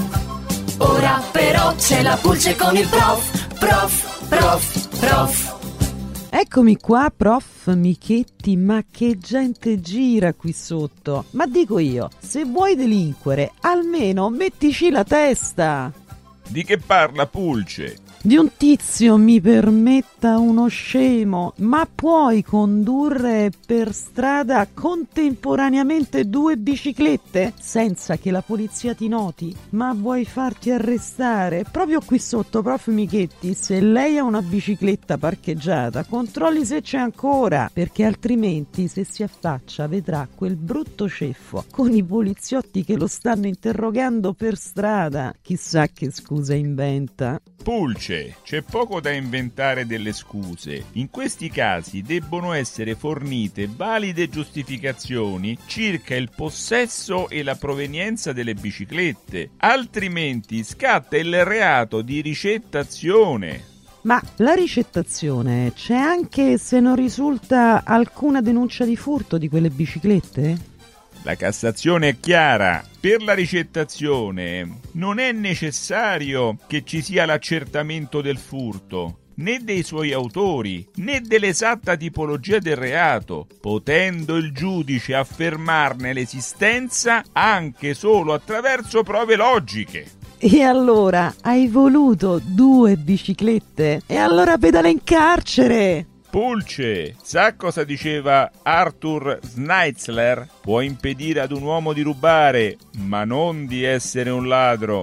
Ora però c'è la Pulce con il prof, prof, prof, prof. Eccomi qua, prof Michetti, ma che gente gira qui sotto. Ma dico io, se vuoi delinquere, almeno mettici la testa. Di che parla, Pulce? Di un tizio, mi permetta uno scemo, ma puoi condurre per strada contemporaneamente due biciclette senza che la polizia ti noti? Ma vuoi farti arrestare? Proprio qui sotto, prof Michetti, se lei ha una bicicletta parcheggiata, controlli se c'è ancora, perché altrimenti se si affaccia vedrà quel brutto ceffo con i poliziotti che lo stanno interrogando per strada. Chissà che scusa inventa. Pulce, c'è poco da inventare delle scuse. In questi casi debbono essere fornite valide giustificazioni circa il possesso e la provenienza delle biciclette, altrimenti scatta il reato di ricettazione. Ma la ricettazione c'è anche se non risulta alcuna denuncia di furto di quelle biciclette? La Cassazione è chiara. Per la ricettazione non è necessario che ci sia l'accertamento del furto, né dei suoi autori, né dell'esatta tipologia del reato, potendo il giudice affermarne l'esistenza anche solo attraverso prove logiche. E allora hai voluto due biciclette? E allora pedala in carcere! Pulce, sa cosa diceva Arthur Schnitzler? Può impedire ad un uomo di rubare, ma non di essere un ladro.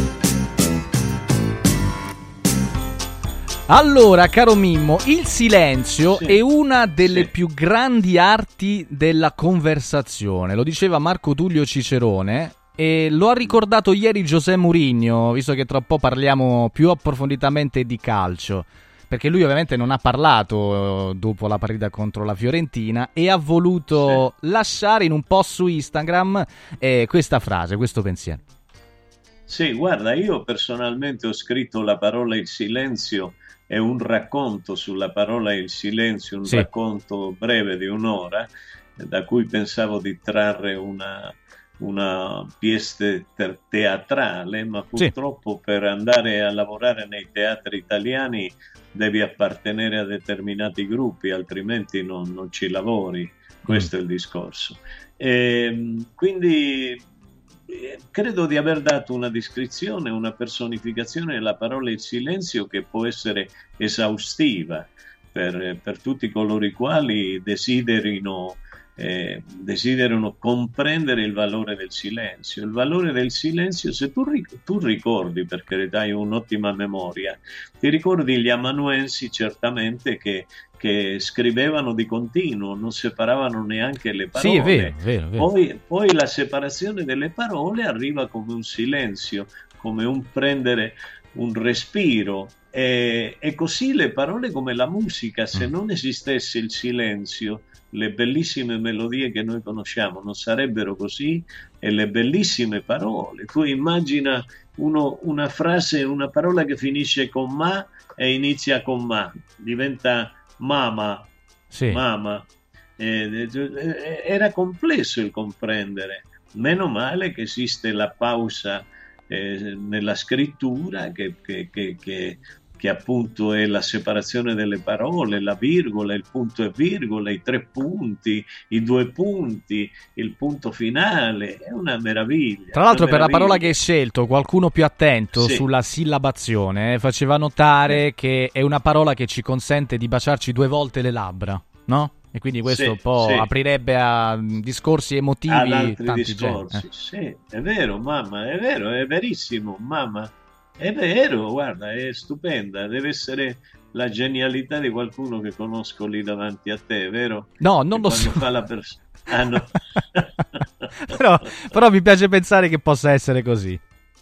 Allora, caro Mimmo, il silenzio Sì. è una delle Sì. più grandi arti della conversazione. Lo diceva Marco Tullio Cicerone e lo ha ricordato ieri José Mourinho, visto che tra un po' parliamo più approfonditamente di calcio. Perché lui ovviamente non ha parlato eh, dopo la partita contro la Fiorentina e ha voluto sì. lasciare in un post su Instagram eh, questa frase, questo pensiero. Sì, guarda, io personalmente ho scritto la parola il silenzio e un racconto sulla parola il silenzio, un sì. racconto breve di un'ora, da cui pensavo di trarre una, una pièce te- teatrale, ma purtroppo sì. per andare a lavorare nei teatri italiani devi appartenere a determinati gruppi, altrimenti non, non ci lavori. Questo mm. è il discorso. E, quindi credo di aver dato una descrizione, una personificazione della parola il silenzio che può essere esaustiva per, per tutti coloro i quali desiderino Eh, desiderano comprendere il valore del silenzio. Il valore del silenzio, se tu, tu ricordi, perché hai un'ottima memoria, ti ricordi gli amanuensi certamente che, che scrivevano di continuo, non separavano neanche le parole. Sì, è vero, è vero, è vero. Poi, poi la separazione delle parole arriva come un silenzio, come un prendere un respiro. E, e così le parole come la musica, se non esistesse il silenzio, le bellissime melodie che noi conosciamo non sarebbero così, e le bellissime parole. Tu immagina uno, una frase, una parola che finisce con ma e inizia con ma, diventa mama, sì. mama. Eh, eh, era complesso il comprendere. Meno male che esiste la pausa eh, nella scrittura che, che, che, che che appunto è la separazione delle parole, la virgola, il punto e virgola, i tre punti, i due punti, il punto finale, è una meraviglia. Tra l'altro, una per la parola che hai scelto, qualcuno più attento sì. sulla sillabazione eh, faceva notare sì. che è una parola che ci consente di baciarci due volte le labbra, no? E quindi questo sì, un po' sì. aprirebbe a discorsi emotivi. Ad altri tanti discorsi, eh. sì, è vero, mamma, è vero, è verissimo, mamma, è vero, guarda, è stupenda, deve essere la genialità di qualcuno che conosco lì davanti a te, vero? No, non che lo so. Fa la pers- ah, no. però, però mi piace pensare che possa essere così.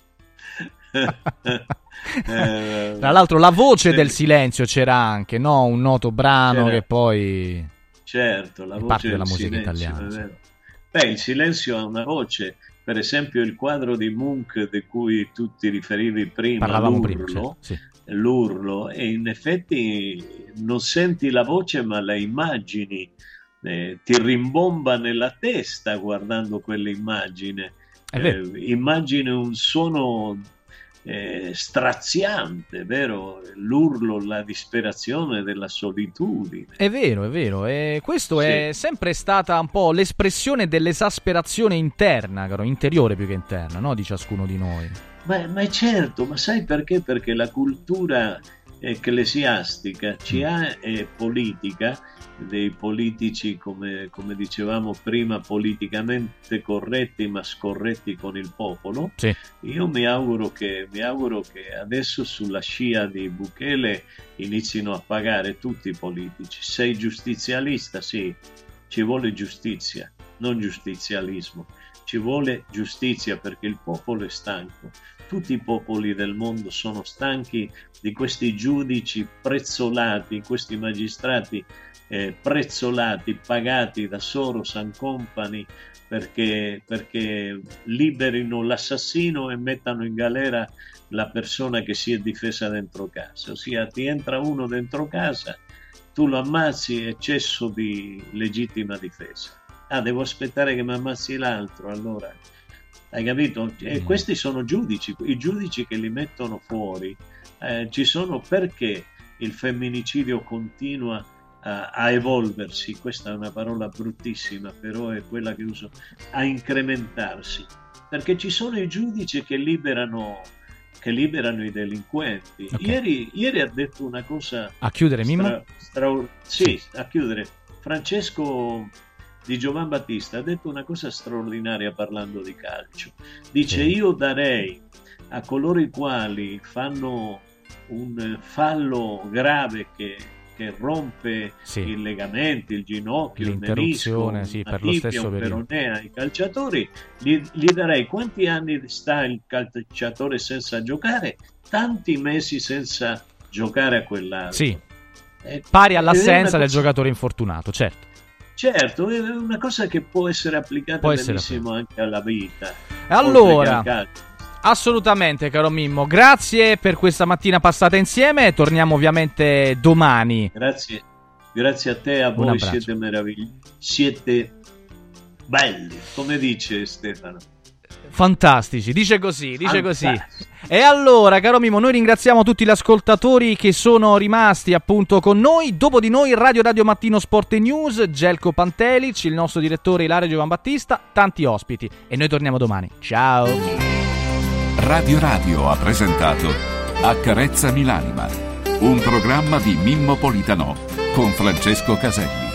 eh, Tra l'altro la voce sì. del silenzio c'era anche, no? Un noto brano C'era. che poi Certo, la è voce parte della del musica silenzio, italiana. è Sì. vero. Beh, il silenzio ha una voce, per esempio il quadro di Munch di cui tu ti riferivi prima, Parlavamo l'urlo, prima, certo, sì. l'urlo, e in effetti non senti la voce ma la immagini, eh, ti rimbomba nella testa guardando quell'immagine, eh, immagini un suono eh, straziante, vero? L'urlo, la disperazione della solitudine. È vero, è vero, e questo Sì. è sempre stata un po' l'espressione dell'esasperazione interna, caro, interiore più che interna, no? Di ciascuno di noi. Ma, ma è certo, ma sai perché? Perché la cultura ecclesiastica ci ha, e politica, dei politici, come, come dicevamo prima, politicamente corretti ma scorretti con il popolo. Sì. Io mi auguro che, mi auguro che adesso sulla scia di Bukele inizino a pagare tutti i politici. Sei giustizialista? Sì, ci vuole giustizia, non giustizialismo. Ci vuole giustizia perché il popolo è stanco. Tutti i popoli del mondo sono stanchi di questi giudici prezzolati, questi magistrati eh, prezzolati, pagati da Soros and Company perché, perché liberino l'assassino e mettano in galera la persona che si è difesa dentro casa. Ossia, ti entra uno dentro casa, tu lo ammazzi, eccesso di legittima difesa. Ah, devo aspettare che mi ammazzi l'altro, allora... Hai capito? E questi sono giudici, i giudici che li mettono fuori. Eh, ci sono perché il femminicidio continua a, a evolversi, questa è una parola bruttissima, però è quella che uso, a incrementarsi, perché ci sono i giudici che liberano, che liberano i delinquenti. Okay. Ieri, ieri ha detto una cosa... A chiudere, Mimmo? Stra, stra, sì, a chiudere. Francesco Di Giovan Battista ha detto una cosa straordinaria parlando di calcio. Dice: sì. Io darei a coloro i quali fanno un fallo grave che, che rompe sì. i legamenti, il ginocchio, il menisco, sì, una per lo tibia, stesso un periodo. peronea ai calciatori, gli, gli darei quanti anni sta il calciatore senza giocare? Tanti mesi senza giocare a quell'altro. Sì. Eh, Pari all'assenza cosa... del giocatore infortunato, certo. Certo, è una cosa che può essere applicata può essere benissimo anche alla vita. Allora, assolutamente, caro Mimmo, grazie per questa mattina passata insieme. Torniamo ovviamente domani. Grazie, grazie a te e a voi, siete meravigliosi, siete belli, come dice Stefano. Fantastici, dice così, dice così. E allora, caro Mimo, noi ringraziamo tutti gli ascoltatori che sono rimasti appunto con noi. Dopo di noi Radio Radio Mattino Sport e News, Gelko Pantelic, il nostro direttore Ilario Giovan Battista, tanti ospiti. E noi torniamo domani. Ciao. Radio Radio ha presentato Accarezzami l'anima, un programma di Mimmo Politano con Francesco Caselli.